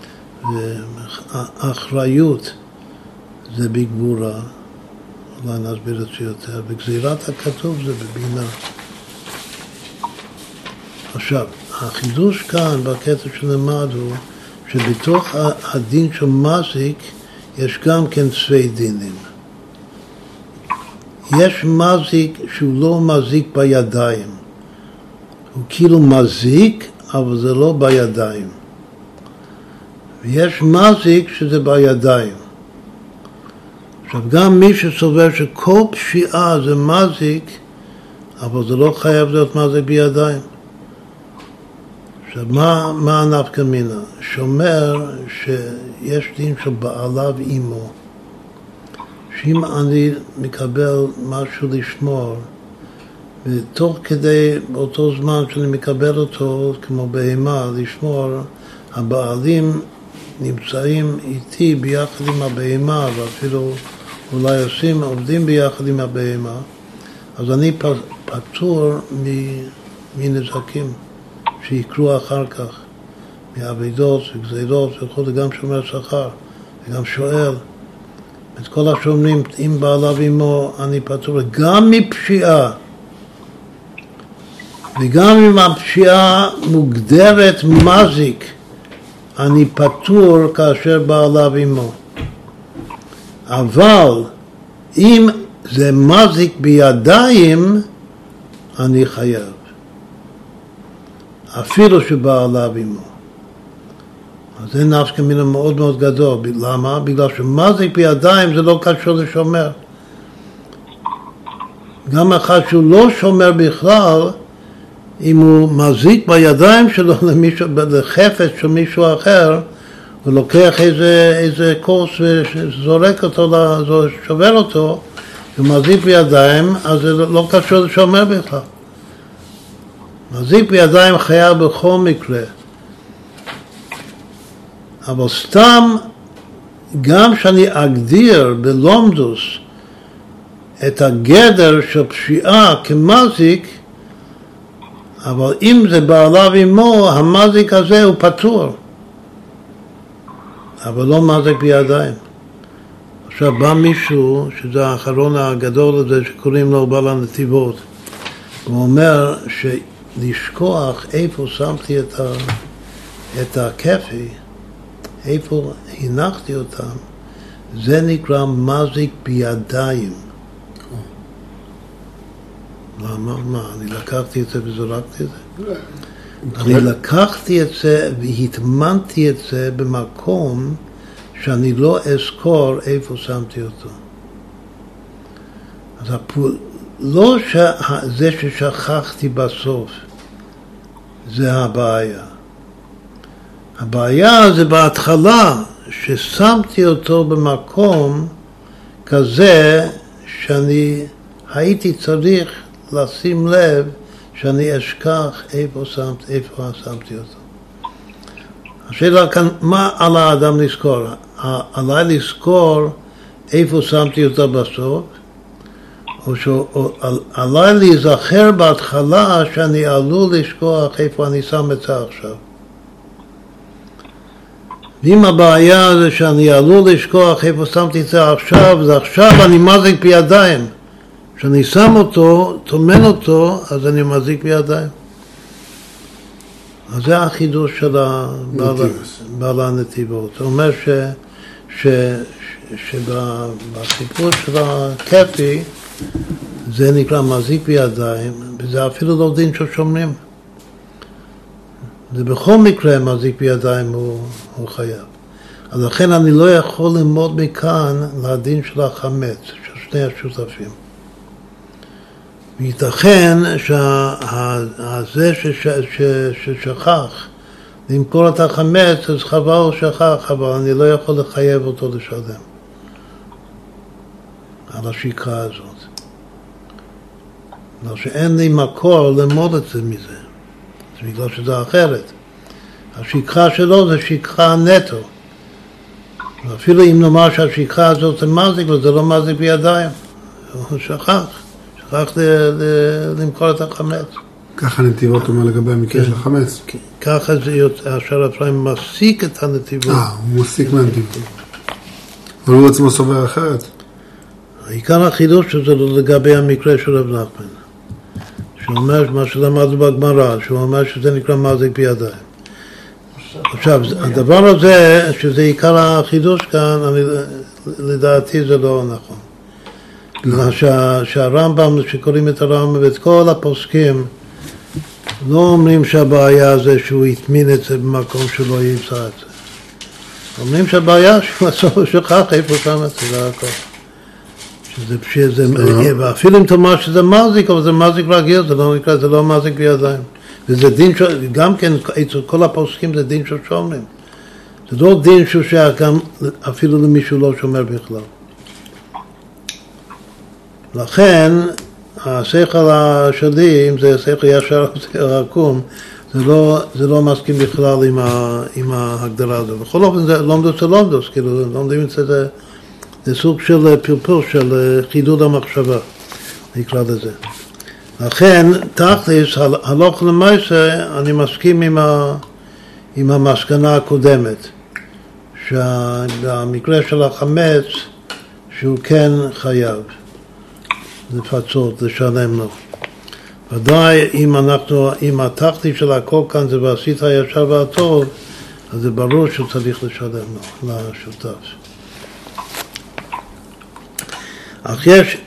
Speaker 1: והאחריות זה בגבורה, אולי נסביר את זה יותר, וגזירת הכתוב זה בבינה. עכשיו, החידוש כאן בקטע שלמד הוא שבתוך הדין של מזיק יש גם כן 2 דינים. יש מזיק שהוא לא מזיק בידיים. הוא כאילו מזיק, אבל זה לא בידיים. ויש מזיק שזה בידיים. עכשיו, גם מי שסובר שכל פשיעה זה מזיק, אבל זה לא חייב להיות מזיק בידיים. עכשיו, מה הנפקא מינה? שאומר שיש דין של בעליו אימו, שאם אני מקבל משהו לשמור, ותוך כדי באותו זמן שאני מקבל אותו, כמו בהמה, לשמור, הבעלים נמצאים איתי ביחד עם הבהמה, ואפילו אולי עובדים ביחד עם הבהמה, אז אני פטור מנזקים שיקרו אחר כך, מעבידות וגזילות וכו', גם שומר שכר וגם שואל. את כל השומרים, אם בעליו עמו אני פטור, גם מפשיעה, וגם אם הפשיעה מוגדרת מזיק, אני פטור כאשר בעליו עמו. אבל אם זה מזיק בידיים, אני חייב. אפילו שבעליו עמו. אז זה נפקא מינה מאוד מאוד גדול. למה? בגלל שמזיק בידיים זה לא קשור לשומר. גם אחד שהוא לא שומר בכלל, אם הוא מזיק בידיים שלו לחפץ של מישהו אחר, הוא לוקח איזה כוס וזורק אותו, שובר אותו, הוא מזיק בידיים, אז זה לא קשור לשומר בכלל. מזיק בידיים חייב בכל מקרה. אבל סתם, גם שאני אגדיר בלומדוס את הגדר של פשיעה כמזיק, אבל אם זה בעליו עמו, המזיק הזה הוא פטור. אבל לא מזיק בידיים. עכשיו בא מישהו, שזה האחרון הגדול הזה שקוראים לו בעל הנתיבות, הוא אומר שלשכוח איפה שמתי את הכפי, איפה הנחתי אותם, זה נקרא מזיק בידיים. מה? אני לקחתי את זה וזרקתי את זה? אני לקחתי את זה והתמנתי את זה במקום שאני לא אזכור איפה שמתי אותו. אז לא זה ששכחתי בסוף, זה הבעיה. הבעיה זה בהתחלה ששמתי אותו במקום כזה שאני הייתי צריך לשים לב שאני אשכח איפה שמתי אותו. השאלה כאן, מה על האדם לזכור? עליי לזכור איפה שמתי אותו בסוף, או עליי להיזכר בהתחלה שאני עלול לשכוח איפה אני שם את זה עכשיו. ואם הבעיה זה שאני עלול לשכוח איפה שמתי את זה עכשיו, אז עכשיו אני מזיק בידיים. כשאני שם אותו, תומן אותו, אז אני מזיק בידיים. אז זה החידוש של בעל הנתיבות. הוא אומר שבסיפור של הכפי, זה נקרא מזיק בידיים, וזה אפילו לא דין של שומרים. זה בכל מקרה מזיק בידיים הוא חייב. אז לכן אני לא יכול ללמוד מכאן לדין של החמץ, של שני השותפים. וייתכן שזה ששכח למכור את החמץ, אז חבל הוא שכח, אבל אני לא יכול לחייב אותו לשלם על השקרה הזאת. בגלל שאין לי מקור ללמוד את זה מזה. זה בגלל שזה אחרת. השקרה שלו זה שקרה נטו. ואפילו אם נאמר שהשקרה הזאת זה מזיק, וזה לא מזיק בידיים. הוא שכח למכור את החמץ.
Speaker 2: ככה נתיבות אומר לגבי המקרה של החמץ.
Speaker 1: ככה זה יוצא, אשר אפרים מסיק את הנתיבות.
Speaker 2: הוא מסיק מהנתיבות. אבל הוא עצמו סובר אחרת.
Speaker 1: העיקר החידוש שזה לגבי המקרה של רב נחמן. שהוא אומר מה שלמדנו בגמרא, שהוא אומר שזה נקרא מזיק בידיים. עכשיו, הדבר הזה, שזה עיקר החידוש כאן, לדעתי זה לא נכון. בגלל שהרמב"ם, שקוראים את הרמב"ם ואת כל הפוסקים, לא אומרים שהבעיה זה שהוא יטמין את זה במקום שלא ימצא את זה. אומרים שהבעיה שהוא שכח איפה שם את זה הכל. ואפילו אם תאמר שזה מזיק, אבל זה מזיק רגיל, זה לא מזיק בידיים. וזה דין, גם כן, אצל כל הפוסקים זה דין של שומרים. זה לא דין שהוא שייך גם אפילו למישהו לא שומר בכלל. לכן, השכל שלי, אם זה שכל ישר רקום, זה לא מסכים בכלל עם ההגדרה הזו. בכל אופן זה לומדוס זה לומדוס, כאילו לומדים את זה, זה סוג של פלפול, של חידוד המחשבה, נקרא לזה. לכן, תכלס, הלוך למעשה, אני מסכים עם המסקנה הקודמת, שהמקרה של החמץ, שהוא כן חייב לפצות, לשלם לו. ודאי, אם התכלית של הכל כאן זה ועשית הישר והטוב, אז זה ברור שצריך לשלם לו, לשותף. אך יש,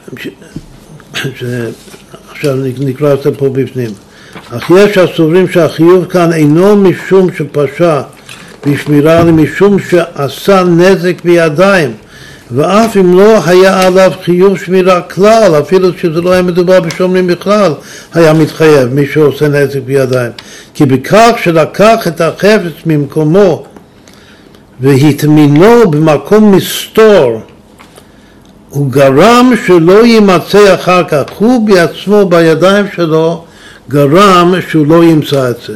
Speaker 1: עכשיו נקרא את זה פה בפנים, אך יש הסוברים שהחיוב כאן אינו משום שפשע בשמירה, אלא משום שעשה נזק בידיים, ואף אם לא היה עליו חיוב שמירה כלל, אפילו שזה לא היה מדובר בשומרים בכלל, היה מתחייב מי שעושה נזק בידיים. כי בכך שלקח את החפץ ממקומו והטמינו במקום מסתור, הוא גרם שלא יימצא אחר כך, הוא בעצמו בידיים שלו גרם שהוא לא ימצא את זה.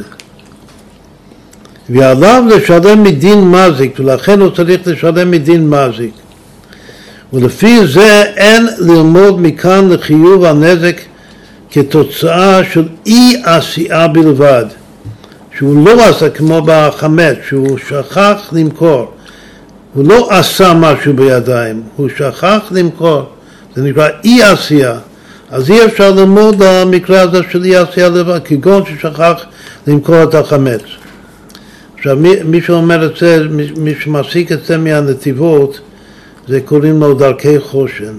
Speaker 1: ועליו לשלם מדין מזיק, ולכן הוא צריך לשלם מדין מזיק. ולפי זה אין ללמוד מכאן לחיוב הנזק כתוצאה של אי עשייה בלבד, שהוא לא עשה כמו בחמץ, שהוא שכח למכור, הוא לא עשה משהו בידיים, הוא שכח למכור, זה נקרא אי עשייה. אז אי אפשר ללמוד המקרה הזה של אי עשייה לבד, כגון ששכח למכור את החמץ. עכשיו מי שאומר את זה, מי שמסיק את זה מהנתיבות, זה קוראים לו דרכי חושן.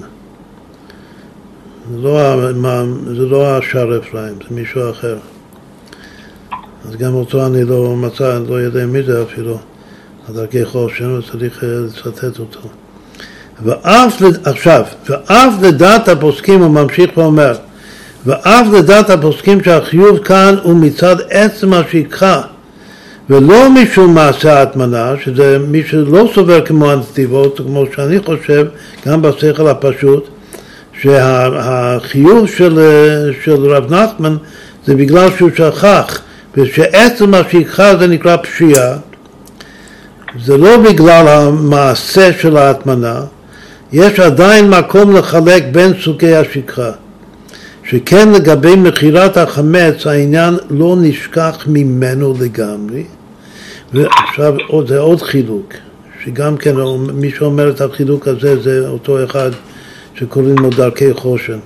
Speaker 1: זה לא השער אפרים, זה מישהו אחר. אז גם אותו אני לא מצא, לא יודע מי זה אפילו, הדרכי חושן, וצריך לצטט אותו. ואף לדעת הפוסקים, הוא ממשיך ואומר, ואף לדעת הפוסקים שהחיוב כאן הוא מצד עצם השכחה, ולא משום מעשה ההטמנה, שזה מי שלא סובר כמו הנתיבות, כמו שאני חושב, גם בשכל הפשוט, שהחיוב של רב נחמן זה בגלל שהוא שכח, ושעצם השכחה זה נקרא פשיעה, זה לא בגלל המעשה של ההטמנה, יש עדיין מקום לחלק בין סוגי השכחה, שכן לגבי מחירת החמץ העניין לא נשכח ממנו לגמרי, ועכשיו זה עוד חילוק, שגם כן מי שאומר את החילוק הזה זה אותו אחד שקוראים לו דרכי חושן,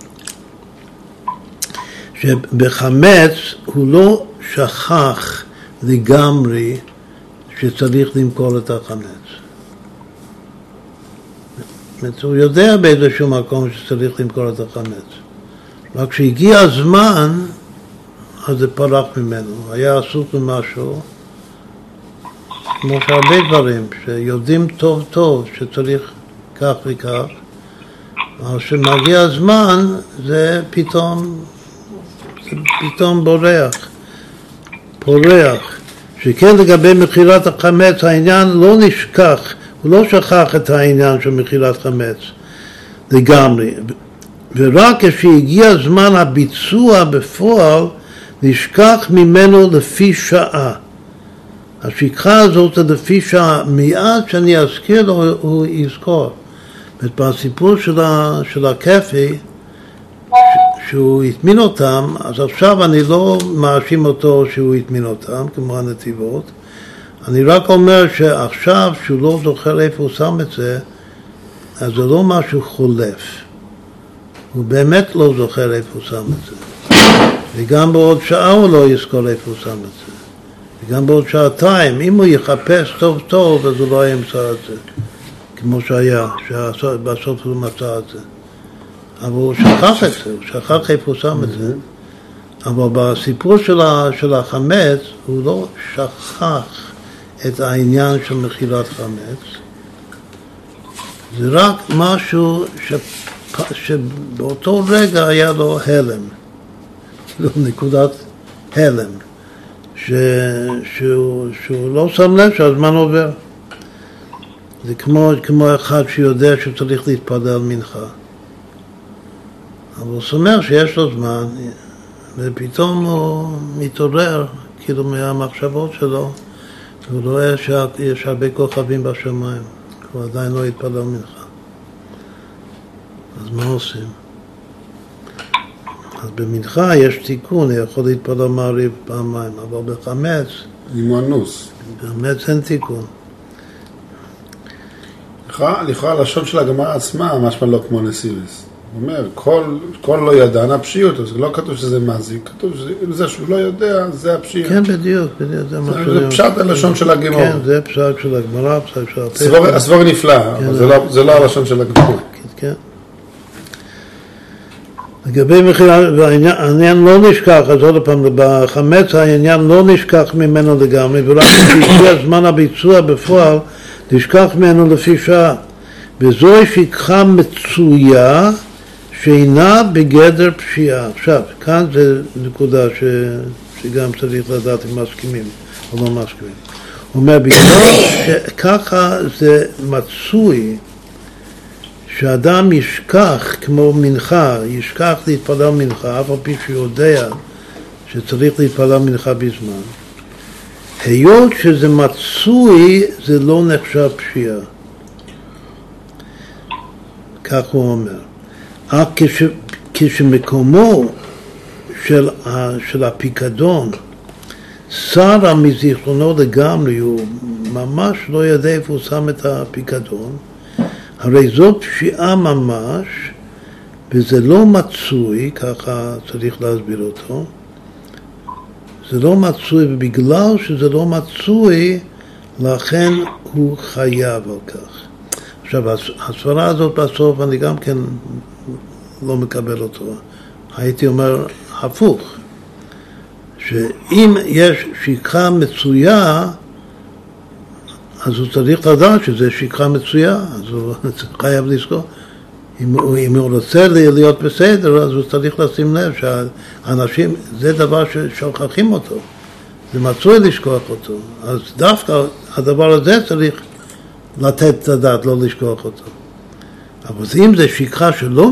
Speaker 1: שבחמץ הוא לא שכח לגמרי שצריך למכור את החמץ. הוא יודע באיזשהו מקום שצריך למכור את החמץ. רק כשהגיע הזמן, אז זה פרח ממנו. היה עסוק במשהו, כמו שהרבה דברים, שיודעים טוב טוב שצריך כך וכך, אבל כשמגיע הזמן, זה פתאום פורח. שכן לגבי מחירת החמץ, העניין לא נשכח, הוא לא שכח את העניין של מחירת חמץ לגמרי. ורק כשהגיע זמן הביצוע בפועל, נשכח ממנו לפי שעה. השכחה הזאת זה לפי שעה, מיד שאני אזכיר לו, הוא יזכור. בסיפור של הכפי, שהוא התמין אותם, אז עכשיו אני לא מאשים אותו שהוא התמין אותם, כמו הנתיבות, אני רק אומר שעכשיו שהוא לא זוכר איפה הוא שם את זה, אז זה לא משהו חולף. הוא באמת לא זוכר איפה הוא שם את זה. וגם בעוד שעה הוא לא יזכור איפה הוא שם את זה. וגם בעוד שעתיים, אם הוא יחפש טוב טוב, אז הוא לא ימצא את זה. כמו שהיה, שבסוף הוא מצא את זה. אבל הוא שכח את זה, הוא שכח איפה הוא שם את זה. אבל בסיפור של החמץ, הוא לא שכח את העניין של מחילת חמץ, זה רק משהו שבאותו רגע היה לו הלם, כאילו נקודת הלם, שהוא לא שם לב שהזמן עובר. זה כמו אחד שיודע שצריך להתפלל מנחה. אבל הוא שמח שיש לו זמן, ופתאום הוא מתעורר, כאילו מהמחשבות שלו, והוא רואה שיש הרבה כוכבים בשמיים, הוא עדיין לא התפלל מנחה. אז מה עושים? אז במנחה יש תיקון, הוא יכול להתפלל מעריב פעמיים, אבל בחמץ...
Speaker 2: עם אנוס.
Speaker 1: בחמץ אין תיקון.
Speaker 2: לכאורה הלשון של הגמרא עצמה, משמע לא כמו נסיבס. הוא אומר, כל לא ידע, נפשיות, אז לא כתוב שזה מזיק, כתוב שזה שהוא לא יודע, זה הפשיעה.
Speaker 1: כן, בדיוק,
Speaker 2: זה פשט הלשון של הגמרא.
Speaker 1: כן, זה פשט של הגמרא, פשט של הפשט.
Speaker 2: הסבור נפלא, אבל זה לא הלשון של הגמרא.
Speaker 1: כן. לגבי מחילה, העניין לא נשכח, אז עוד פעם, בחמץ העניין לא נשכח ממנו לגמרי, ורק כשהגיע זמן הביצוע בפועל, נשכח ממנו לפי שעה. וזוהי שכחה מצויה שאינה בגדר פשיעה. עכשיו, כאן זה נקודה שגם צריך לדעת אם מסכימים או לא מסכימים. הוא אומר, בגלל שככה זה מצוי שאדם ישכח כמו מנחה, ישכח להתפלל מנחה, אף על פי שיודע שצריך להתפלל מנחה בזמן. היות שזה מצוי, זה לא נחשב פשיעה. כך הוא אומר. כשמקומו של הפיקדון סר מזיכרונו לגמרי, הוא ממש לא יודע איפה הוא שם את הפיקדון, הרי זו פשיעה ממש, וזה לא מצוי, ככה צריך להסביר אותו, זה לא מצוי, ובגלל שזה לא מצוי, לכן הוא חייב על כך. עכשיו, הסברה הזאת בסוף אני גם כן לא מקבל אותו. הייתי אומר הפוך, שאם יש שכחה מצויה, אז הוא צריך לדעת שזה שכחה מצויה, אז הוא חייב לזכור. אם הוא רוצה להיות בסדר, אז הוא צריך לשים לב שהאנשים, זה דבר ששוכחים אותו, זה מצוי לשכוח אותו. אז דווקא הדבר הזה צריך לתת את הדעת, לא לשכוח אותו. אבל אם זה שכחה שלא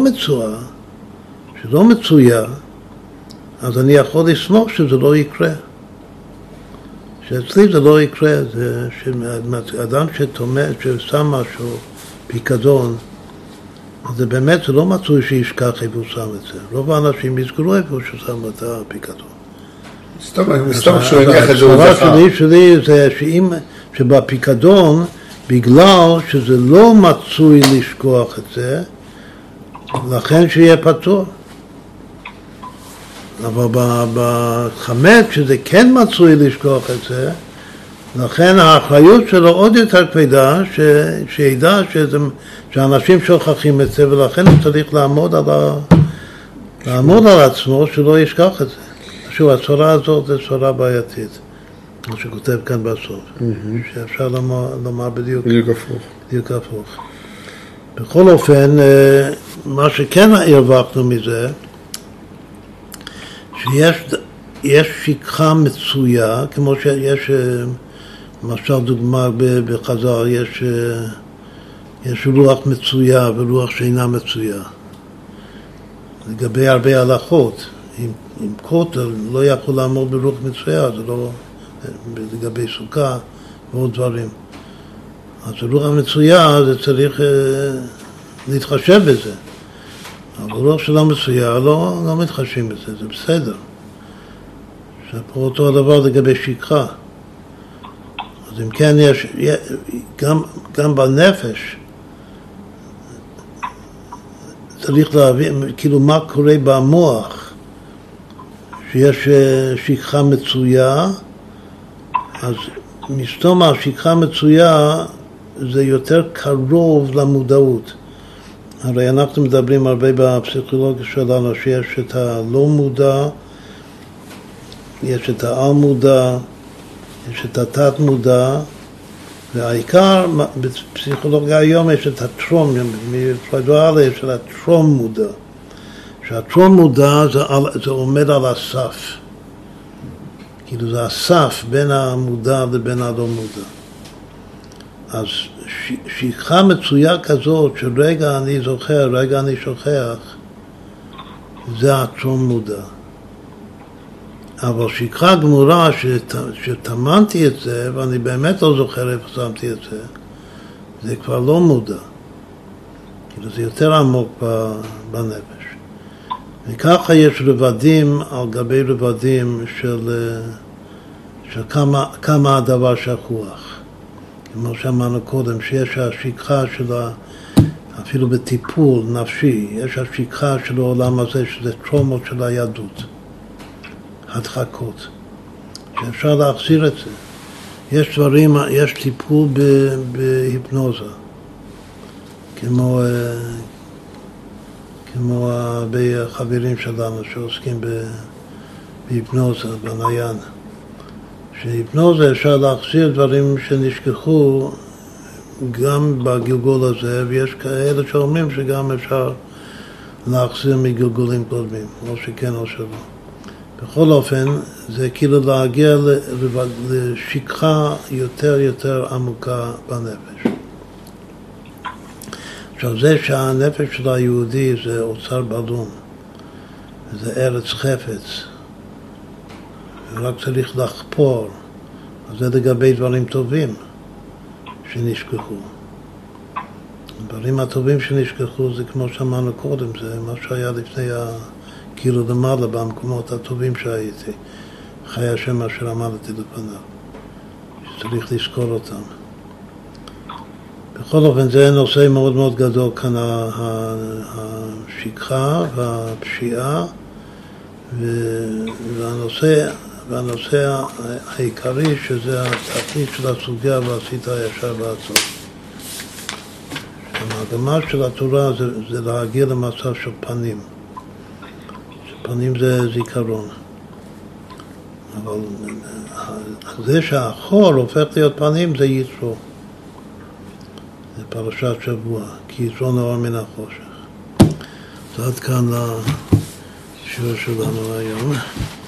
Speaker 1: מצויה, אז אני יכול לסמוך שזה לא יקרה. שאצלי זה לא יקרה, זה שאדם ששם משהו, פיקדון, זה באמת, זה לא מצוי שישכח איפה הוא שם את זה. רוב האנשים יזכרו איפה הוא שם את הפיקדון.
Speaker 2: סתם שהוא יניח את זה הוא זכר.
Speaker 1: שלי זה שבפיקדון, בגלל שזה לא מצוי לשכוח את זה, לכן שיהיה פטור. אבל בחמץ, שזה כן מצוי לשכוח את זה, לכן האחריות שלו עוד יותר כבדה, שידע שאנשים שוכחים את זה, ולכן הוא צריך לעמוד על עצמו שלא ישכח את זה. שוב, הצורה הזאת זה צורה בעייתית, מה שכותב כאן בסוף, שאפשר לומר בדיוק הפוך. בכל אופן, מה שכן הרווחנו מזה, שיש שכחה מצויה, כמו שיש, למשל דוגמה בחז"ל, יש רוח מצויה ורוח שאינה מצויה. לגבי הרבה הלכות, אם כותל לא יכול לעמוד ברוח מצויה, זה לא, לגבי סוכה ועוד דברים. אז הרוח המצויה, זה צריך להתחשב בזה. אבל רוח שלא מצויה, לא מתחשבים בזה, זה בסדר. שפה אותו הדבר לגבי שכחה. אז אם כן יש, גם בנפש, צריך להבין, כאילו מה קורה במוח, שיש שכחה מצויה, אז מסתום השכחה מצויה זה יותר קרוב למודעות. הרי אנחנו מדברים הרבה בפסיכולוגיה שלנו שיש את הלא מודע, יש את העל מודע, יש את התת מודע והעיקר, בפסיכולוגיה היום יש את הטרום, מפרדואלה יש את הטרום מודע. שהטרום מודע זה עומד על הסף. כאילו זה הסף בין המודע לבין הלא מודע. אז שכחה מצויה כזאת שרגע אני זוכר, רגע אני שוכח, זה הטרום מודע. אבל שכחה גמורה שטמנתי את זה, ואני באמת לא זוכר איפה שמתי את זה, זה כבר לא מודע. כאילו זה יותר עמוק בנפש. וככה יש רבדים על גבי רבדים של כמה הדבר שכוח. כמו שאמרנו קודם, שיש השכחה שלה, אפילו בטיפול נפשי, יש השכחה של העולם הזה, שזה טראומות של היהדות, הדחקות, שאפשר להחזיר את זה. יש דברים, יש טיפול בהיפנוזה, כמו הרבה חברים שלנו שעוסקים בהיפנוזה, בניין. שהיפנוזה אפשר להחזיר דברים שנשכחו גם בגלגול הזה, ויש כאלה שאומרים שגם אפשר להחזיר מגלגולים קודמים, או שכן או שלא. בכל אופן, זה כאילו להגיע לשכחה יותר עמוקה בנפש. עכשיו זה שהנפש של היהודי זה אוצר בלום, זה ארץ חפץ, רק צריך לחפור. אז זה לגבי דברים טובים שנשכחו. הדברים הטובים שנשכחו זה כמו שאמרנו קודם, זה מה שהיה לפני כאילו למעלה במקומות הטובים שהייתי. חיי השם אשר עמדתי לפניו. שצריך לזכור אותם. בכל אופן זה נושא מאוד מאוד גדול כאן, השכחה והפשיעה, והנושא העיקרי שזה התכלית של הסוגיה ועשית הישר והטוב. המגמה של התורה זה להגיע למצב של פנים. פנים זה זיכרון. אבל זה שהחול הופך להיות פנים זה יתרו. זה פרשת שבוע, כי יתרו נאור מן החושך. אז עד כאן לשיעור שלנו היום.